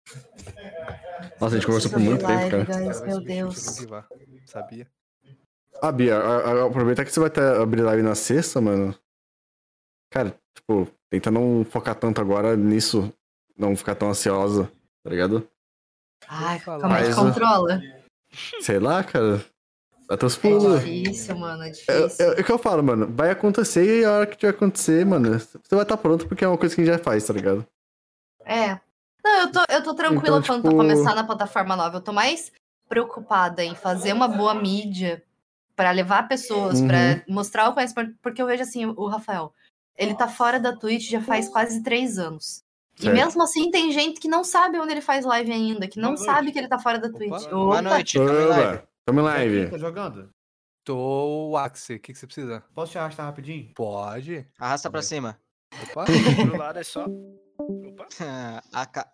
Nossa, a gente conversou por muito tempo, Live, cara. guys, Cara, vai meu substituir Deus. o Divar, sabia? Ah, Bia, a- a- aproveitar que você vai ter, abrir live na sexta, mano. Cara, tipo, tenta não focar tanto agora nisso. Não ficar tão ansiosa, tá ligado? Ai, falar. como é que Mas, ó, controla? Sei lá, cara. Dá teus É pulos. difícil, mano, é É, difícil. é, é o que eu falo, mano. Vai acontecer e a hora que tiver acontecer, mano, você vai estar pronto porque é uma coisa que a gente já faz, tá ligado? É. Não, eu tô, eu tô tranquila Então, quanto tipo- a começar na plataforma nova. Eu tô mais preocupada em fazer uma boa mídia pra levar pessoas, Uhum. pra mostrar o conhecimento. Porque eu vejo assim, o Rafael, ele tá fora da Twitch já faz quase três anos. E Certo. mesmo assim, tem gente que não sabe onde ele faz live ainda, que não Boa sabe noite. que ele tá fora da Twitch. Opa. Boa Opa. noite, tamo em live. Oba, tamo em E aqui, live. tá jogando? Tô o Axie, o que, que você precisa? Posso te arrastar rapidinho? Pode. Arrasta pra cima. Opa. Pro lado é só. Opa. A ca-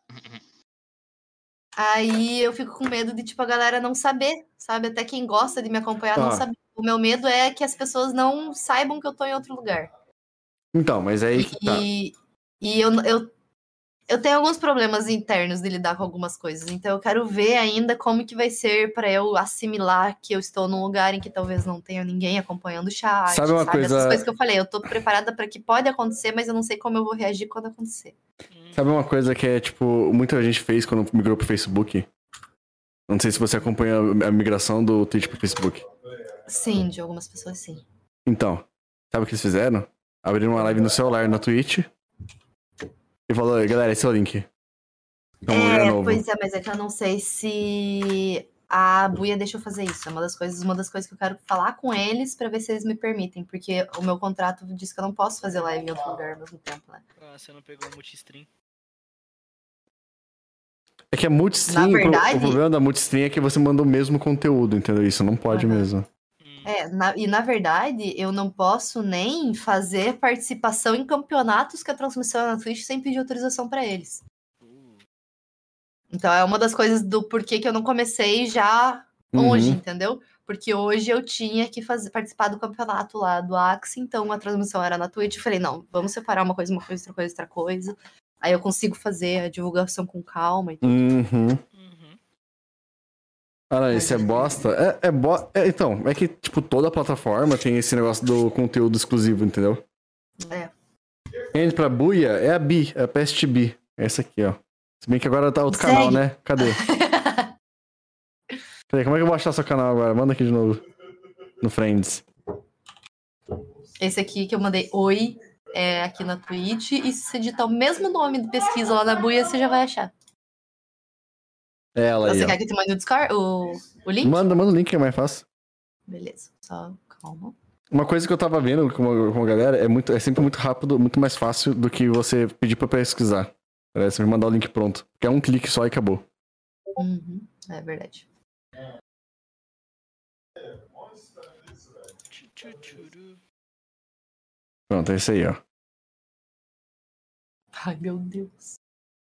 Aí eu fico com medo de, tipo, a galera não saber, sabe? Até quem gosta de me acompanhar não Ah. saber. O meu medo é que as pessoas não saibam que eu tô em outro lugar. Então, mas aí que tá. E, e eu, eu, eu tenho alguns problemas internos de lidar com algumas coisas. Então eu quero ver ainda como que vai ser pra eu assimilar que eu estou num lugar em que talvez não tenha ninguém acompanhando o chat. Sabe uma coisa- Essas coisas que eu falei. Eu tô preparada pra que pode acontecer, mas eu não sei como eu vou reagir quando acontecer. Sabe uma coisa que é, tipo, muita gente fez quando migrou pro Facebook? Não sei se você acompanha a migração do Twitch pro Facebook. Sim, de algumas pessoas sim. Então, sabe o que eles fizeram? Abriram uma live no celular na Twitch e falou, galera, esse é o link. É um lugar É, novo. pois é, mas é que eu não sei se a Buia deixa eu fazer isso. É uma das coisas, uma das coisas que eu quero falar com eles pra ver se eles me permitem, porque o meu contrato diz que eu não posso fazer live em outro lugar ao mesmo tempo, né? Ah, você não pegou o multistream. É que a multistream, Na verdade- o problema da multistream é que você manda o mesmo conteúdo, entendeu? Isso não pode Aham. mesmo. Hum. É, na- e na verdade, eu não posso nem fazer participação em campeonatos que a transmissão é na Twitch sem pedir autorização pra eles. Uh, Então é uma das coisas do porquê que eu não comecei já Uhum. hoje, entendeu? Porque hoje eu tinha que fazer, participar do campeonato lá do Axie, então a transmissão era na Twitch. Eu falei, não, vamos separar uma coisa, uma coisa, outra coisa, outra coisa. Aí eu consigo fazer a divulgação com calma e tudo. Uhum. uhum. Ah, não, isso é bosta. É, é bo... é, então, é que, tipo, toda plataforma tem esse negócio do conteúdo exclusivo, entendeu? É. Entra pra Buia, é a Bi, é a P S T B. É essa aqui, ó. Se bem que agora tá outro Segue. canal, né? Cadê? Cadê? Como é que eu vou achar seu canal agora? Manda aqui de novo. No Friends. Esse aqui que eu mandei oi é aqui na Twitch. E se você digitar o mesmo nome de pesquisa lá na Buia, você já vai achar. É ela aí, Você ó. quer que eu te mande o Discord? O, o link? Manda, manda o link que é mais fácil. Beleza, só calma. Uma coisa que eu tava vendo com a, com a galera é, muito, é sempre muito rápido, muito mais fácil do que você pedir pra pesquisar. Parece me mandar o link pronto. Que é um clique só e acabou. Uhum, é verdade. Tchu, tchu, tchuru. Pronto, é isso aí, ó. Ai, meu Deus.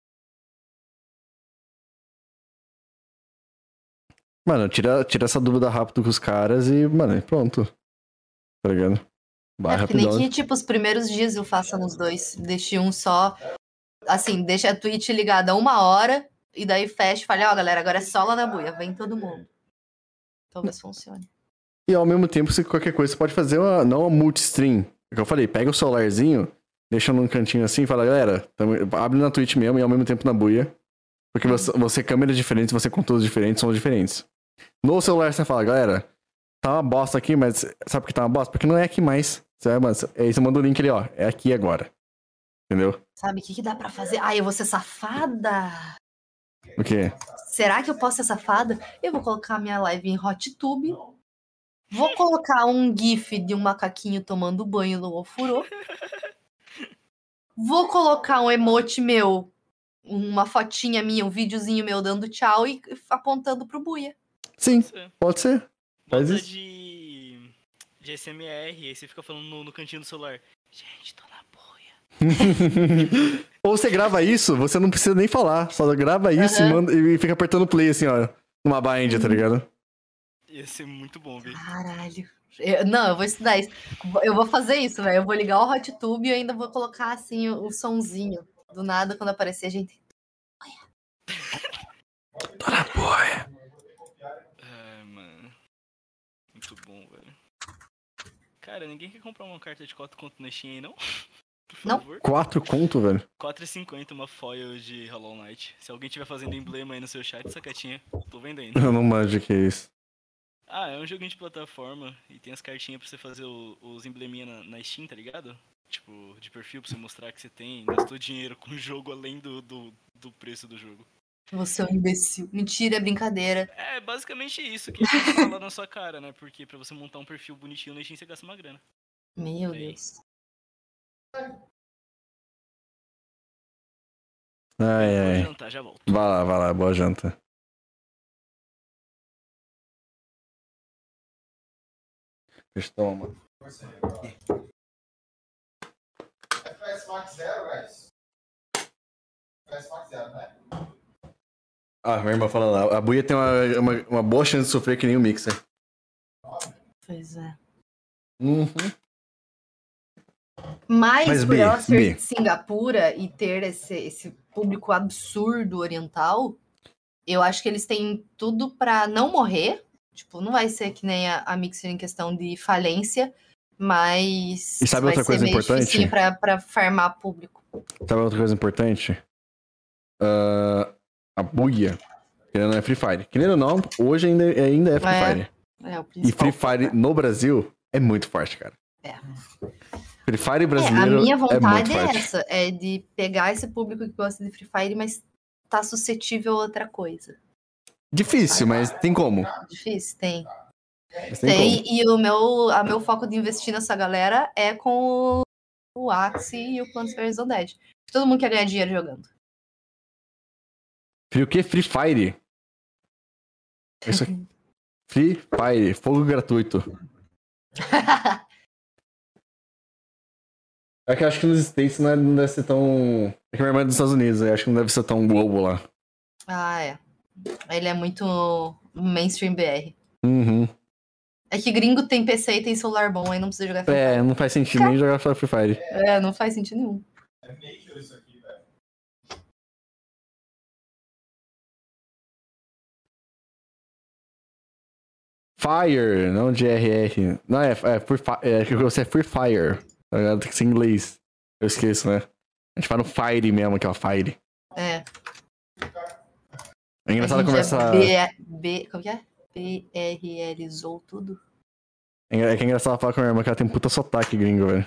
Mano, tira, tira essa dúvida rápido com os caras e, mano, e pronto. Tá ligado? Vai É, porque nem rapidão. que, tipo, os primeiros dias eu faça nos dois. Deixe um só. Assim, deixa a Twitch ligada uma hora. E daí fecha e fala, ó, galera, agora é só lá na Buia. Vem todo mundo. Talvez funcione. E ao mesmo tempo, se qualquer coisa, você pode fazer uma, não uma multistream. É o que eu falei, pega o celularzinho, deixa num cantinho assim e fala, galera, tamo- abre na Twitch mesmo e ao mesmo tempo na Buia. Porque você, você câmeras diferentes, você conteúdos diferentes, são diferentes. No celular você fala, galera, tá uma bosta aqui, mas sabe por que tá uma bosta? Porque não é aqui mais. Você, vai, mas, aí você manda o link ali, ó, é aqui agora. Entendeu? Sabe, o que, que dá pra fazer? Ai, eu vou ser safada. O quê? Será que eu posso ser safada? Eu vou colocar minha live em HotTube. Vou colocar um gif de um macaquinho tomando banho no ofurô. Vou colocar um emote meu, uma fotinha minha, um videozinho meu dando tchau e apontando pro Buia. Sim, Você pode ser. Faz bota isso. de. de S M R, aí você fica falando no, no cantinho do celular. Gente, tô na boia. Ou você grava isso, você não precisa nem falar. Só grava isso Aham. e, manda, e fica apertando play assim, ó. Numa bind, tá ligado? Ia ser muito bom, velho. Caralho. Eu- não, eu vou estudar isso. Eu vou fazer isso, velho. Eu vou ligar o HotTube e ainda vou colocar assim o, o sonzinho. Do nada, quando aparecer, a gente. Tô na boia. É, mano. Muito bom, velho. Cara, ninguém quer comprar uma carta de quatro conto na Steam aí, não? Por Não. favor. Quatro conto, velho. quatro reais e cinquenta uma foil de Hollow Knight. Se alguém tiver fazendo emblema aí no seu chat, sacatinha, tô vendendo. Eu não manjo o que é isso. Ah, é um joguinho de plataforma e tem as cartinhas pra você fazer o- os embleminha na, na Steam, tá ligado? Tipo, de perfil pra você mostrar que você tem, gastou dinheiro com o jogo além do, do, do preço do jogo. Você é um imbecil. Mentira, é brincadeira. É basicamente isso que ele fala na sua cara, né? Porque pra você montar um perfil bonitinho na Steam, você gasta uma grana. Meu Aí. Deus. Ai, Eu vou ai. jantar, já volto. Vai lá, vai lá. Boa janta. Deixa eu tomar. Ah, minha irmã falando lá. A Buia tem uma, uma, uma boa chance de sofrer que nem o Mixer. Pois é. Uhum. Mas, Mas, por Bi, ela ser Bi. de Singapura e ter esse, esse público absurdo oriental, eu acho que eles têm tudo pra não morrer. Tipo, não vai ser que nem a, a Mixer em questão de falência, mas E sabe vai outra ser coisa meio importante? dificinho pra, pra farmar público. Sabe outra coisa importante? Ah, a Buia, querendo ou não, é Free Fire. Querendo ou não, hoje ainda, ainda é Free É, Fire. É o E principal. Free Fire no Brasil é muito forte, cara. É. Free Fire É, brasileiro a minha é muito vontade é, forte. essa, é de pegar esse público que gosta de Free Fire, mas tá suscetível a outra coisa. Difícil, mas tem como. Difícil? Tem. Mas tem, Tem, como. e o meu, a meu foco de investir nessa galera é com o, o Axie e o Plants vs Undead. Todo mundo quer ganhar dinheiro jogando. Free o quê? Free Fire? Isso aqui. Free Fire, fogo gratuito. É que eu acho que nos States não, é, não deve ser tão... É que minha irmã é dos Estados Unidos, eu acho que não deve ser tão global lá. Ah, é. Ele é muito mainstream B R. Uhum. É que gringo tem P C e tem celular bom, aí não precisa jogar Free É, Fire. não faz sentido nem jogar Free Fire. É, não faz sentido nenhum. Fire, não de R R. Não, é, é, free fi- é que você é Free Fire. Tá ligado? Tem que ser em inglês. Eu esqueço, né? A gente fala no Fire mesmo, aquela Fire. É. É engraçado a gente conversar. É B, B, como que é? P R L zou tudo. É que é engraçado falar com a minha irmã que ela tem um puta sotaque gringo, velho.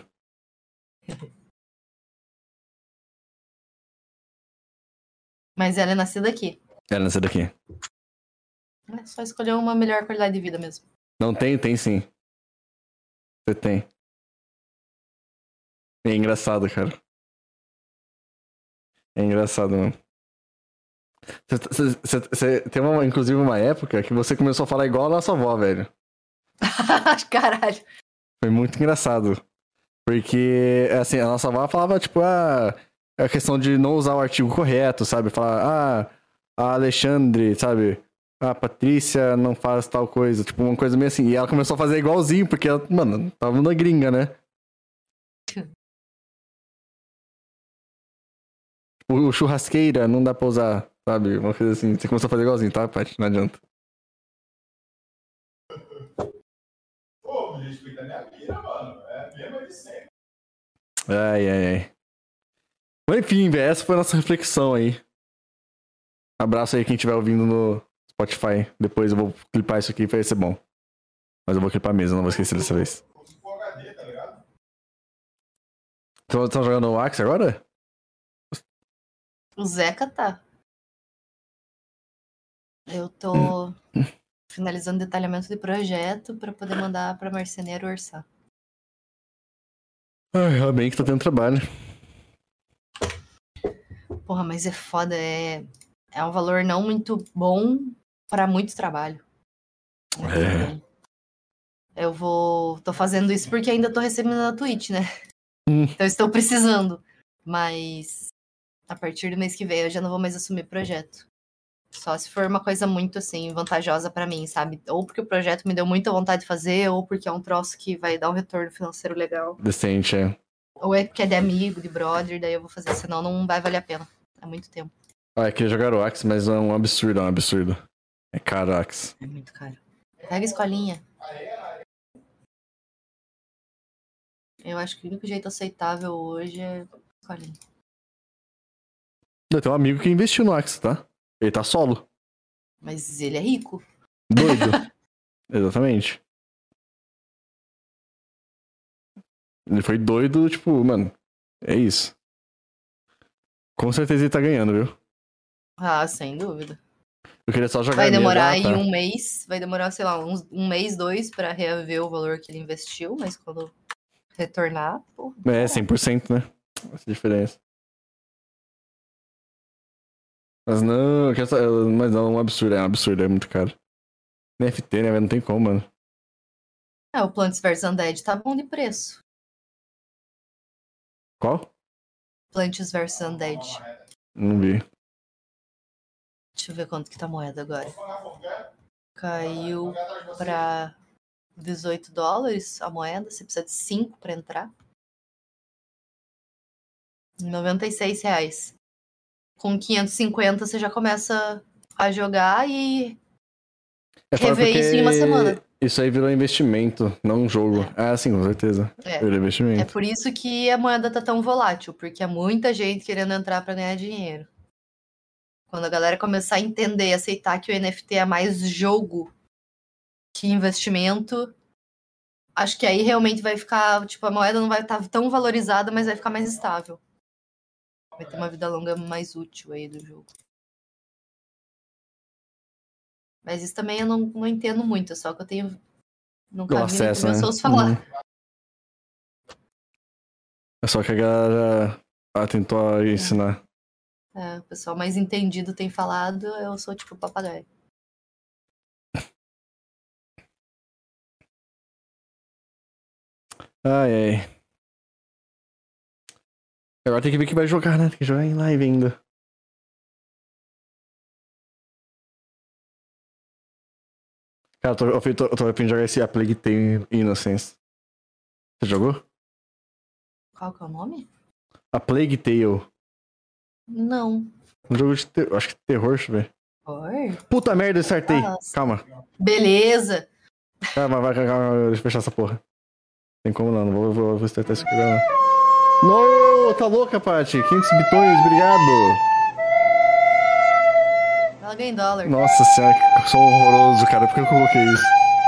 Mas ela é nascida aqui. Ela nessa daqui. É só escolher uma melhor qualidade de vida mesmo. Não tem? Tem sim. Você tem. É engraçado, cara. É engraçado, mano. Você tem uma, inclusive uma época que você começou a falar igual a nossa avó, velho. Caralho. Foi muito engraçado. Porque, assim, a nossa avó falava, tipo, ah, a questão de não usar o artigo correto, sabe? Falar, ah, a Alexandre, sabe? Ah, a Patrícia não faz tal coisa. Tipo, uma coisa meio assim. E ela começou a fazer igualzinho, porque ela, mano, tava na gringa, né? O churrasqueira não dá pra usar, sabe? Uma coisa assim. Você começou a fazer igualzinho, tá, Paty? Não adianta. Pô, me respeita a minha vida, mano. É a mesma de sempre. Ai, ai, ai. Mas enfim, velho, essa foi a nossa reflexão aí. Abraço aí quem estiver ouvindo no Spotify. Depois eu vou clipar isso aqui, vai ser bom. Mas eu vou clipar mesmo, não vou esquecer dessa vez. Full H D, tá ligado? Então, estão jogando o Axe agora? O Zeca tá. Eu tô finalizando detalhamento de projeto pra poder mandar pra marceneiro orçar. Ai, ainda bem que tá tendo trabalho. Porra, mas é foda, é, é um valor não muito bom pra muito trabalho. É. Eu vou. Tô fazendo isso porque ainda tô recebendo na Twitch, né? Hum. Então estou precisando. Mas a partir do mês que vem eu já não vou mais assumir projeto. Só se for uma coisa muito assim, vantajosa pra mim, sabe? Ou porque o projeto me deu muita vontade de fazer, ou porque é um troço que vai dar um retorno financeiro legal. Decente, é. Ou é porque é de amigo, de brother, daí eu vou fazer, senão não vai valer a pena. É muito tempo. Ah, eu queria jogar o Axe, mas é um absurdo, é um absurdo. É caro o Axe. É muito caro. Pega a escolinha. Eu acho que o único jeito aceitável hoje é escolinha. Eu tenho um amigo que investiu no Axie, tá? Ele tá solo. Mas ele é rico. Doido. Exatamente. Ele foi doido, tipo, mano, é isso. Com certeza ele tá ganhando, viu? Ah, sem dúvida. Eu queria só jogar Vai demorar mesmo, aí ah, tá. um mês, vai demorar, sei lá, uns, um mês, dois pra reaver o valor que ele investiu, mas quando retornar, pô. É, cem por cento, né? Essa diferença. Mas não, eu quero só- eu- mas não, é um absurdo, é um absurdo, é muito caro. N F T, né, velho? Não tem como, mano. É, o Plants versus. Undead tá bom de preço. Qual? Plants versus. Undead. Não vi. Deixa eu ver quanto que tá a moeda agora. Caiu pra dezoito dólares a moeda. Você precisa de cinco pra entrar. noventa e seis reais. Com quinhentos e cinquenta você já começa a jogar e É foda rever isso em uma semana. porque isso aí virou investimento, não um jogo. É. Ah, sim, com certeza. É. Virou É investimento. por isso que a moeda tá tão volátil, porque é muita gente querendo entrar pra ganhar dinheiro. Quando a galera começar a entender e aceitar que o N F T é mais jogo que investimento, acho que aí realmente vai ficar, tipo, a moeda não vai estar tão valorizada, mas vai ficar mais estável. Vai ter uma vida longa mais útil aí do jogo. Mas isso também eu não, não entendo muito, só que eu tenho nunca O vi acesso, né? pessoas falar. Uhum. É só que a galera ah, tentou ensinar. É, o pessoal mais entendido tem falado, eu sou tipo papagaio. Ai, ai. Agora tem que ver que vai jogar, né? Tem que jogar em live ainda. Cara, eu tô, eu tô, eu tô a fim de jogar esse A Plague Tale Innocence. Você jogou? Qual que é o nome? A Plague Tale. Não. Um jogo de terror. Acho que terror, deixa eu ver. Oi? Puta merda, eu startei. Nossa. Calma. Beleza. Calma, vai, calma, deixa eu fechar essa porra. Tem como não, não vou, vou, vou startar esse programa. Não, tá louca, Paty. quinhentos bitões, obrigado. Ela ganha em dólar. Nossa senhora, que som horroroso, cara. Por que eu coloquei isso?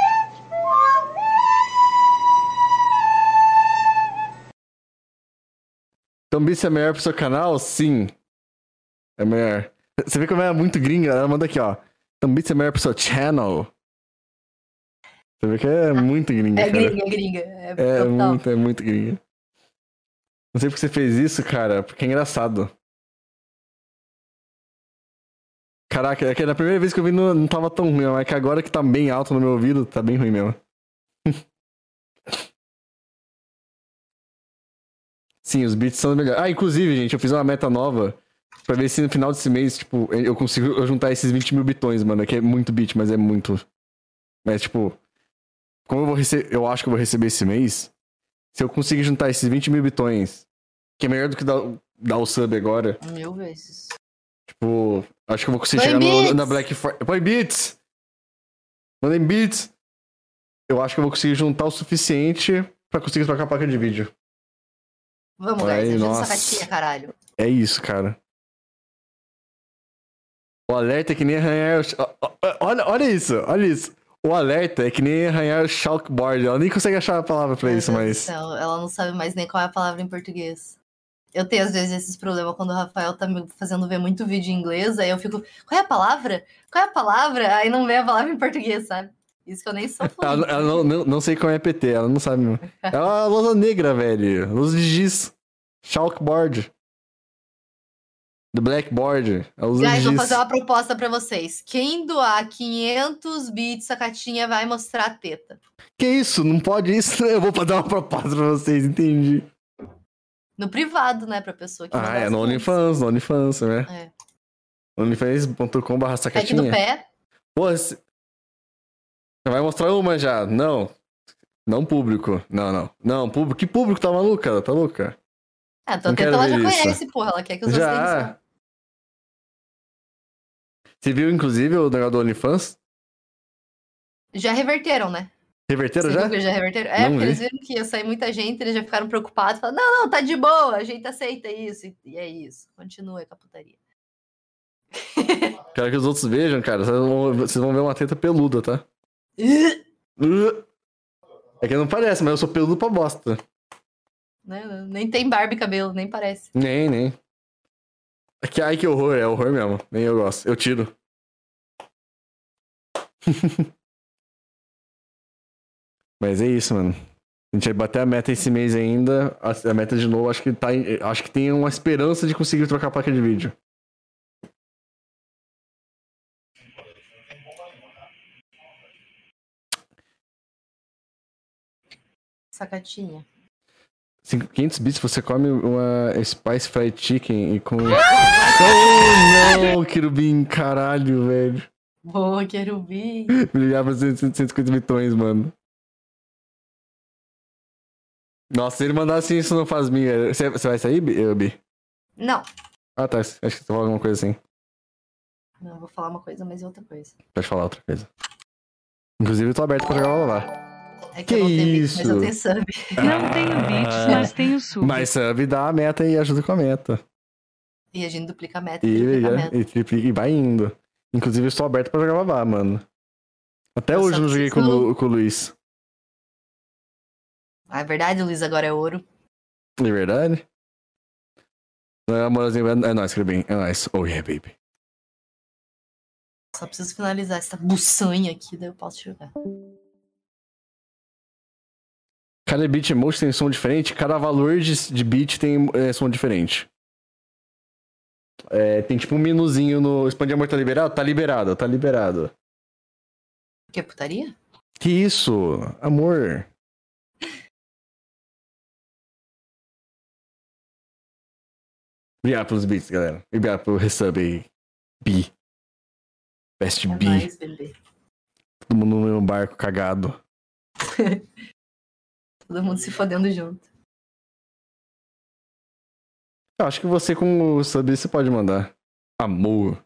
Tambice é melhor pro seu canal? Sim. É melhor. Você vê como ela é muito gringa? Ela manda aqui, ó. Tambice é melhor pro seu channel. Você vê que é muito gringa, É cara. gringa, é gringa. É, É total. muito, é muito gringa. Não sei porque você fez isso, cara, porque é engraçado. Caraca, é que na primeira vez que eu vi não, não tava tão ruim, mas é que agora que tá bem alto no meu ouvido, tá bem ruim mesmo. Sim, os beats são melhores. Ah, inclusive, gente, eu fiz uma meta nova pra ver se no final desse mês, tipo, eu consigo juntar esses vinte mil bitões, mano. Que é muito bit, mas é muito. Mas, tipo, como eu vou receber. Eu acho que eu vou receber esse mês. Se eu conseguir juntar esses vinte mil bitões, que é melhor do que dar, dar o sub agora. Mil vezes. Tipo, acho que eu vou conseguir Põe chegar no, beats! na Black Friday. Põe beats! Mandem beats! Eu acho que eu vou conseguir juntar o suficiente pra conseguir trocar a placa de vídeo. Vamos, Ai, guys. Ajuda nossa. essa caixinha, caralho. É isso, cara. O alerta é que nem arranhar. O... Olha, olha isso, olha isso. O alerta é que nem arranhar o chalkboard. Ela nem consegue achar a palavra pra Meu isso, Deus do mas. céu, ela não sabe mais nem qual é a palavra em português. Eu tenho, às vezes, esses problemas quando o Rafael tá me fazendo ver muito vídeo em inglês, aí eu fico, qual é a palavra? Qual é a palavra? Aí não vem a palavra em português, sabe? Isso que eu nem sou Ela, fluente. ela não, não, não sei como é P T, ela não sabe mesmo. É uma lousa negra, velho. Lousa de giz. Chalkboard. The blackboard. É lousa de Guys, vou giz. fazer uma proposta pra vocês. Quem doar quinhentos bits a caixinha vai mostrar a teta. Que isso? Não pode isso? Eu vou fazer uma proposta pra vocês, entendi. No privado, né, pra pessoa que Ah, mandar é as no nudes. OnlyFans, no OnlyFans, né? É. onlyfans ponto com barra Pack do sacatinha. pé. Pô, você vai mostrar uma já? Não. Não público. Não, não. Não, público. Que público? Tá maluca? Tá louca? É, tua Não teta quero ela já ver isso. conhece, porra. Ela quer que os outros tenham. Já. Você viu, inclusive, o negócio do OnlyFans? Já reverteram, né? Reverteram Você já? viu que já reverteram? É, Não porque vi. eles viram que ia sair muita gente, eles já ficaram preocupados. Falaram, não, não, tá de boa, a gente aceita isso. E, e é isso. Continua com a putaria. Quero que os outros vejam, cara. Vocês vão, vocês vão ver uma teta peluda, tá? Uh. É que não parece, mas eu sou peludo pra bosta. Né? Nem tem barba e cabelo, nem parece. Nem, nem. É que, ai, que horror. É horror mesmo. Nem eu gosto. Eu tiro. Mas é isso, mano. A gente vai bater a meta esse mês ainda. A, a meta de novo, acho que tá. em- Acho que tem uma esperança de conseguir trocar a placa de vídeo. Sacatinha. Cinco- quinhentos bits você come uma Spice Fried Chicken e com. Oh não, querubim, caralho, velho. Boa, querubim. Brilhar pra cento e cinquenta bitões, mano. Nossa, se ele mandasse isso não faz minha. Você você vai sair, Bi? Bi? Não. Ah, tá. Acho que você falou alguma coisa assim. Não, vou falar uma coisa, mas é outra coisa. Pode falar outra coisa. Inclusive, eu tô aberto pra jogar lá. É que, Que eu não tenho beat, isso? mas eu tenho sub. Não tenho bits, mas tenho sub. Mas sub dá a meta e ajuda com a meta. E a gente duplica a meta, E, triplica a e, meta. e, triplica- e vai indo. Inclusive, eu estou aberto pra jogar babá, mano. Até Eu hoje só eu não joguei com, o preciso- Lu- com o Luiz. Ah, é verdade, o Luiz agora é ouro. De verdade? Não é amorzinho, é, é nóis, Cribim. É nóis. Oh yeah, baby. Só preciso finalizar essa buçanha aqui, daí eu posso jogar. Cada bit emoji tem som diferente, cada valor de, de bit tem é, som diferente. É, tem tipo um menuzinho no. Expandir amor tá liberado? Tá liberado, tá liberado. Que putaria? Que isso? Amor. Obrigado pelos beats, galera. Obrigado pelo resub aí. B. Best É B. nóis, bebê. Todo mundo no meu barco cagado. Todo mundo se fodendo junto. Eu acho que você com o sub você pode mandar. Amor.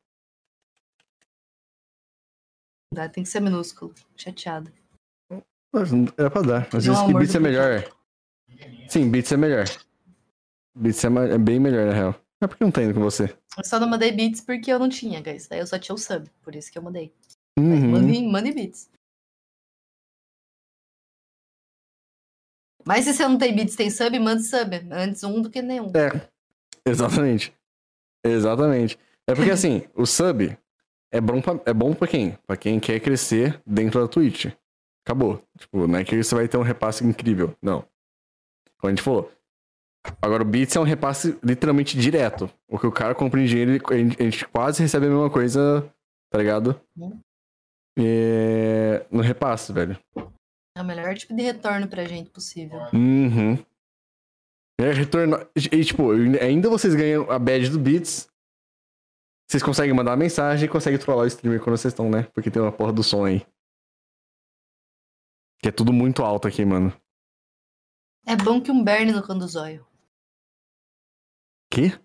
Dá, tem que ser minúsculo. Chateado. Era pra dar. Às Deu vezes um que amor beats é duplicado. melhor. Sim, beats é melhor. Beats é, ma- é bem melhor, na real. Mas por que não tá indo com você? Eu só não mandei beats porque eu não tinha, guys. Daí eu só tinha o sub. Por isso que eu mandei. Mas Uhum. mandem, mandem beats. Mas se você não tem beats, tem sub, manda sub. Antes um do que nenhum. É. Exatamente. Exatamente. É porque assim, o sub é bom pra, é bom pra quem? Pra quem quer crescer dentro da Twitch. Acabou. Tipo, não é que você vai ter um repasse incrível. Não. Como a gente falou. Agora o Beats é um repasse literalmente direto. O que o cara compra em dinheiro, ele- a gente, a gente quase recebe a mesma coisa, tá ligado? Hum. É, no repasse, velho. É o melhor tipo de retorno pra gente possível. Uhum. É, retorno. E, tipo, ainda vocês ganham a badge do Beats. Vocês conseguem mandar uma mensagem e conseguem trollar o streamer quando vocês estão, né? Porque tem uma porra do som aí. Que é tudo muito alto aqui, mano. É bom que um Bernie no canto do zóio. Que?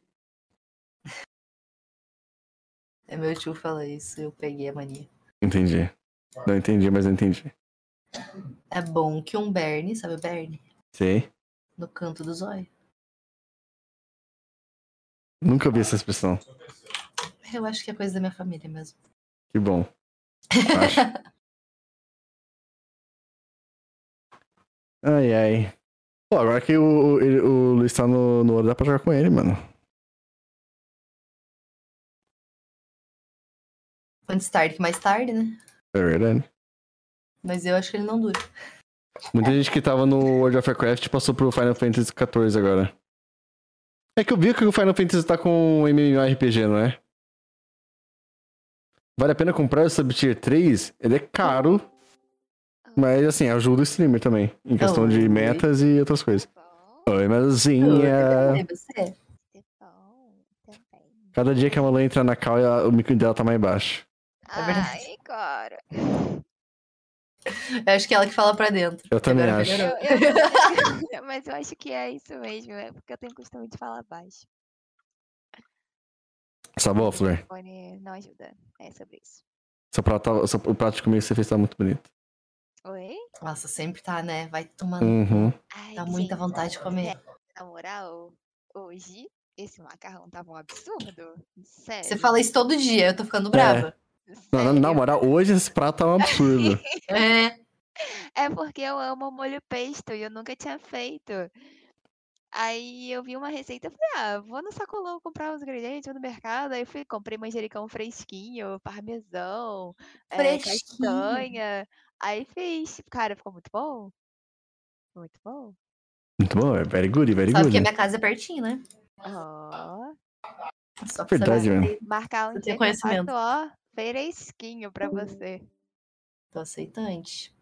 É meu tio fala isso, eu peguei a mania. Entendi. Não entendi, mas eu entendi. É bom que um Bernie, sabe o Bernie? Sei. No canto do zóio. Nunca vi essa expressão. Eu acho que é coisa da minha família mesmo. Que bom. Acho. Ai, ai. Pô, agora que o, ele- o Luiz tá no, no ouro, dá pra jogar com ele, mano. Antes tarde que mais tarde, né? É verdade. Mas eu acho que ele não dura. Muita gente que tava no World of Warcraft passou pro Final Fantasy quatorze agora. É que eu vi que o Final Fantasy tá com MMORPG, não é? Vale a pena comprar o Sub-Tier três? Ele é caro, mas assim, ajuda o streamer também. Em questão de Oi. metas e outras coisas. Oi, Meluzinha. E você? Cada dia que a Malu entra na call, ela- o micro dela tá mais baixo. É verdade. Ai, cara. Eu acho que é ela que fala pra dentro. Eu também Agora acho. melhorou. Eu- eu- mas eu acho que é isso mesmo, é porque eu tenho costume de falar baixo. Tá bom, Flor? O fone não ajuda. É sobre isso. Seu prato, tá- seu- o prato de comida que você fez tá muito bonito. Oi? Nossa, sempre tá, né? Vai tomando. Uhum. Ai, Dá muita gente, vontade de comer. é, na moral, hoje esse macarrão tava um absurdo. Você Sério. fala isso todo dia, eu tô ficando É. brava. Não, na, na Sério. moral, hoje esse prato é um absurdo. É. É porque eu amo molho pesto e eu nunca tinha feito. Aí eu vi uma receita e falei, ah, vou no sacolão comprar os ingredientes, vou no mercado. Aí fui, comprei manjericão fresquinho, parmesão, é, Fresquinho. castanha. Aí fiz. Cara, ficou muito bom. Muito bom. Muito bom, é very good, very Sabe que a good. minha casa é pertinho, né? Ó. Só pra Verdade, você mano. ver. Marcar um Você dia tem que eu faço, conhecimento. ó, fresquinho pra você. Tô aceitante.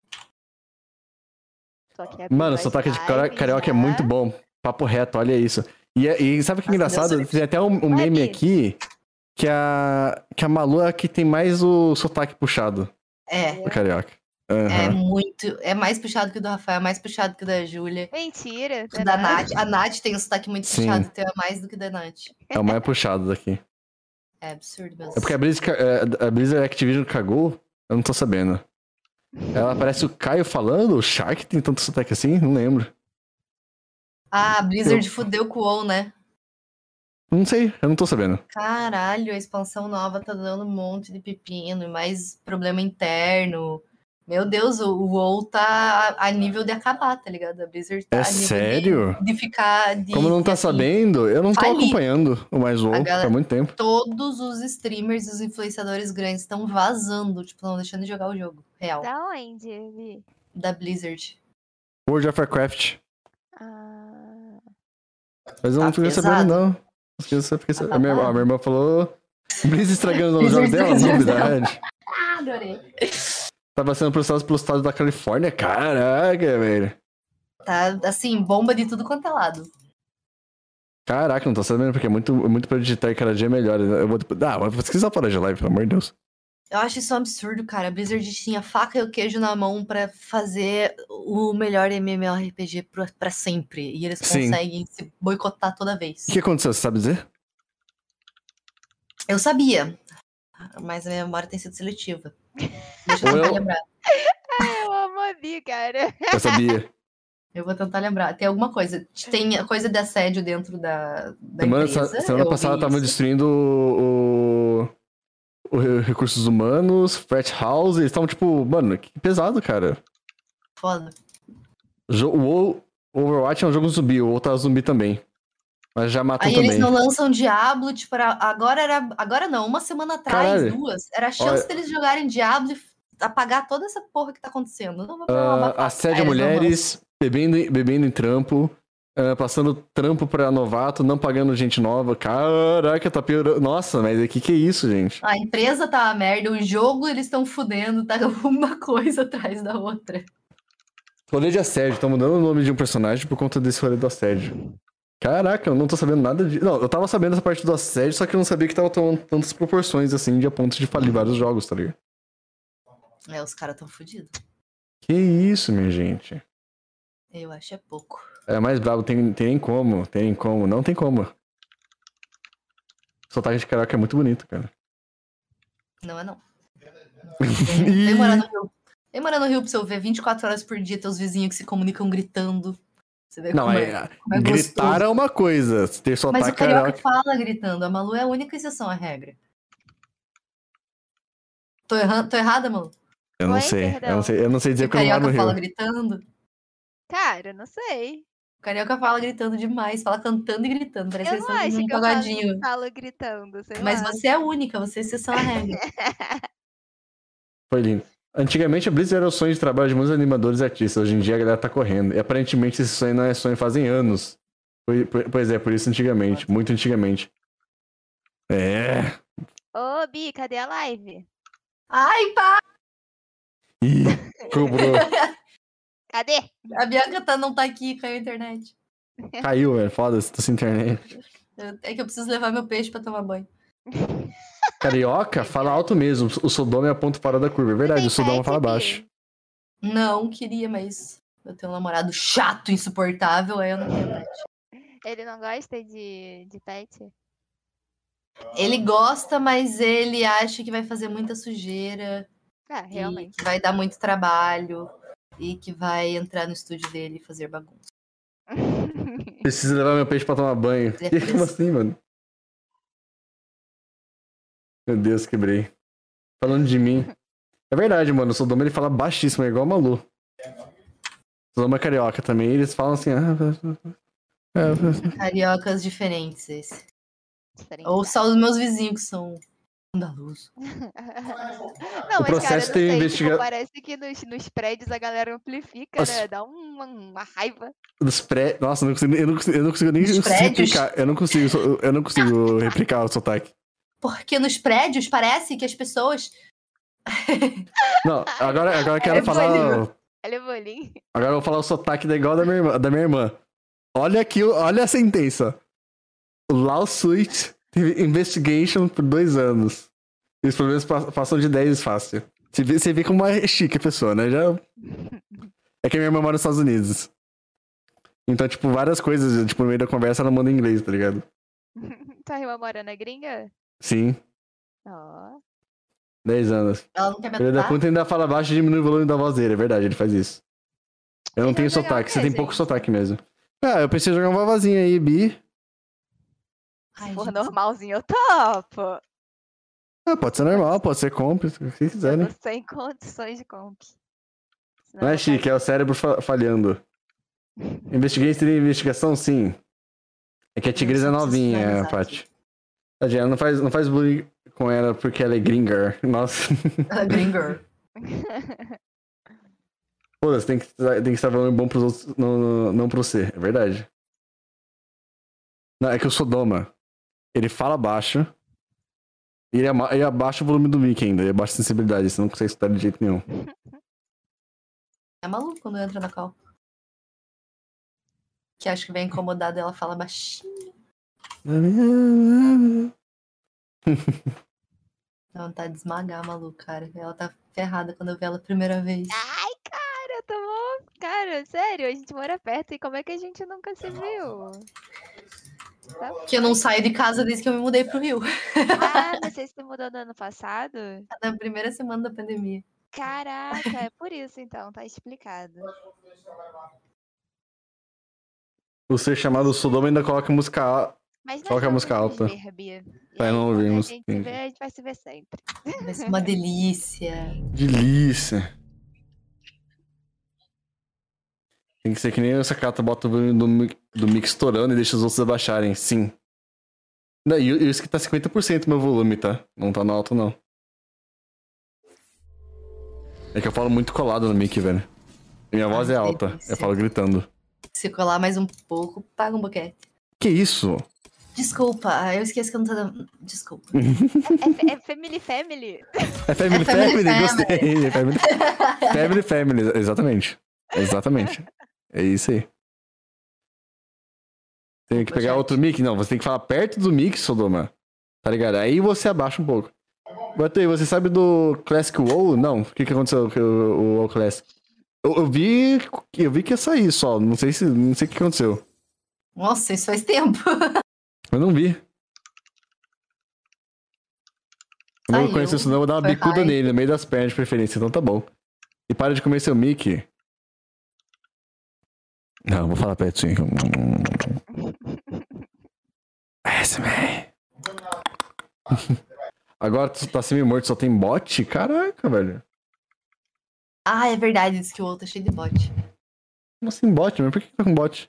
Tô aqui Mano, o abrindo as sotaque de cara- lives carioca é muito já. bom. Papo reto, olha isso. E, é- e sabe o que é Nossa, meu engraçado? Tem até um, um Ué, meme Bi. aqui que a, que a Malu é a que tem mais o sotaque puxado É. do carioca. É Aham. muito. É mais puxado que o do Rafael, é mais puxado que o da Júlia. Mentira. O não é da não? Nath. A Nath tem um sotaque muito Sim. puxado, então é mais do que o da Nath. É o mais puxado daqui. É absurdo mesmo. É porque a Blizzard, é, a Blizzard Activision cagou, eu não tô sabendo. Ela parece o Caio falando, o Shark tem tanto sotaque assim? Não lembro. Ah, a Blizzard Eu- fudeu com o WoW, né? Não sei, eu não tô sabendo. Caralho, a expansão nova tá dando um monte de pepino e mais problema interno. Meu Deus, o o WoW tá a a nível de acabar, tá ligado? A Blizzard tá É a nível sério? de, de ficar. De, Como não de, tá assim, sabendo, eu não tô falir. acompanhando o Mais A WoW galera- há muito tempo. Todos os streamers, os influenciadores grandes estão vazando, tipo, não deixando de jogar o jogo real. Da onde, Vi? Da Blizzard. World of Warcraft. Ah, Mas eu Tá não fiquei pesado. sabendo, não. Não fiquei sabendo. Tá A minha, a babado. minha irmã falou. Blizzard estragando os Blizzard jogos dela, estragando os jogos novidade. Ah, adorei. Tava sendo processado pelo estado da Califórnia. Caraca, velho. Tá, assim, bomba de tudo quanto é lado. Caraca, não tô sabendo, porque é muito, muito pra digitar e cada dia é melhor. Eu vou. Ah, vou pesquisar fora de live, pelo amor de Deus. Eu acho isso um absurdo, cara. A Blizzard tinha a faca e o queijo na mão pra fazer o melhor MMORPG pra, pra sempre. E eles Sim. conseguem se boicotar toda vez. O que aconteceu, você sabe dizer? Eu sabia, mas a minha memória tem sido seletiva. Deixa eu Ou tentar eu- lembrar. eu amo a Vi, cara. Eu sabia. Eu vou tentar lembrar. Tem alguma coisa. Tem coisa de assédio dentro da, da Semana, empresa. semana eu passada ouvi estavam isso. destruindo o, o, o re- recursos humanos, Frat House, eles estavam tipo, mano, que pesado, cara. Foda. Jo- O o Overwatch é um jogo zumbi, o outro é zumbi também. Mas já matam Aí também. eles não lançam Diablo, tipo, era- agora era. Agora não, uma semana atrás, Caralho. duas. Era a chance Olha- deles jogarem Diablo e apagar toda essa porra que tá acontecendo. Não vai pra uma Ah, abafada. assédio a Aí eles não mulheres, bebendo, bebendo em trampo, ah, passando trampo pra novato, não pagando gente nova. Caraca, tá piorando. Nossa, mas o que que é isso, gente? A empresa tá uma merda, o jogo eles estão fudendo, tá uma coisa atrás da outra. Rolê de assédio, tá mudando o nome de um personagem por conta desse rolê do assédio. Caraca, eu não tô sabendo nada disso. Não, eu tava sabendo essa parte do assédio, só que eu não sabia que tava tomando tantas proporções assim, de a ponto de falir vários jogos, tá ligado? É, os caras tão fudidos. Que isso, minha gente. Eu acho é pouco. É mais brabo, tem, tem nem como, tem nem como, não tem como. Sotaque de caraca é muito bonito, cara. Não é não. Vem, vem morar no Rio. Vem morar no Rio pra você ver vinte e quatro horas por dia teus vizinhos que se comunicam gritando. Você vê Não, como é, é, como é gritar gostoso. é uma coisa, ter Mas sotaque o carioca carioca. fala gritando. A Malu é a única exceção à regra. Tô, errando, tô errada, Malu? Eu não Oi, sei, eu perdão. não sei, eu não sei dizer O porque eu não moro carioca no fala Rio. gritando? Cara, não sei. O carioca fala gritando demais, fala cantando e gritando. Parece Eu que eles não estão acho num que eu falo, pagodinho. falo gritando, sei Mas lá. você é a única, você é exceção à regra. Foi lindo. Antigamente a Blizzard era o sonho de trabalho de muitos animadores e artistas, hoje em dia a galera tá correndo. E aparentemente esse sonho não é sonho fazem anos. Foi- por- Pois é, por isso antigamente, muito antigamente. É. Ô, Bi, cadê a live? Ai, pá! Ih, cobrou. Cadê? A Bianca tá, não tá aqui, caiu a internet. Caiu, velho. Foda-se, tô sem internet. Eu- é que eu preciso levar meu peixe pra tomar banho. Carioca fala alto mesmo. O Sodoma é a ponto fora da curva. É verdade, tem o Sodoma pet, fala Bi? baixo. Não queria, mas eu tenho um namorado chato, insuportável, aí eu não tenho pet. Ele não gosta de, de pet? Ele gosta, mas ele acha que vai fazer muita sujeira. É, e realmente. que vai dar muito trabalho e que vai entrar no estúdio dele e fazer bagunça. Preciso levar meu peixe pra tomar banho. Ele é Que, como fresco. assim, mano? Meu Deus, quebrei. Falando de mim. É verdade, mano. O Sodoma ele fala baixíssimo, é igual a Malu. O Sodoma é carioca também. Eles falam assim. Ah, ah, ah. Cariocas diferentes esse. Diferente. Ou só os meus vizinhos que são andalusos. Não, O mas, processo cara, não tem sei, investiga- tipo, parece que nos, nos prédios a galera amplifica, As- né? Dá uma, uma raiva. Dos pré... Nossa, eu não consigo, eu não consigo, eu não consigo nem Dos prédios? replicar. Eu não consigo, eu não consigo replicar o sotaque. Porque nos prédios parece que as pessoas. Não, agora, agora eu quero É falar. bolinho. Olha o bolinho. Agora eu vou falar o sotaque da igual da minha irmã. Da minha irmã. Olha aqui, olha a sentença. Lawsuit teve investigation por dois anos. E os problemas pa- passam de dez fácil. Você vê, você vê como é chique a pessoa, né? Já... É que a minha irmã mora nos Estados Unidos. Então, tipo, várias coisas, tipo, no meio da conversa ela manda em inglês, tá ligado? Tua irmã mora na gringa? Sim, Ó. dez anos. Ela não quer me Filho da adotar? puta ainda fala baixo e diminui o volume da voz dele, é verdade, ele faz isso. Eu não Mas tenho é legal sotaque, você tem mesmo, pouco hein? sotaque mesmo. Ah, eu preciso jogar uma vozinha aí, Bi. Ai, Se for gente, normalzinho, eu topo. Ah, pode ser normal, pode ser cúmplice, o que vocês Eu quiserem. tô sem condições de comp. Senão Não é eu chique, é o cérebro fa- falhando. Investiguei se tem investigação, sim. É que a Tigresa é só preciso novinha, finalizar Paty. Tadinha, ela não faz, não faz bullying com ela porque ela é gringa. Nossa. A Gringor. Foda-se, tem que, tem que estar falando bom pros outros, não, não pro você. É verdade. Não, é que o Sodoma, ele fala baixo. E ele, ama- ele abaixa o volume do mic ainda. Ele abaixa a sensibilidade, você não consegue escutar de jeito nenhum. É maluco quando entra na call. Que acho que vem incomodada, ela fala baixinho. Dá vontade de esmagar a Malu, cara. Ela tá ferrada quando eu vi ela a primeira vez. Ai, cara, eu tô mó... Cara, sério, a gente mora perto e como é que a gente nunca se viu? Tá? Porque eu não saio de casa desde que eu me mudei pro Rio. Ah, você se mudou no ano passado? Na primeira semana da pandemia. Caraca, é por isso então, tá explicado. O ser chamado Sodoma ainda coloca música alta. Mas nós Coloca a não música vamos alta. ver, Bia. E Pra aí, não quando ouvirmos, A gente, entendi. vê, a gente vai se ver sempre. Vai ser uma delícia. Delícia. Tem que ser que nem essa carta, bota o volume do, mi- do mix estourando e deixa os outros abaixarem. Sim. Não, e e isso que tá cinquenta por cento meu volume, tá? Não tá no alto, não. É que eu falo muito colado no mic, velho. E minha voz Ai, é alta. delícia. Eu falo gritando. Se colar mais um pouco, paga um boquete. Que isso? Desculpa, eu esqueci que eu não tô dando. Desculpa. É, é Family Family. É Family É Family Family, Family. gostei. É Family, family Family, exatamente. Exatamente. É isso aí. Tem que Opa, pegar chat. outro mic? Não, você tem que falar perto do mic, Sodoma. Tá ligado? Aí você abaixa um pouco. Botei, você sabe do Classic WoW? Não. O que que aconteceu com o, o WoW Classic? Eu, eu vi. Eu vi que ia sair só. Não sei se. Não sei o que aconteceu. Nossa, isso faz tempo. Eu não vi. Quando eu Saiu, conhecer o Sodoma, eu vou dar uma foi bicuda hype. nele, no meio das pernas de preferência. Então tá bom. E para de comer seu mic. Não, vou falar perto sim. S M R. Agora tu tá semi-morto, só tem bot? Caraca, velho. Ah, é verdade, diz que o outro é cheio de bot. Como assim bot? Mas por que tá com bot?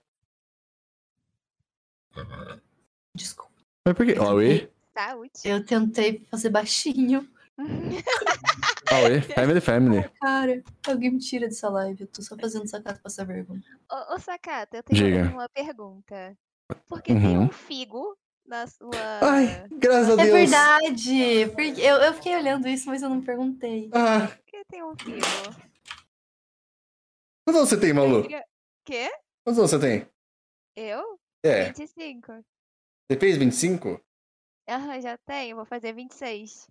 Desculpa. Mas por que? Aue? Saúde. Eu tentei fazer baixinho. Aue? Family Family. Cara, alguém me tira dessa live. Eu tô só fazendo sacato pra passar vergonha. Ô, ô Sakata, eu tenho Diga. uma pergunta. Por que tem Uhum. um figo na sua... Ai, graças a É Deus. verdade! Porque eu, eu fiquei olhando isso, mas eu não perguntei. Ah, Por que tem um figo? quantos anos você tem, Malu? Queria- Quê? Quantos anos você tem? Eu? É. vinte e cinco. Você fez vinte e cinco? Aham, já tenho. Vou fazer vinte e seis.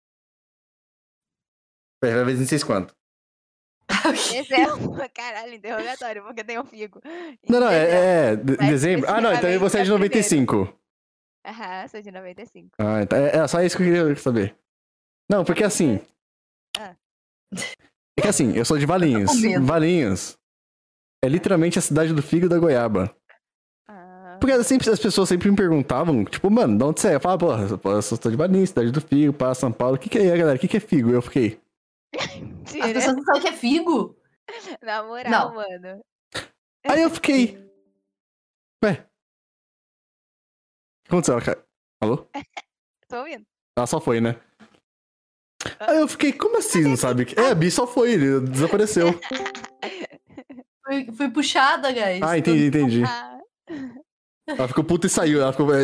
Vai fazer vinte e seis quanto? Esse é um caralho interrogatório, porque tem um figo. Não, não, Dezembro. é, é de- Mas dezembro. Ah, não, então especificamente você é de dia noventa e primeiro. cinco. Aham, sou de noventa e cinco. Ah, então é, é só isso que eu queria saber. Não, porque assim. Ah. É que assim, eu sou de Valinhos. com medo. Valinhos é literalmente a cidade do figo e da goiaba. Ah, Porque sempre, as pessoas sempre me perguntavam, tipo, mano, de onde você é? Eu falava, porra, pô, eu sou de Valinhos, cidade do figo, para São Paulo. O que que é, galera? O que que é figo? Eu fiquei... As mentira. pessoas não sabem o que é figo. Na moral, Não. mano. Aí eu fiquei... Ué? O que aconteceu? Ela ca- Alô? Tô ouvindo. Ela só foi, né? Aí eu fiquei, como assim, não sabe? o que- É, a Bi só foi, ele desapareceu. Fui, fui puxada, guys. Ah, entendi, entendi. Ah, Ela ficou puta e saiu, ela ficou... Não, Aí-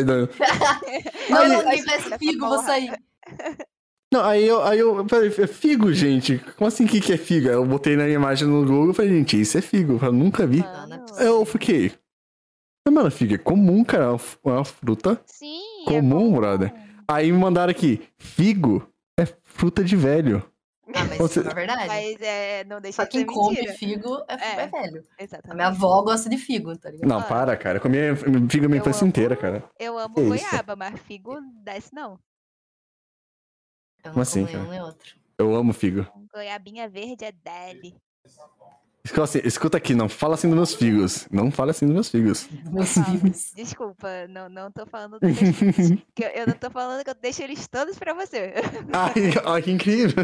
não, ninguém Ai, parece essa figo, vou porra. sair. Não, aí eu, aí eu falei, é figo, gente? Como assim, o que que é figo? Aí eu botei na imagem no Google e falei, gente, isso é figo. Eu nunca vi. Não, não é Mano. Aí eu possível. fiquei... Mas, mano, figo é comum, cara, é uma f- é uma fruta sim, é comum, comum. brother. Aí me mandaram aqui, figo é fruta de velho. Ah, mas Você- isso não é verdade. Mas é, não deixa Só de quem ser come mentira. figo é, É. é velho. A Exatamente. minha avó gosta de figo, tá ligado? Não, Mano. para, cara. Eu comia figo a minha Eu infância amo- inteira, cara. Eu amo Que isso? goiaba, mas figo desce não. Eu não Como assim, como nenhum cara? nem outro. Eu amo figo. Goiabinha verde é deli. Escuta, assim, escuta aqui, não fala assim dos meus figos. Não fala assim dos meus figos. Meus Não, figos. desculpa, não, não tô falando dos meus filhos, que eu, eu não tô falando que eu deixo eles todos pra você. Ai, ai, que incrível.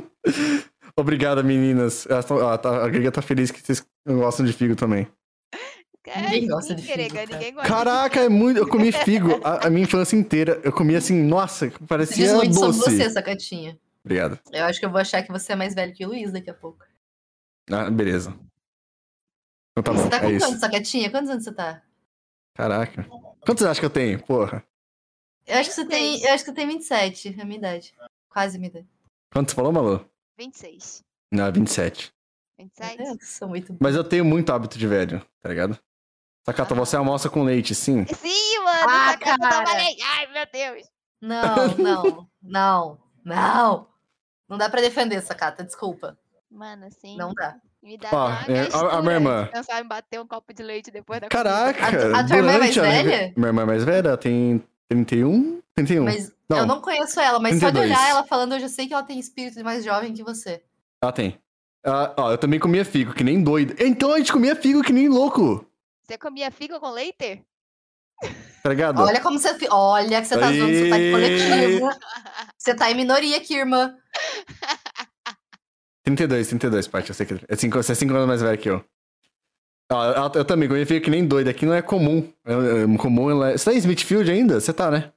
Obrigado, meninas. Elas tão- ah, tá- a Giga tá feliz que vocês gostam de figo também. Ninguém É, gosta sim, de figo, querega, cara. ninguém gosta Caraca, é muito. Eu comi figo a, a minha infância inteira. Eu comia assim, nossa, Isso parecia diz muito sobre doce. você, Sacatinha. Obrigado. Eu acho que eu vou achar que você é mais velho que o Luiz daqui a pouco. Ah, beleza. Então tá você bom, tá com é quantos, isso. Sacatinha? Quantos anos você tá? Caraca. Quantos você acha que eu tenho? Porra. Eu acho que você tem. Eu acho que você tem vinte e sete, a minha idade. Quase a minha idade. Quanto você falou, Malu? vinte e seis. Não, vinte e sete. vinte e sete? Eu sou muito. Mas eu tenho muito hábito de velho, tá ligado? Sacata, você almoça com leite, sim? Sim, mano, Ah, só que eu cara. falei. Ai, meu Deus. Não, não, não, não. Não dá pra defender, Sacata, desculpa. Mano, assim, Não dá. me dá Ó, até uma é, a- a gastura minha irmã. de pensar em bater um copo de leite depois da Caraca! A- a tua irmã é mais durante a minha- velha? Minha irmã é mais velha, ela tem trinta e um? trinta e um. Mas Não, eu não conheço ela, mas só de trinta e dois. olhar ela falando, eu já sei que ela tem espírito mais jovem que você. ela tem. Ah, ó, eu também comia figo, que nem doido. Então a gente comia figo que nem louco, Você comia figo com leite? tá ligado? Olha como você. fi- Olha que você tá zoando sotaque Aê! coletivo. Você tá em minoria aqui, irmã. trinta e dois, trinta e dois, Paty, eu sei que é cinco, você é cinco anos mais velho que eu. Ó, eu, eu também comia figo que nem doido, aqui não é comum. É, é comum, ela é... Você tá em Smithfield ainda? Você tá, né?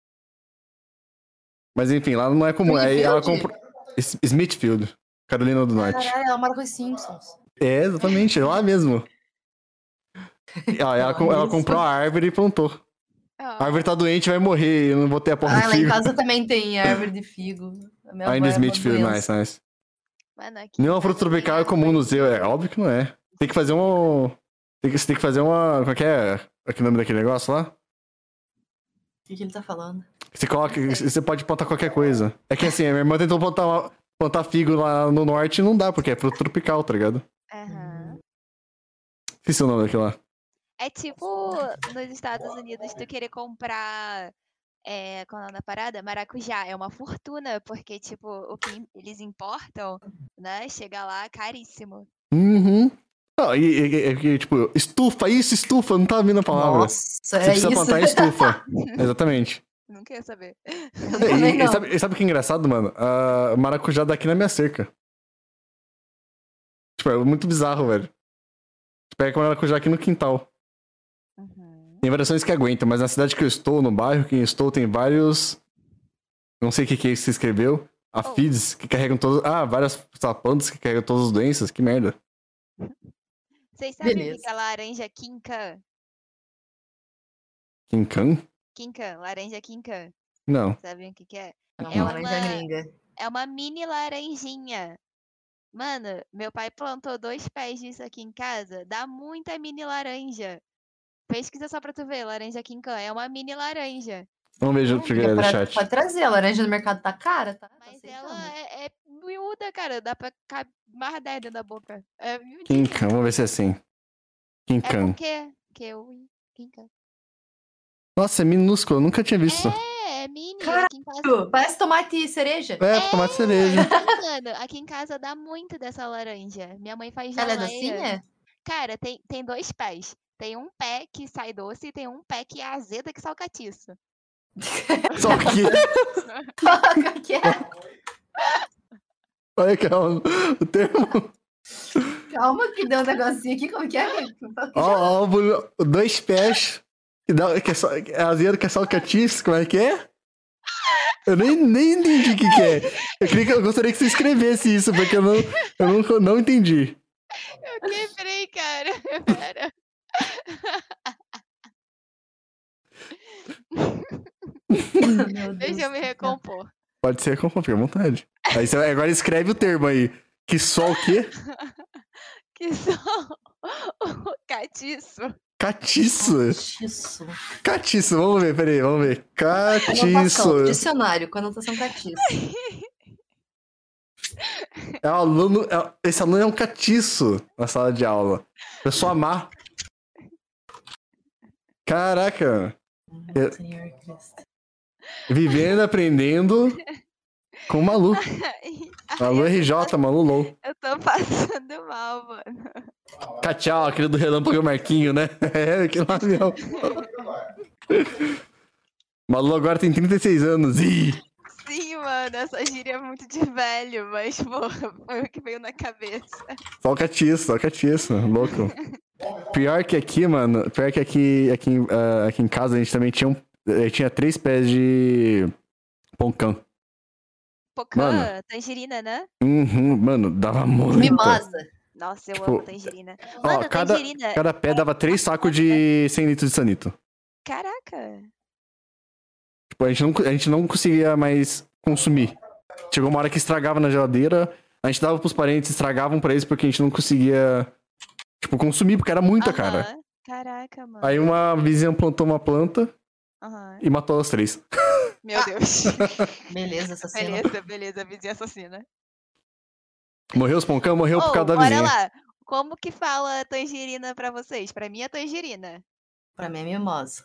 Mas enfim, lá não é comum. Aí ela Smithfield? comprou. S- Smithfield, Carolina do Norte. Caralho, ela mora com os Simpsons. É, exatamente, é lá mesmo. Ah, ela, com- ela Isso. comprou a árvore e plantou. A árvore tá doente, vai morrer. Eu não vou ter a porra Ah, do lá em figo. casa também tem árvore de figo. A minha Ainda avó é uma Smithfield, doença. nice, nice. Mano, aqui Nenhuma em fruta casa tem tropical é comum árvore no de Zeu. É figo. óbvio que não é. Tem que fazer um. Tem que, você tem que fazer uma. Como é que é? Aquele nome daquele negócio lá? O que, que ele tá falando? Você coloca. Você pode plantar qualquer coisa. É que assim, a minha irmã tentou plantar, uma- plantar figo lá no norte e não dá, porque é fruta tropical, tá ligado? Aham. Esqueci o nome daquilo lá. É tipo nos Estados Unidos tu querer comprar. É, qual é o nome da parada? Maracujá. É uma fortuna, porque, tipo, o que im- eles importam, né? Chega lá caríssimo. Uhum. Não, e, e- e- e, tipo, estufa, isso, estufa, não tá vindo a palavra. Nossa, Você é precisa isso. plantar estufa. Exatamente. Não quer saber. Eu E, também e não. sabe, e sabe o que é engraçado, mano? A maracujá daqui na minha cerca. Tipo, é muito bizarro, velho. Você pega a maracujá aqui no quintal. Uhum. Tem variações que aguentam, mas na cidade que eu estou, no bairro que eu estou, tem vários. Não sei o que, que é isso que você escreveu. A Oh. feeds que carregam todos. Ah, várias plantas que carregam todas as doenças. Que merda. Vocês sabem o que Beleza. que é laranja quinca? Quincan? Quinca, laranja quinca. Não. Sabem o que que é? É uma É laranja uma- gringa. É uma mini laranjinha. Mano, meu pai plantou dois pés disso aqui em casa. Dá muita mini laranja. Pesquisa só pra tu ver, laranja quincan. É uma mini laranja. Não vejo o Amiga, trigger do pra- chat. Pode trazer, a laranja no mercado tá cara, tá? Tá Mas aceitando. ela é, é miúda, cara. Dá pra caber mais dez dentro da boca. É miudinha. Quincan, vamos ver se é assim. É Quincan. porque... Que eu... Quincan. Nossa, é minúsculo, eu nunca tinha visto. É, É mini. Aqui em casa. Caralho, parece tomate e cereja. É, tomate cereja. Mano, aqui em casa dá muito dessa laranja. Minha mãe faz Ela é geleia. docinha? Cara, tem, tem dois pés. Tem um pé que sai doce e tem um pé que é azeda que sai o catiço. Só que. Qual que é? Olha que é o, o termo. Calma que deu um negocinho aqui, como que é? Ó, ó, o- dois pés. Que, dá, que é, só, é azedo, que é só o catiço, como é que é? Eu nem, nem entendi o que, que é. Eu, queria que, eu gostaria que você escrevesse isso, porque eu não, eu não, não entendi. Eu quebrei, cara. Pera. Meu Deus Deixa eu me do céu. recompor. Pode ser com fica à vontade. Aí você, agora escreve o termo aí. Que só o quê? Que só o catiço. Catiço. Catiço. Catiço, vamos ver, peraí, vamos ver. Anotação, Catiço. dicionário, com anotação catiço. É um aluno, é- esse aluno é um catiço na sala de aula. Pessoa má. Caraca. Eu- Senhor Cristo. Vivendo, aprendendo com o Malu. Ai, Malu eu R J, Malu LOL. Eu tô passando mal, mano. Cachau, aquele do Relâmpago Marquinho, né? É, aquele lá mesmo. Malu agora tem trinta e seis anos. Ih! Sim, mano, essa gíria é muito de velho, mas, porra, foi o que veio na cabeça. Só o catiço, só o catiço, louco. Pior que aqui, mano, pior que aqui, aqui, em- ah, aqui em casa a gente também tinha, um, eh, tinha três pés de poncã. Pocã, Mano. tangerina, né? Uhum, mano, dava muito. Mimosa. Nossa, eu Tipo, amo tangerina. Ó, Mano, cada, tangerina. cada pé dava três sacos de cem litros de sanito. Caraca. Tipo, a gente não, a gente não conseguia mais consumir. Chegou uma hora que estragava na geladeira, a gente dava pros parentes, estragavam pra eles porque a gente não conseguia, tipo, consumir, porque era muita, cara. Aham. Caraca, mano. Aí uma vizinha plantou uma planta Aham. e matou as três. Meu Deus. Beleza, assassina. Beleza, beleza, vizinha assassina. Morreu os poncão, morreu por Ô, causa da bora vizinha. lá. Como que fala tangerina pra vocês? Pra mim é tangerina. Pra mim é mimosa.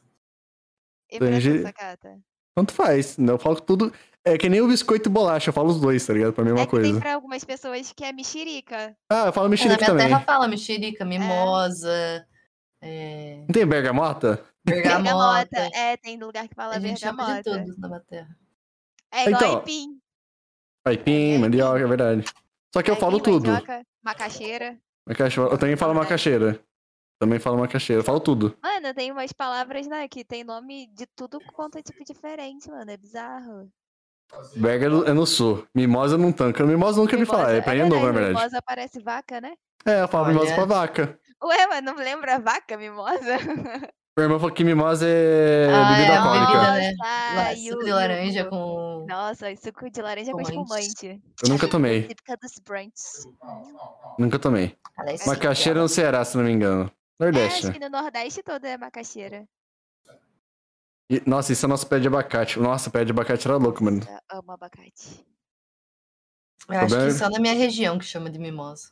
E pra Tange- tu, Sakata? Tanto faz, né? Eu falo tudo. É que nem o biscoito e bolacha, eu falo os dois, tá ligado? Pra mesma É que tem coisa. pra algumas pessoas que é mexerica. Ah, eu falo Na mexerica minha também. terra fala mexerica, mimosa, é, Não tem bergamota? bergamota. É, tem lugar que fala A gente chama de bergamota. tudo na minha terra. É igual Então, aipim. Aipim, mandioca, é verdade. Só que eu falo Aipim, tudo. mandioca, macaxeira. Macaxe- Eu também falo Nordeste. macaxeira. Também falo macaxeira, eu falo tudo. Mano, tem umas palavras, né, que tem nome de tudo quanto é tipo diferente, mano. É bizarro. Berga é no- é no sul. Mimosa não tanca. Mimosa eu nunca ouvi falar. É pra mim é novo, na verdade. Mimosa parece vaca, né? É, eu falo Olha. mimosa pra vaca. Ué, mas não lembra vaca, mimosa? Meu irmão falou que mimosa é Ah, bebida é uma alcoólica. bebida, né? Nossa, La- ai, Suco o- de o- laranja o- com. Nossa, suco de laranja com Espumante. espumante. Eu nunca tomei. Típica dos brunches. Nunca tomei. Ela é Macaxeira no Ceará, se não me engano. É, Nordeste. acho que no Nordeste todo é macaxeira. E- nossa, isso é nosso pé de abacate. Nossa, pé de abacate era louco, mano. Eu amo abacate. Eu acho Problema- que só na minha região que chama de mimosa.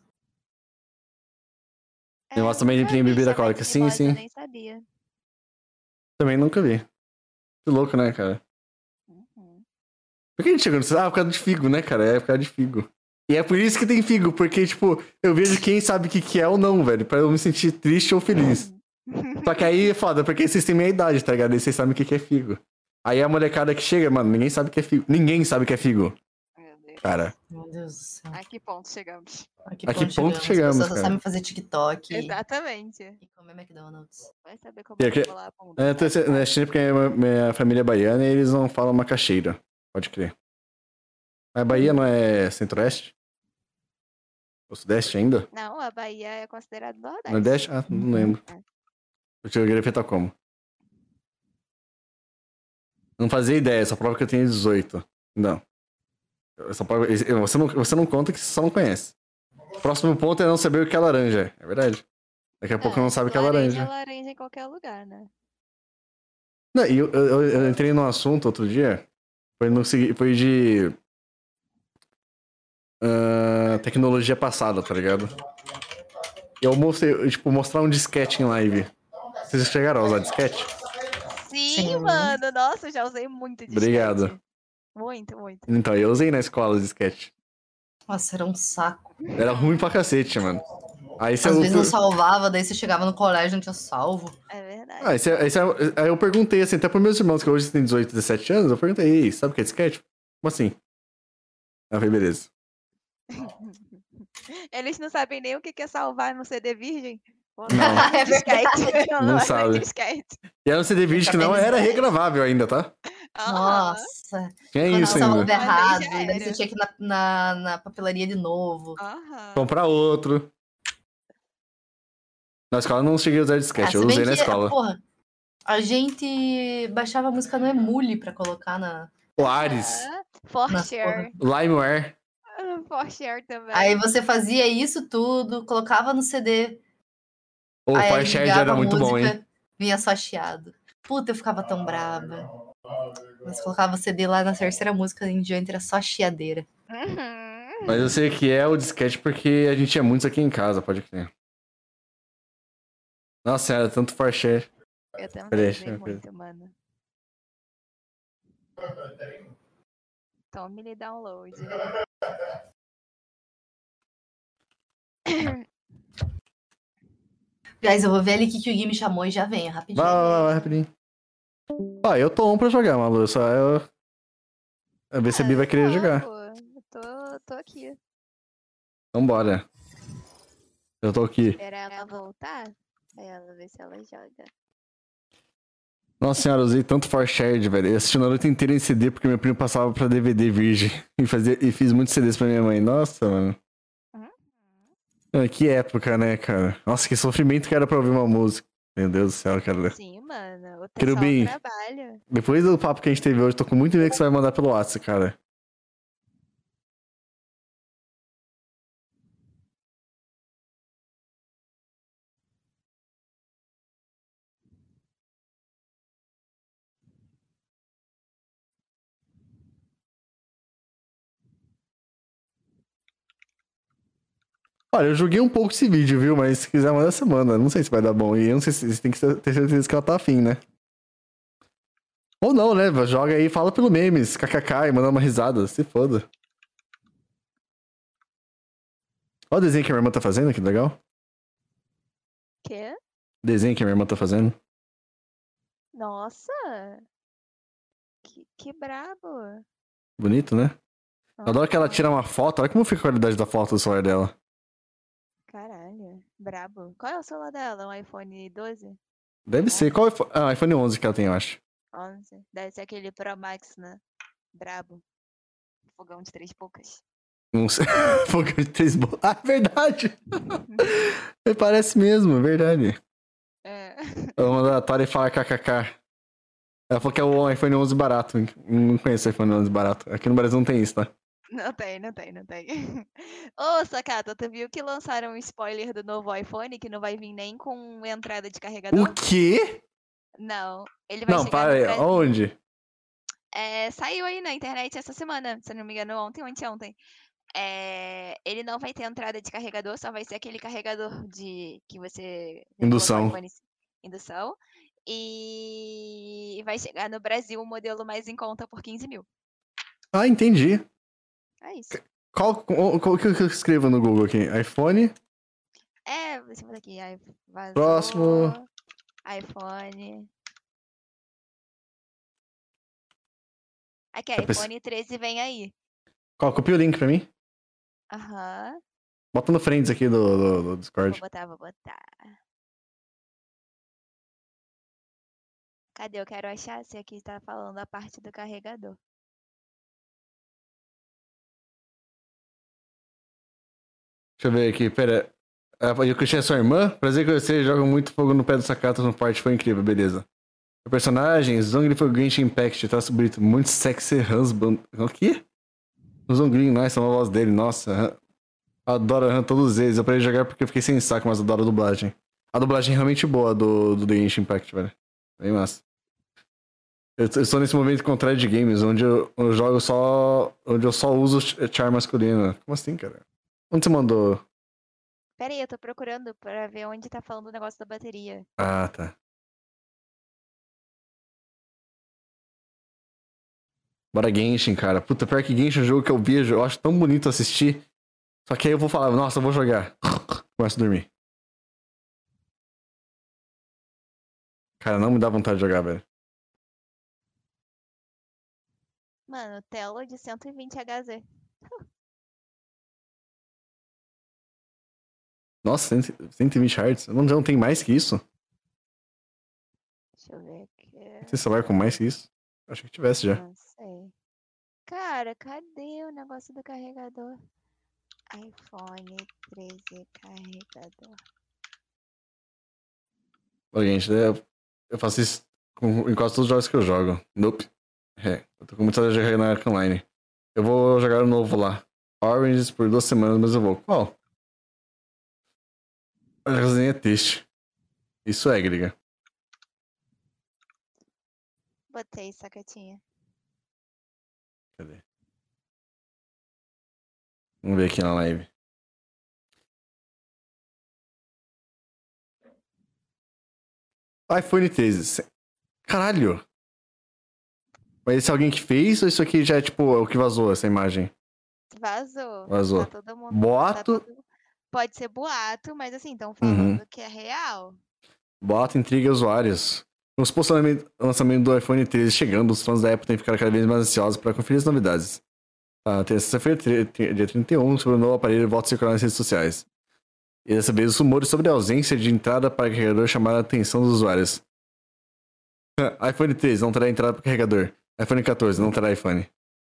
É, Mimosa também nunca tem vi bebida chamar de alcoólica. Sim, mimosa, sim. Eu nem sabia. Também nunca vi. Que louco, né, cara? Uhum. Por que a gente chegou nisso? Ah, por causa de figo, né, cara? É por causa de figo. E é por isso que tem figo, porque, tipo, eu vejo quem sabe o que, que é ou não, velho. Pra eu me sentir triste ou feliz. Só que aí é foda, porque vocês têm minha idade, tá ligado? E vocês sabem o que, que é figo. Aí a molecada que chega, mano, ninguém sabe o que é figo. Ninguém sabe o que é figo. Meu Deus. Cara, Meu Deus do céu. A que ponto chegamos? A que A que ponto, ponto chegamos? chegamos, As pessoas só cara? sabem fazer TikTok e, Exatamente. e comer McDonald's. Vai saber como E aqui- rolar a bunda. é, tô assistindo porque minha, minha família é baiana e eles não falam macaxeira. Pode crer. A Bahia não é centro-oeste? Ou sudeste ainda? Não, a Bahia é considerada Nordeste. Nordeste? Ah, não lembro. É. Eu queria feita como? Não fazia ideia, só prova que eu tenho dezoito. Não. Eu só prova, você, não você não conta que você só não conhece. Próximo ponto é não saber o que é laranja. É verdade. Daqui a pouco não sabe o que é laranja. laranja. É laranja em qualquer lugar, né? Não, e eu, eu, eu entrei num assunto outro dia. Foi, no, segui- foi de. ah, tecnologia passada, tá ligado? Eu mostrei, eu, tipo, mostrar um disquete em live. Vocês chegaram a usar disquete? Sim, Sim. mano. Nossa, eu já usei muito disquete. Obrigado. Muito, muito. Então, eu usei na escola o disquete. Nossa, era um saco. Era ruim pra cacete, mano. Aí você... Às vezes não salvava, daí você chegava no colégio e não tinha salvo. É verdade. Ah, aí, você- aí você- aí eu perguntei, assim, até pros meus irmãos, que hoje têm dezoito, dezessete anos, eu perguntei, ei, sabe o que é disquete? Como assim? Aí eu falei, beleza. Eles não sabem nem o que que é salvar no C D virgem. Vou Não. salvar no É disquete. verdade. Eu Não não sabe. abro disquete. E era um C D vídeo que não era regravável ainda, tá? Aham. Nossa. Tinha Quando isso salvava ainda. errado, já daí você era. tinha que ir na, na, na papelaria de novo. Aham. Comprar outro. Na escola eu não cheguei a usar Ah, disquete, se eu bem usei na que, escola. porra, a gente baixava a música no Emule pra colocar na, O Ares, Ah, For nas porra. share. Limeware. Ah, For share também. Aí você fazia isso tudo, colocava no C D, O aí ele Farshare ligava era a muito bom, hein? música, vinha só chiado. Puta, eu ficava tão brava. Você colocava o C D lá na terceira música em diante, era só chiadeira. Uhum. Mas eu sei que é o disquete porque a gente tinha muitos aqui em casa, pode crer. Nossa, era tanto Farshare. Eu também Peraí, usei deixa eu ver. muito, mano. Tome-lhe download. Guys, eu vou ver ali o que, que o Gui me chamou e já venho, rapidinho. Vai, vai, vai, vai, rapidinho. Ah, eu tô on pra jogar, Malu, só eu... Eu ver se a Bi vai querer jogar. Pô, eu tô, tô aqui. Vambora. Eu tô aqui. Esperar ela voltar. Aí ela ver se ela joga. Nossa senhora, eu usei tanto Farshared, velho. Eu assisti a noite inteira em C D porque meu primo passava pra D V D virgem. E, fazia, e fiz muitos C Ds pra minha mãe. Nossa, mano. Uhum. Mano, que época, né, cara? Nossa, que sofrimento que era pra ouvir uma música. Meu Deus do céu, cara. Sim, mano. O Querubim, pessoal trabalha. depois do papo que a gente teve hoje, tô com muito medo que você vai mandar pelo WhatsApp, cara. Olha, eu joguei um pouco esse vídeo, viu? Mas se quiser, manda semana. Não sei se vai dar bom. E eu não sei se você tem que ter certeza que ela tá afim, né? Ou não, né? Joga aí, fala pelo memes, kkk, e manda uma risada. Se foda. Olha o desenho que a minha irmã tá fazendo, que legal. Quê? Desenho que a minha irmã tá fazendo. Nossa! Que, que brabo. Bonito, né? Eu adoro que ela Aham. tira uma foto. Olha como fica a qualidade da foto do celular dela. Caralho, brabo. Qual é o celular dela? Um iPhone doze? Deve ser. Qual é o ah, iPhone onze que ela tem, eu acho. onze? Deve ser aquele Pro Max, né? Brabo. Fogão de três bocas. Não sei. Fogão de três bo... Ah, é verdade! Parece mesmo, é verdade. É. Eu vou mandar a Tori falar kkk. Ela falou que é o iPhone onze barato. Não conheço o iPhone onze barato. Aqui no Brasil não tem isso, tá? Não tem, não tem, não tem. Ô, Sakata, tu viu que lançaram um spoiler do novo iPhone que não vai vir nem com entrada de carregador? O quê? Não, ele vai Não, chegar para no aí. Brasil. Onde? É, saiu aí na internet essa semana, se eu não me engano, ontem ou anteontem. É, ele não vai ter entrada de carregador, só vai ser aquele carregador de que você vai Indução. colocar o iPhone indução. E vai chegar no Brasil um modelo mais em conta por quinze mil. Ah, entendi. É isso. Qual, qual, qual que eu escrevo no Google aqui? iPhone? É, deixa eu ver aqui. Ai, vazou, Próximo. iPhone. Aqui, Tá pens- iPhone treze vem aí. Qual? Copia o link pra mim. Aham. Bota no Friends aqui do, do, do Vou Discord. botar, vou botar. Cadê? Eu quero achar se aqui tá falando a parte do carregador. Deixa eu ver aqui, pera. Ah, eu conheci a sua irmã? Prazer que você joga muito fogo no pé do Sakata no parte, foi incrível, beleza. O personagem, Zongli foi o Genshin Impact, tá bonito. Muito sexy husband. O quê? O Zongli, nice, a voz dele, nossa. Adoro Han todos eles. Eu parei de jogar porque eu fiquei sem saco, mas adoro a dublagem. A dublagem é realmente boa do, do The Genshin Impact, velho. Bem massa. Eu, eu estou nesse momento contrário de games, onde eu, eu jogo só. Onde eu só uso char masculino. Como assim, cara? Onde você mandou? Pera aí, eu tô procurando pra ver onde tá falando o negócio da bateria. Ah, tá. Bora Genshin, cara. Puta, pior que Genshin é um jogo que eu vejo, eu acho tão bonito assistir. Só que aí eu vou falar, nossa, eu vou jogar. Começo a dormir. Cara, não me dá vontade de jogar, velho. Mano, tela de cento e vinte H Z. Nossa, cento e vinte Hz? Não, não tem mais que isso? Deixa eu ver aqui. Tem celular com mais que isso? Acho que tivesse já. Não sei. Cara, cadê o negócio do carregador? iPhone treze carregador. Ô, gente, eu, eu faço isso com, em quase todos os jogos que eu jogo. Nope. É, eu tô com muita saudade de Ragnarok Online. Eu vou jogar o novo lá. Oranges por duas semanas, mas eu vou. Qual? A resenha é triste. Isso é, Griga. Botei, sacatinha. Cadê? Vamos ver aqui na live. iPhone treze. Caralho! Mas esse é alguém que fez ou isso aqui já é tipo o que vazou essa imagem? Vazou. Vazou. Tá todo mundo. Boato. Tá todo... Pode ser boato, mas assim, estão Uhum. falando que é real. Boato intriga usuários. Com o suposto lançamento do iPhone treze chegando, os fãs da Apple têm ficado cada vez mais ansiosos para conferir as novidades. Ah, terça-feira, dia trinta e um, sobre o novo aparelho volta a circular nas redes sociais. E dessa vez os rumores sobre a ausência de entrada para carregador chamaram a atenção dos usuários. iPhone treze não terá entrada para carregador. iPhone quatorze não terá iPhone.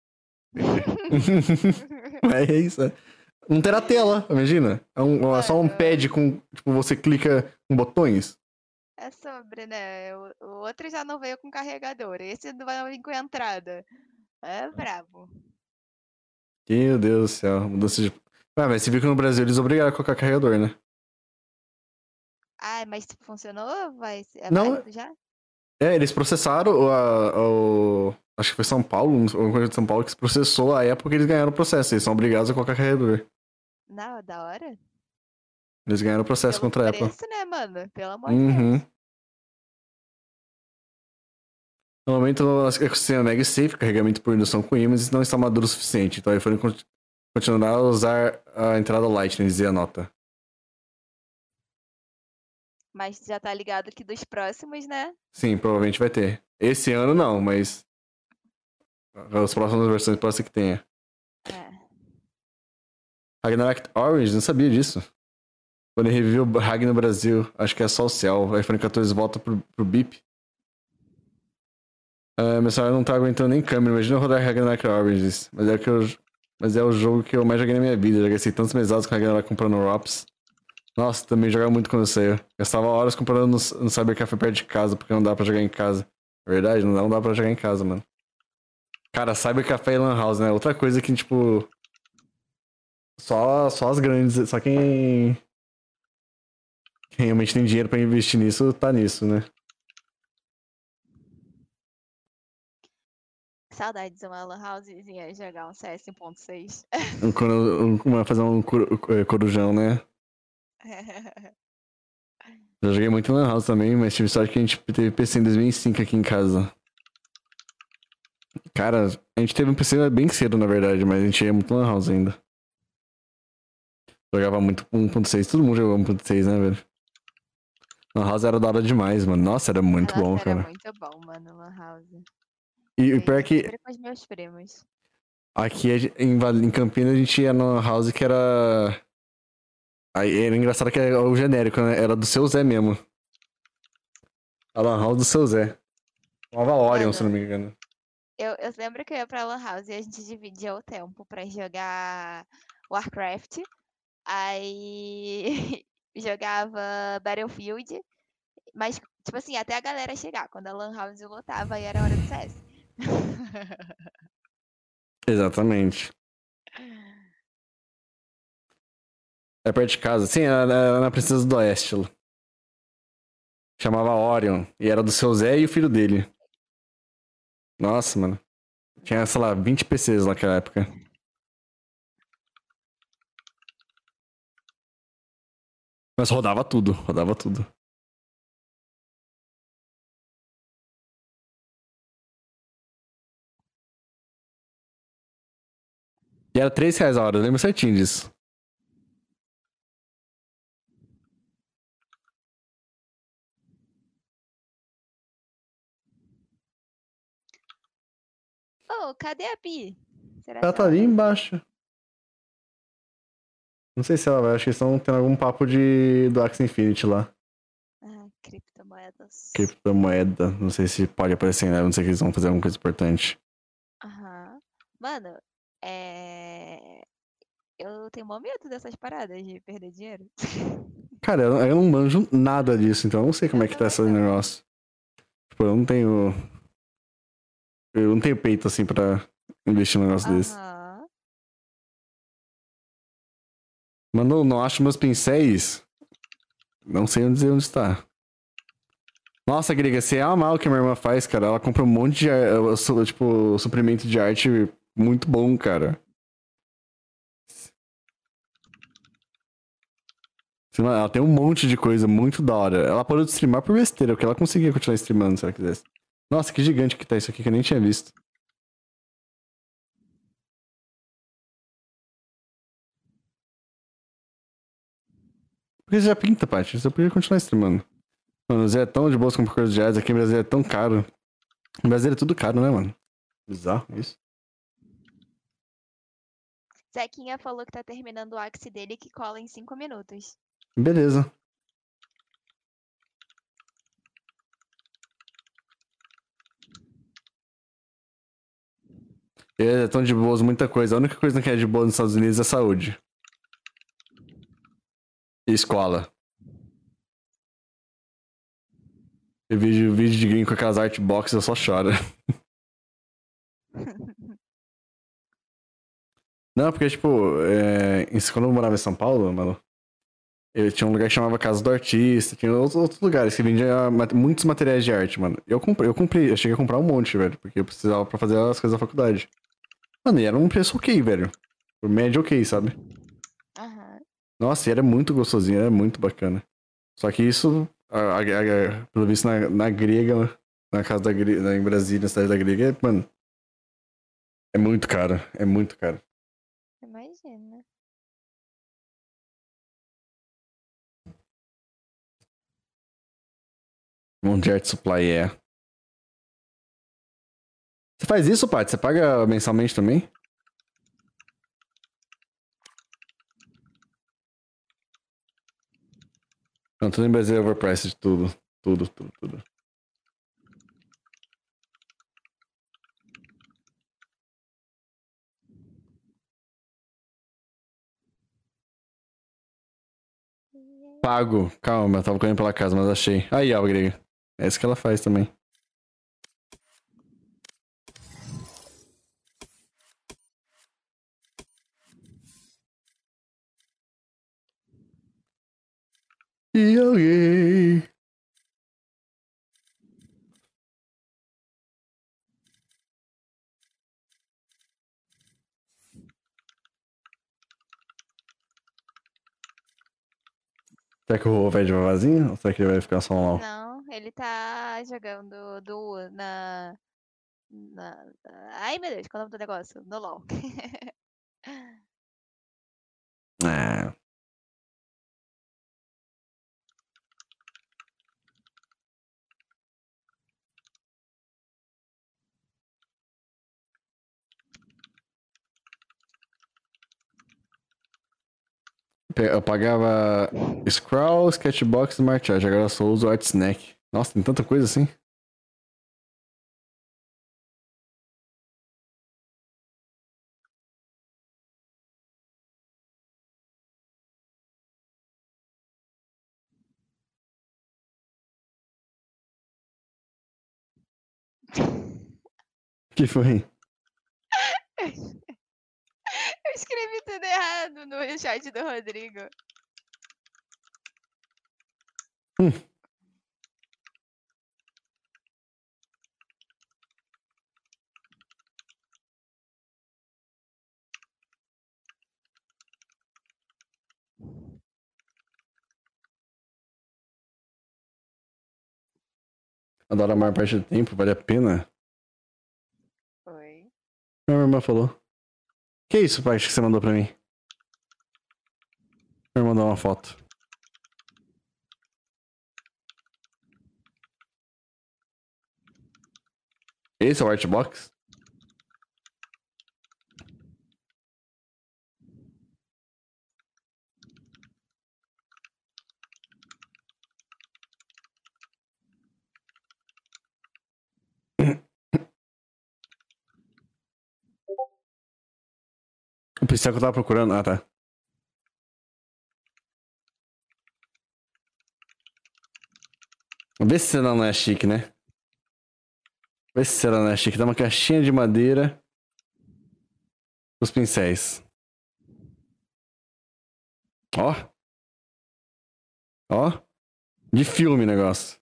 É isso, é. Não terá tela, imagina. É, um, é só um pad com. Tipo, você clica com botões. É sobre, né? O, o outro já não veio com carregador. Esse não vai vir com entrada. É brabo. Meu Deus do céu. Mudança de. Ah, mas você viu que no Brasil eles obrigaram a colocar carregador, né? Ah, mas funcionou? Vai ser é Não. válido já? É, eles processaram o, a- o. Acho que foi São Paulo, uma coisa de São Paulo, que processou a época que eles ganharam o processo. Eles são obrigados a colocar carregador. Não, da hora. Eles ganharam o processo Pelo contra a Apple. preço, né, mano? Pelo amor de Uhum. Deus. No momento, o ecossistema MagSafe, carregamento por indução com ímãs, não está maduro o suficiente. Então, o iPhone con- continuará a usar a entrada Lightning, dizia a nota. Mas já tá ligado que dos próximos, né? Sim, provavelmente vai ter. Esse ano não, mas as próximas versões pode ser que tenha. É. Ragnarok Orange, não sabia disso. Quando ele reviveu o Rag no Brasil, acho que é só o céu. O iPhone quatorze volta pro, pro bip. Uh, meu celular não tá aguentando nem câmera, imagina eu rodar Ragnarok Origins. Mas é, que eu, mas é o jogo que eu mais joguei na minha vida. Já gastei tantos mesados com Ragnarok comprando ROPS. Nossa, também jogava muito quando eu saiu. Gastava horas comprando no, no Cybercafé perto de casa, porque não dá pra jogar em casa. É verdade, não dá, não dá pra jogar em casa, mano. Cara, Cybercafé e Lan House, né? Outra coisa que, tipo... Só, só as grandes, só quem... Quem realmente tem dinheiro pra investir nisso, tá nisso, né? Saudades de uma lan housezinha jogar um C S um ponto seis. Um coru- um- fazer um coru- corujão, né? Já joguei muito em Lan House também, mas tive sorte que a gente teve P C em dois mil e cinco aqui em casa. Cara, a gente teve um P C bem cedo, na verdade, mas a gente ia muito Lan House ainda. Jogava muito um ponto seis, todo mundo jogava um ponto seis, né, velho? Lan House era da hora demais, mano. Nossa, era muito Nossa, bom, era cara. muito bom, mano, lan house. E Eu o pior é ia que sempre com os meus primos. aqui a gen- em, Val- em Campinas a gente ia na Lan House que era... Aí era engraçado que era o genérico, né? Era do Seu Zé mesmo. A Lan House do Seu Zé. Chamava Orion, se não me engano. Eu, eu lembro que eu ia pra lan house e a gente dividia o tempo pra jogar Warcraft. Aí jogava Battlefield. Mas, tipo assim, até a galera chegar. Quando a lan house lotava, aí era hora do C S. Exatamente. É perto de casa. Sim, era, era na Princesa do Oeste. Chamava Orion. E era do Seu Zé e o filho dele. Nossa, mano. Tinha, sei lá, vinte P Cs naquela época. Mas rodava tudo, rodava tudo. E era três reais a hora, eu lembro certinho disso. Ô, cadê a Pi? Será Ela que tá ela ali vai vir? embaixo. Não sei se ela vai, acho que eles estão tendo algum papo de do Axie Infinity lá. Ah, criptomoedas. Criptomoeda. Não sei se pode aparecer, né? Não sei que eles vão fazer alguma coisa importante. Aham. Mano, é... eu tenho mó medo dessas paradas de perder dinheiro. Cara, eu, eu não manjo nada disso, então eu não sei como Eu é que tá também esse não. negócio. Tipo, eu não tenho. Eu não tenho peito assim pra investir num negócio desse. Aham. Mano, não acho meus pincéis. Não sei onde dizer onde está. Nossa, Grega, você ama o que a minha irmã faz, cara. Ela compra um monte de, ar- uh, su- tipo, suprimento de arte muito bom, cara. Sei lá, ela tem um monte de coisa muito da hora. Ela parou de streamar por besteira, porque ela conseguia continuar streamando se ela quisesse. Nossa, que gigante que tá isso aqui que eu nem tinha visto. Por que você já pinta, Paty? Você podia continuar streamando. Mano, o Zé é tão de boas com coisas de reais, aqui no Brasil é tão caro. No Brasil é tudo caro, né, mano? Bizarro isso. Zequinha falou que tá terminando o Axie dele que cola em cinco minutos. Beleza. É tão de boas muita coisa. A única coisa que é de boa nos Estados Unidos é saúde. E escola. Eu vejo vídeo de gringo com aquelas art box, eu só choro. Não, porque, tipo, é... em- quando eu morava em São Paulo, mano, eu tinha um lugar que chamava Casa do Artista, tinha outros, outros lugares que vendia ma- muitos materiais de arte, mano. Eu comprei, eu comprei, eu cheguei a comprar um monte, velho, porque eu precisava pra fazer as coisas da faculdade. Mano, e era um preço ok, velho. Por médio ok, sabe? Aham. Nossa, e era muito gostosinho, era muito bacana. Só que isso, a, a- a- pelo visto, na, na grega, na casa da grega, em Brasília, na cidade da grega, é, mano, é muito caro, é muito caro. Imagina. Um de art supply, é. Você faz isso, Paty? Você paga mensalmente também? Não, tudo em Brasil é overpriced de tudo. Tudo, tudo, tudo. Pago. Calma, eu tava correndo pela casa, mas achei. Aí, ó, grega. É isso que ela faz também. E alguém. Será que o Rô vai de vavazinho? Ou será que ele vai ficar só lá? Não, ele tá jogando do na, na. Ai, meu Deus, qual é o nome do negócio? No LOL. Ah. Pe- Eu pagava Scroll, Sketchbox e Smart Art. Agora eu só uso Art Snack. Nossa, tem tanta coisa assim. Que foi? Eu escrevi tudo errado no chat do Rodrigo. Hum. Adoro a maior parte do tempo, vale a pena. Oi. Minha irmã falou. Que isso, pai, que você mandou pra mim? Vou mandar uma foto. Esse é o Artbox? O pincel que eu tava procurando. Ah, tá. Vê se ela não é chique, né? Vê se ela não é chique. Dá uma caixinha de madeira. Os pincéis. Ó. Ó. De filme o negócio.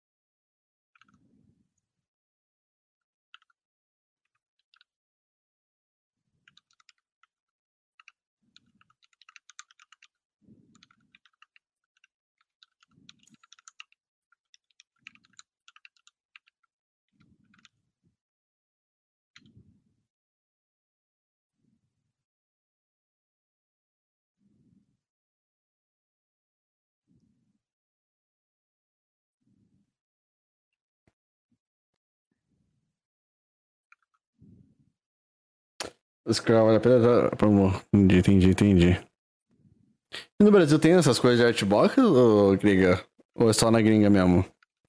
Os caras vale a pena. Entendi, entendi, entendi. E no Brasil tem essas coisas de Artbox, ou gringa? Ou é só na gringa mesmo?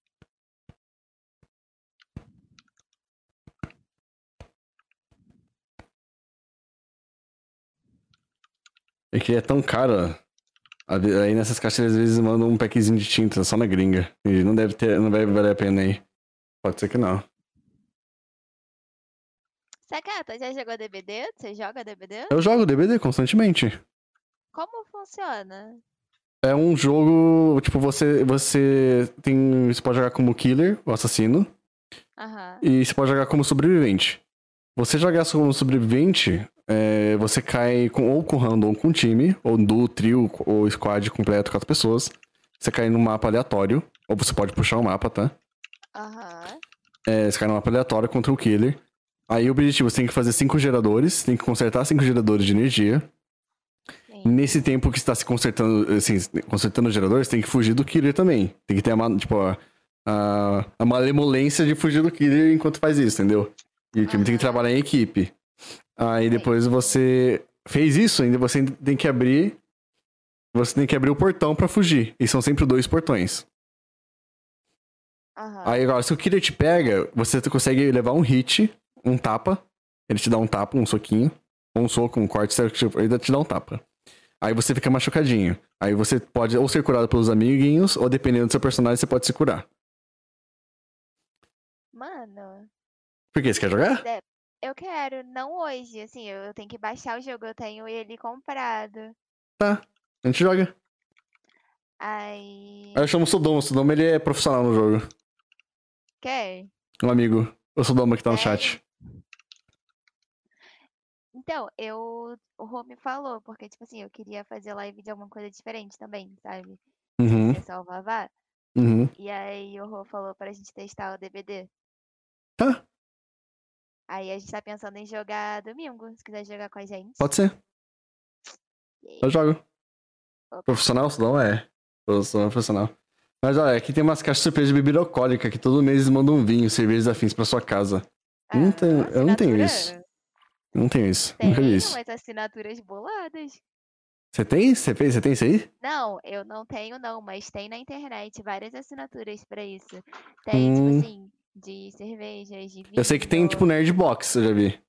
É que é tão caro. Aí nessas caixas às vezes mandam um packzinho de tinta só na gringa. E não deve ter, não vai valer a pena aí. Pode ser que não. Sakata, já jogou D B D? Você joga D B D? Eu jogo D B D constantemente. Como funciona? É um jogo, tipo, você, você tem, você pode jogar como killer, o assassino, Aham. e você pode jogar como sobrevivente. Você jogar como sobrevivente, é, você cai com, ou com random com time, ou duo, trio, ou squad completo, quatro pessoas. Você cai num mapa aleatório, ou você pode puxar o mapa, tá? Aham. É, você cai num mapa aleatório contra o killer. Aí o objetivo, você tem que fazer cinco geradores, tem que consertar cinco geradores de energia. Sim. Nesse tempo que você tá se consertando, assim, consertando os geradores, tem que fugir do killer também. Tem que ter a, tipo, a, a, a malemolência de fugir do killer enquanto faz isso, entendeu? E o time tem que trabalhar em equipe. Aí depois você fez isso, ainda você tem que abrir. Você tem que abrir o portão pra fugir. E são sempre dois portões. Aham. Aí agora, se o killer te pega, você consegue levar um hit, um tapa. Ele te dá um tapa, um soquinho. Ou um soco, um corte, ele te dá um tapa. Aí você fica machucadinho. Aí você pode ou ser curado pelos amiguinhos, ou dependendo do seu personagem, você pode se curar. Mano, Por quê? Você quer jogar? de- eu quero, não hoje, assim, eu eu tenho que baixar o jogo, eu tenho ele comprado. Tá, a gente joga. Aí. Aí eu chamo o Sodoma. O Sodoma, ele é profissional no jogo. Quer? Um amigo. O Sodoma que tá no chat. Então, eu. O Rô me falou, porque, tipo assim, eu queria fazer live de alguma coisa diferente também, sabe? Uhum. Ser só o Vavá. Uhum. E aí o Rô falou pra gente testar o D B D. Tá. Aí a gente tá pensando em jogar domingo, se quiser jogar com a gente. Pode ser. Eu jogo. Profissional, Sodoma é. Eu sou profissional. Mas olha, aqui tem umas caixas de surpresa de bebida alcoólica que todo mês eles mandam um vinho, cervejas afins pra sua casa. Eu não tenho, eu não tenho isso. Eu não tenho isso. Tem Nunca vi isso. umas assinaturas boladas. Você tem? Você fez? Você tem isso aí? Não, eu não tenho não, mas tem na internet várias assinaturas pra isso. Tem, Hum. tipo assim, de cervejas, de vinho. Eu sei que tem tipo Nerd Box, eu já vi.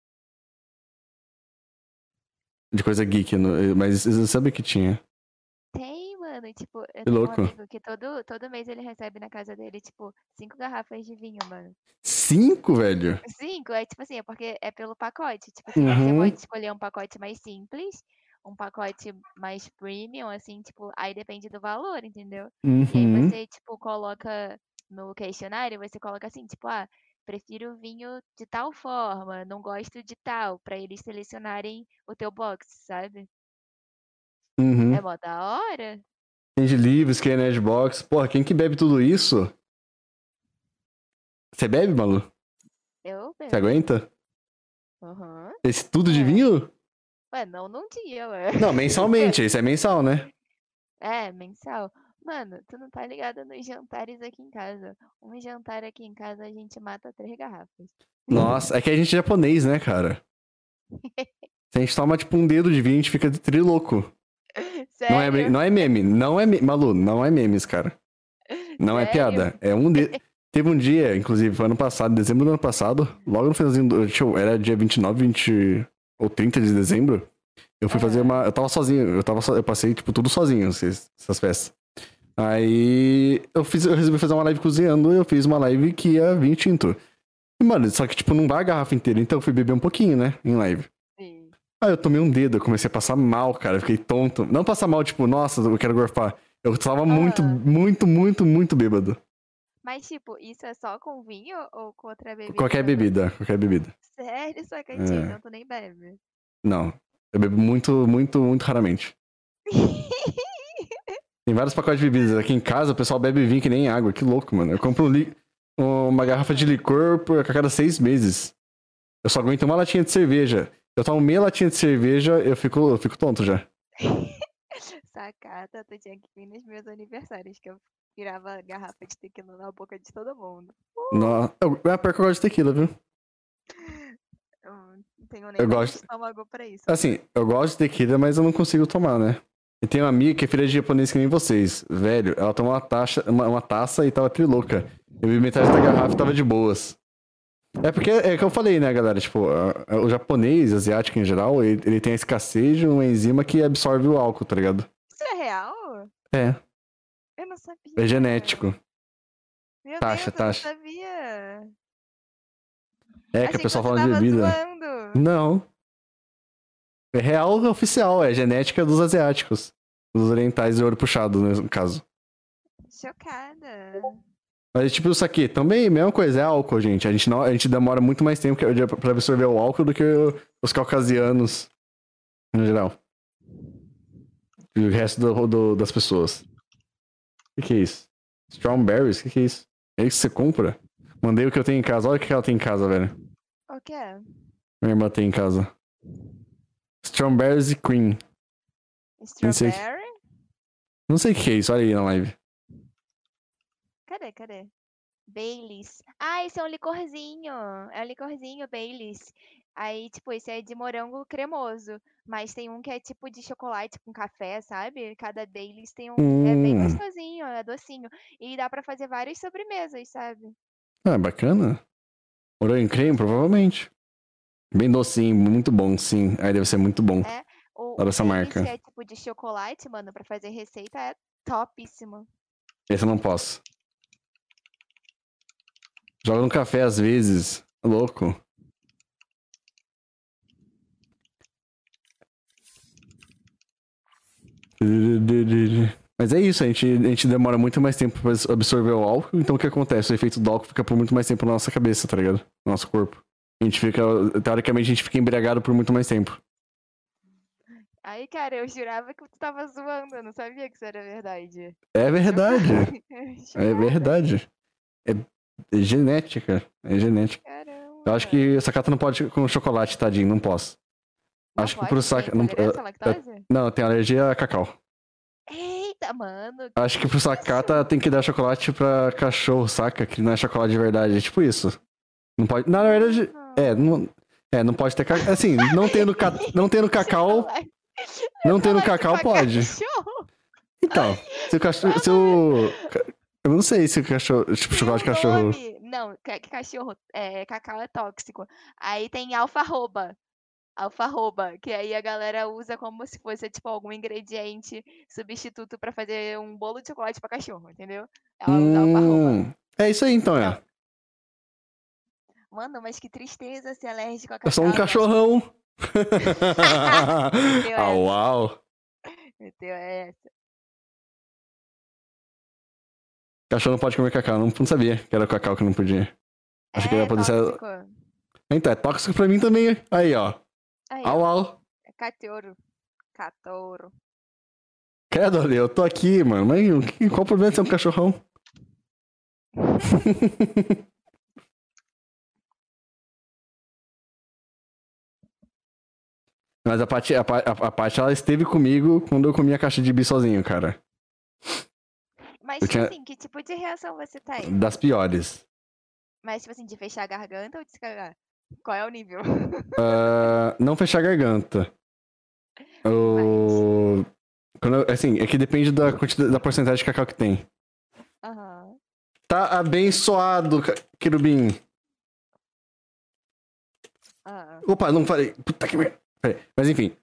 De coisa geek, no- mas eu sabia que tinha. Tem, mano, tipo, eu Que tenho louco. um amigo que todo, todo mês ele recebe na casa dele, tipo, cinco garrafas de vinho, mano. Cinco, velho? Cinco, é tipo assim, é porque é pelo pacote. Tipo assim, você Uhum. pode escolher um pacote mais simples, um pacote mais premium, assim, tipo, aí depende do valor, entendeu? E aí Uhum. você, tipo, coloca no questionário, você coloca assim, tipo, ah, prefiro vinho de tal forma, não gosto de tal, pra eles selecionarem o teu box, sabe? Uhum. É mó da hora. Tem de livros, que é Nerd Box. Porra, quem que bebe tudo isso? Você bebe, Malu? Eu Você bebo. aguenta? Aham. Esse tudo de É. vinho? Ué, não num dia, ué. Não, mensalmente, isso é mensal, né? É, mensal. Mano, tu não tá ligado nos jantares aqui em casa. Um jantar aqui em casa a gente mata três garrafas. Nossa, é que a gente é japonês, né, cara? Se a gente toma, tipo, um dedo de vinho, a gente fica trilouco. Não é, Sério? não é meme, não é meme. Malu, não é memes, cara. Não é Sério? piada. É um dedo. Teve um dia, inclusive, foi ano passado, dezembro do ano passado, logo no finalzinho do. Deixa eu, era dia vinte e nove, vinte ou trinta de dezembro. Eu fui fazer uma. Eu tava sozinho, eu tava so, eu passei, tipo, tudo sozinho, essas, essas festas. Aí eu fiz, eu resolvi fazer uma live cozinhando, eu fiz uma live que ia vinho tinto. E, mano, só que, tipo, não vai a garrafa inteira, então eu fui beber um pouquinho, né, em live. Sim. Aí eu tomei um dedo, eu comecei a passar mal, cara, eu fiquei tonto. Não passar mal, tipo, nossa, eu quero gorfar. Eu tava muito, Aham. muito, muito, muito bêbado. Mas, tipo, isso é só com vinho ou com outra bebida Qualquer também? bebida, qualquer bebida. Sério, sua cantinha, É. então tu nem bebe. Não, eu bebo muito, muito, muito raramente. Tem vários pacotes de bebidas. Aqui em casa o pessoal bebe vinho que nem água, que louco, mano. Eu compro um li... uma garrafa de licor por a cada seis meses. Eu só aguento uma latinha de cerveja. Eu tomo meia latinha de cerveja, eu fico, eu fico tonto já. Sacada, tu tinha que vir nos meus aniversários, que eu virava garrafa de tequila na boca de todo mundo. No... Eu, é pior que eu gosto de tequila, viu? Eu não tenho nem Eu mais gosto. estômago pra isso. Assim, eu gosto de tequila, mas eu não consigo tomar, né? E tem uma amiga que é filha de japonês que nem vocês. Velho, ela tomou uma, taxa, uma, uma taça e tava trilouca. Eu bebi metade da garrafa e tava de boas. É porque é que eu falei, né, galera? Tipo, a- a- o japonês, asiático em geral, ele, ele tem a escassez de uma enzima que absorve o álcool, tá ligado? Isso é real? É, Eu não sabia. é genético. Meu Taxa, Deus, taxa. eu não sabia. É que Achei a pessoa que você fala de tava bebida. zoando. Não. É real oficial, é genética dos asiáticos. Dos orientais de olho puxado, no caso. Chocada. Mas, tipo, isso aqui também, mesma coisa, é álcool, gente. A gente, não, a gente demora muito mais tempo que- pra absorver o álcool do que o- os caucasianos, no geral. E o resto do, do- das pessoas. O que, que é isso? Strawberries? O que, que é isso? É isso que você compra? Mandei o que eu tenho em casa. Olha o que ela tem em casa, velho. O que é? Minha irmã tem em casa. Strawberries e cream. Nem sei, Strawberry? não sei o que é isso, olha aí na live. Cadê, cadê? Baileys. Ah, esse é um licorzinho. É um licorzinho, Baileys. Aí, tipo, esse é de morango cremoso. Mas tem um que é tipo de chocolate com café, sabe? Cada Baileys tem um. É bem Hum. gostosinho, é docinho. E dá pra fazer várias sobremesas, sabe? Ah, bacana. Morango creme, provavelmente. Bem docinho, muito bom, sim. Aí deve ser muito bom. É. O, Adoro o essa Baileys, marca. que é tipo de chocolate, mano, pra fazer receita é topíssimo. Esse eu não posso. Joga no café às vezes. Louco. Mas é isso, a gente, a gente demora muito mais tempo pra absorver o álcool, então o que acontece? O efeito do álcool fica por muito mais tempo na nossa cabeça, tá ligado? No nosso corpo. A gente fica, teoricamente, a gente fica embriagado por muito mais tempo. Aí, cara, eu jurava que tu tava zoando, eu não sabia que isso era verdade. É verdade. Chocada. É verdade. É, é genética. É genética. Caramba. Eu acho que Sakata não pode ir com chocolate, tadinho, não posso. Não Acho que pode? pro Tem Sakata. Não, intolerância à eu- lactose? não, tem alergia a cacau. Eita, mano. Acho que pro isso? Sakata tem que dar chocolate pra cachorro, saca? Que não é chocolate de verdade. É tipo isso. Não pode. Na verdade, é, não, é, não pode ter cacau. Assim, não tendo, ca... não tendo cacau. Chocolate. Não tendo Chocolate cacau, pra pode. cachorro? Então, se o cachorro. Se o... Eu não sei se o cachorro. Tipo, Tem chocolate de um cachorro. nome. Não, ca- cachorro, é, cacau é tóxico. Aí tem alfarroba. Alfarroba, que aí a galera usa como se fosse, tipo, algum ingrediente substituto pra fazer um bolo de chocolate pra cachorro, entendeu? Ela usa alfarroba. Hum, é isso aí então, é. Não. Mano, mas que tristeza ser alérgico a Eu sou um cacau. cachorrão. Meteu Ah, essa. uau. Meteu essa. Cachorro não pode comer cacau. Não, não sabia que era o cacau que não podia. Acho que É ia poder ser. tóxico. Então, é tóxico pra mim também. Aí, ó. Aí, Au, ó. au. É catouro. Catouro. Credo, Ale, eu tô aqui, mano. Mas o que- qual o problema de ser um cachorrão? Mas a Paty, a, Pa- a, a Paty, ela esteve comigo quando eu comi a caixa de bis sozinho, cara. Mas, Eu tipo tinha- assim, que tipo de reação você tem? Das piores. Mas, tipo assim, de fechar a garganta ou de se cagar? Qual é o nível? Ah, não fechar a garganta. O... Quando eu- assim, é que depende da quantidade, da porcentagem de cacau que tem. Aham. Tá abençoado, ca- querubim. Ah. Opa, não falei. Puta que merda. Peraí. Mas enfim.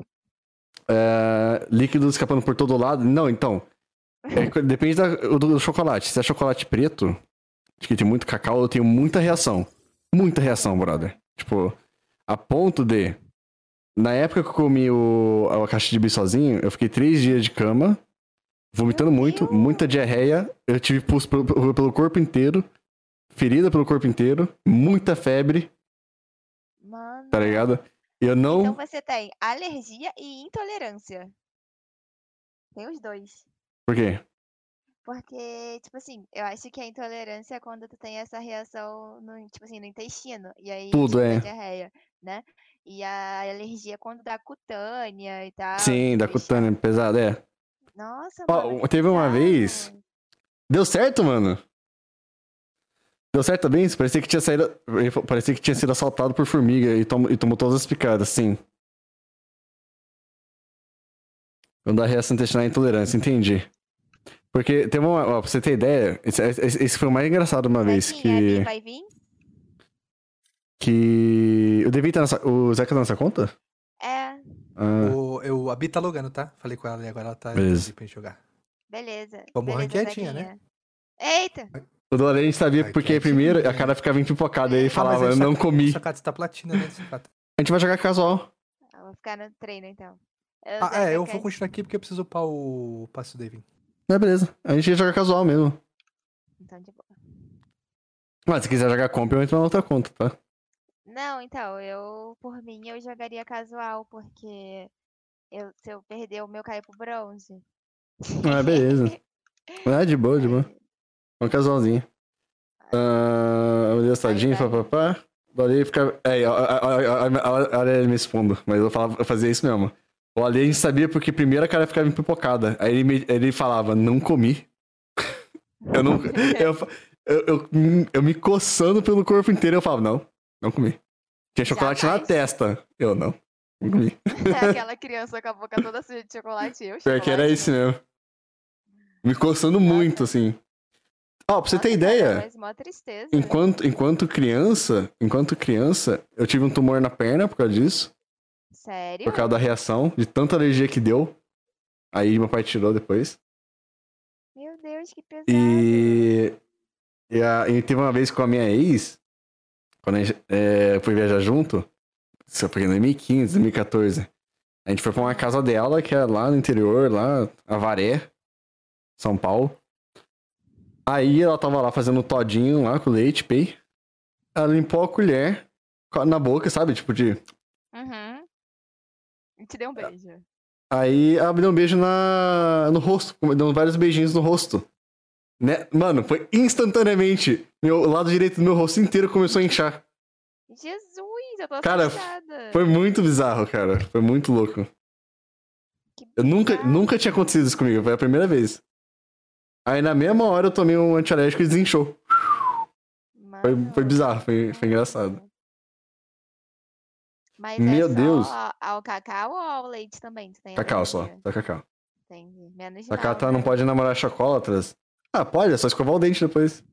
É, líquido escapando por todo lado. Não, então. É que depende da- do, do chocolate. Se é chocolate preto, que tem muito cacau, eu tenho muita reação. Muita reação, brother. Tipo, a ponto de. Na época que eu comi o, a caixa de bis sozinho, eu fiquei três dias de cama, vomitando Meu muito, Deus. muita diarreia. Eu tive pus pelo, pelo- pelo corpo inteiro, ferida pelo corpo inteiro, muita febre, Mano. tá ligado? E eu não. Então você tem alergia e intolerância. Tem os dois. Por quê? Porque, tipo assim, eu acho que a intolerância é quando tu tem essa reação no, tipo assim, no intestino. E aí, Tudo, tipo, é. da diarreia, né? E a alergia é quando dá cutânea e tal. Sim, de da fechar. cutânea, pesada, é. Nossa, Ó, mano, que teve uma bizarro. vez. Deu certo, mano? Deu certo também? Parecia que tinha saído. Parecia que tinha sido assaltado por formiga e, tom- e tomou todas as picadas, sim. Quando dá reação intestinal à intolerância, entendi. Porque teve uma. Ó, pra você ter ideia, esse, esse- esse foi o mais engraçado uma Vai vez. vir, a Que. Bi vai vir? Que. O Devi tá nessa. O Zeca tá nessa conta? É, Ah, O, eu, a Bi tá logando, tá? Falei com ela e agora ela tá Beleza. ali pra gente jogar. beleza. Vamos beleza, ranqueadinha, né? Zequinha. Eita! o do Ale a gente sabia Ai, porque que primeiro a quietinho. cara ficava empipocada e ele Ah, mas falava, aí, eu não saca- comi. Sacata, você tá platina, né? Sacata? A gente vai jogar casual. Eu vou ficar no treino, então. O Ah, é, Zeca eu quer- vou continuar aqui porque eu preciso upar o passo do David. Não, beleza. A gente ia jogar casual mesmo. Então, de boa. Mas se quiser jogar comp, eu entro na outra conta, tá? Não, então, eu, por mim, eu jogaria casual, porque eu, se eu perder o meu cair pro bronze. Ah, beleza. Ah, de boa, de boa. Um casualzinho. Ah, o tadinho, vai. papapá. O Ale fica. É, olha ele me expondo, mas eu, falava, eu fazia isso mesmo. O Ale a gente sabia porque primeiro a cara ficava empipocada. Aí ele, me- ele falava, não comi. Eu não. Eu, eu, eu, eu me coçando pelo corpo inteiro, eu falava, não, não comi. Tinha chocolate na Jamais. testa. Eu não, não comi. Aquela criança com a boca toda suja de chocolate. Eu, Pior que era chocolate, isso né? mesmo. Me coçando muito, assim. Ó, pra você ter Nossa, ideia. cara, mas mó tristeza. Enquanto, enquanto criança, enquanto criança, eu tive um tumor na perna por causa disso. Sério? Por causa da reação, de tanta alergia que deu. Aí meu pai tirou depois. Meu Deus, que pesado. E, e, a- e teve uma vez com a minha ex, quando a gente é, foi viajar junto, isso foi em dois mil e quinze, dois mil e quatorze. A gente foi pra uma casa dela, que é lá no interior, lá, Avaré, São Paulo. Aí ela tava lá fazendo um todinho lá com leite, pei. Ela limpou a colher co- na boca, sabe? Tipo de. Uhum. E te deu um beijo. Aí ela me deu um beijo na... no rosto. Deu vários beijinhos no rosto. Né? Mano, foi instantaneamente. Meu, o lado direito do meu rosto inteiro começou a inchar. Jesus, eu tô Cara, assustada. Foi muito bizarro, cara. Foi muito louco. Que Eu nunca, bizarro. nunca tinha acontecido isso comigo. Foi a primeira vez. Aí na mesma hora eu tomei um antialérgico e desinchou. Foi, Mano, foi bizarro, foi, foi engraçado. Mas Meu é só Deus. ao cacau ou ao leite também? Tu tem Cacau só, alergia? só cacau. Entendi. Menos A mal, Cata né? não pode namorar chocolatras. Ah, pode, é só escovar o dente depois.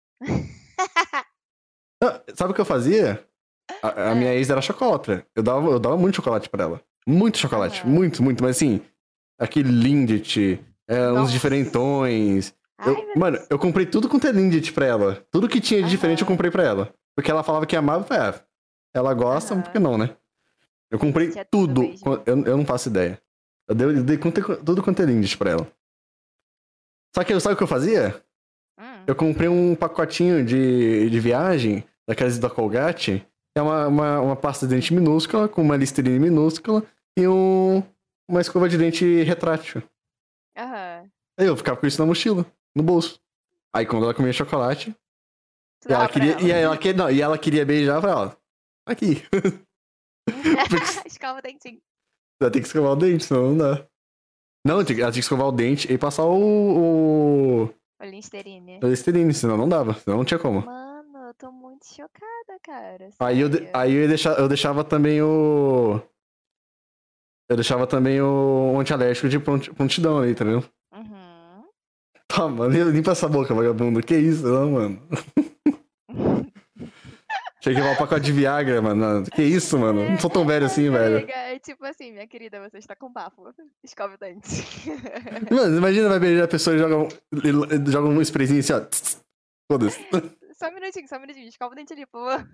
Não, sabe o que eu fazia? A, a minha ex era chocolatra. Eu dava, eu dava muito chocolate pra ela. Muito chocolate, Aham. muito, muito. Mas assim, aquele Lindt, é, uns Nossa. diferentões. Ai, Eu- meu mano, Deus. eu comprei tudo com Lindt pra ela. Tudo que tinha de diferente eu Aham. comprei pra ela. Porque ela falava que amava, eu falei, ah, ela gosta, Aham. por que não, né? Eu comprei Tinha tudo tudo. mesmo. com- Eu, eu não faço ideia. Eu dei, eu dei com- tudo quanto é Lindt pra ela. Só que sabe o que eu fazia? Hum. Eu comprei um pacotinho de, de viagem, daquelas da Colgate. É uma, uma, uma pasta de dente minúscula, com uma Listerine minúscula e um, uma escova de dente retrátil. Aham. Aí eu ficava com isso na mochila, no bolso. Aí quando ela comia chocolate, Tu e ela dava pra queria, ela. e aí ela, que- não, e ela queria beijar, eu falei, ó, aqui. Escova o dentinho. Ela tem que escovar o dente, senão não dá. Não, ela tinha que ela tinha que escovar o dente e passar o. o... O Listerine. o Listerine, senão não dava. Senão não tinha como. Mano, eu tô muito chocada, cara. Aí eu, de- sério. aí eu, deixava, eu deixava também o. Eu deixava também o antialérgico de pront- prontidão ali, entendeu? Uhum. Toma, limpa essa boca, vagabundo. Que isso, não, mano. Tinha que levar um pacote de Viagra, mano. Que isso, mano? Não sou tão velho assim, velho. Amiga, é tipo assim, minha querida, você está com bafo. Escove o dente. Mano, imagina, vai beijar a pessoa e joga um, ele joga um sprayzinho assim, ó. Foda-se. Só um minutinho, só um minutinho. Escova o dente ali, por favor.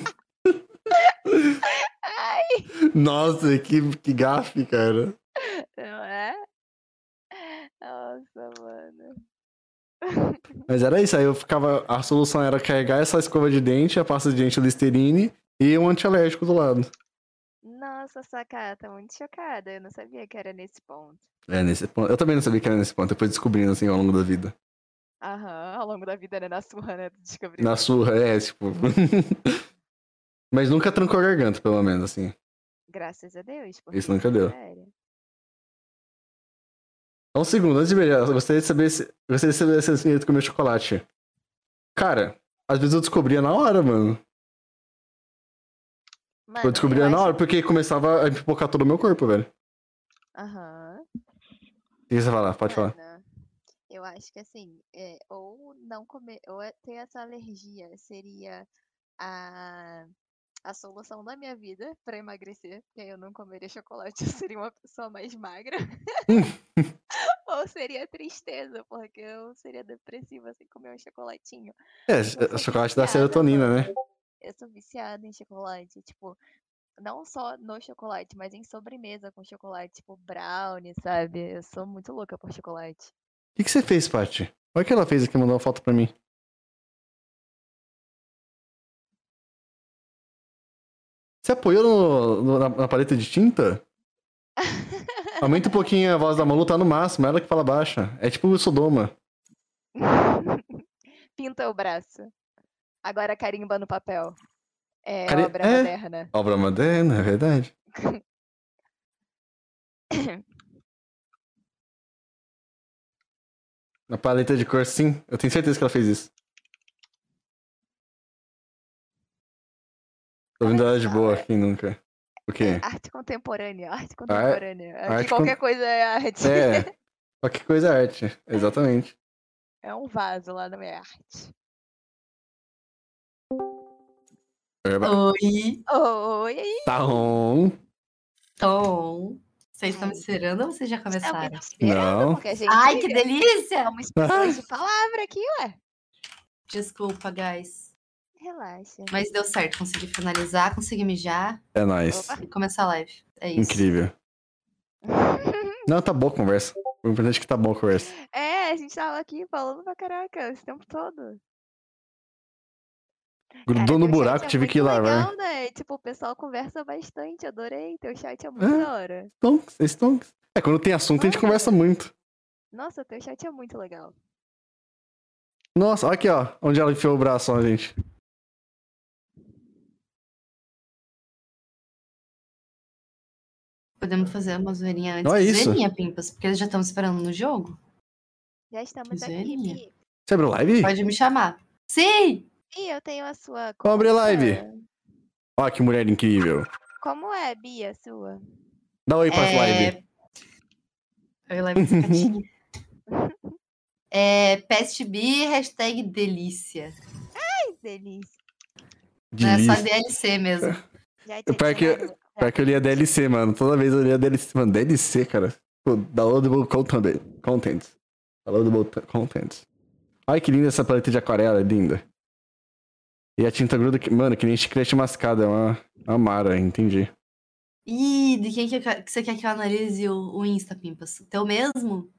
Ai, Nossa, que, que gafe, cara. não é? Nossa, mano. Mas era isso, aí eu ficava. A solução era carregar essa escova de dente, a pasta de dente Listerine e um antialérgico do lado. Nossa, Saká, tá muito chocada. Eu não sabia que era nesse ponto. É, nesse ponto. Eu também não sabia que era nesse ponto, depois descobrindo assim ao longo da vida. Aham, ao longo da vida, né? Na surra, né? Tu descobriu. Na surra, é, tipo. Mas nunca trancou a garganta, pelo menos, assim. Graças a Deus. Porque, Isso nunca deu. sério. Só um segundo, antes de beijar, eu gostaria de saber se. Eu gostaria de saber se você comeu chocolate. Cara, às vezes eu descobria na hora, mano. Mano, eu descobria eu na acho- hora, porque começava a pipocar todo o meu corpo, velho. Aham. O que você fala? Pode falar. Mano, eu acho que assim, é, ou não comer, ou é ter essa alergia seria a, a solução da minha vida pra emagrecer, porque aí eu não comeria chocolate, eu seria uma pessoa mais magra. Ou seria tristeza, porque eu seria depressiva sem comer um chocolatinho. É, Eu sou chocolate dá viciada, serotonina, mano. né? Eu sou viciada em chocolate, tipo, não só no chocolate, mas em sobremesa com chocolate, tipo brownie, sabe? Eu sou muito louca por chocolate. O que, que você fez, Paty? Olha o que ela fez aqui, mandou uma foto pra mim. Você apoiou no- no- na, na paleta de tinta? Aumenta um pouquinho a voz da Malu, tá no máximo, ela que fala baixa. É tipo o Sodoma. Pinta o braço. Agora carimba no papel. É Cari- obra é. moderna. Obra moderna, é verdade. Na paleta de cor, sim. Eu tenho certeza que ela fez isso. Tô vendo ela de boa, quem nunca. O quê? Arte contemporânea, arte contemporânea. Aqui arte qualquer con- coisa é arte. É. Qualquer coisa é arte. Exatamente. É um vaso lá na minha arte. Oi. Oi, aí. Tá bom. Tom. Vocês estão me esperando ou vocês já começaram? Não. Porque a gente Ai, que delícia! somos pessoas de palavra aqui, ué. Desculpa, guys. Relaxa. Mas deu certo, consegui finalizar, consegui mijar É nóis. e começar a live. É isso. Incrível. Não, tá boa a conversa. O importante é que tá boa a conversa. É, a gente tava aqui falando pra caraca esse tempo todo. Grudou no teu buraco, chat é tive que ir muito lá, vai. legal, né? Tipo, o pessoal conversa bastante, adorei. Teu chat é muito É. da hora. Stonks, é Stonks. É, quando tem assunto a gente Olha. conversa muito. Nossa, teu chat é muito legal. Nossa, olha aqui, ó. Onde ela enfiou o braço, ó, gente. Podemos fazer uma zoeirinha antes. Não é Que isso. zoeirinha, Pimpas, porque eles já estão esperando no jogo. Já estamos aqui, Zoeirinha. Bi. Você abriu live? Pode me chamar. Sim! Ih, eu tenho a sua Vamos abrir conta. live. Ó, que mulher incrível. Como é, Bia, sua? Dá oi pra É... live. Oi, live desse gatinho. É PestB, hashtag delícia. Ai, delícia. Não é só Delícia. D L C mesmo. Já Eu pior que, adicionado. pior que eu lia D L C, mano. Toda vez eu lia D L C. Mano, D L C, cara. Pô, downloadable content. Content. Downloadable t- content. Ai, que linda essa paleta de aquarela, é linda. E a tinta gruda, que, mano, que nem chiclete mascado. É uma, uma mara, entendi. Ih, de quem que, eu que- que você quer que eu analise o, o Insta, Pimpas? O teu mesmo?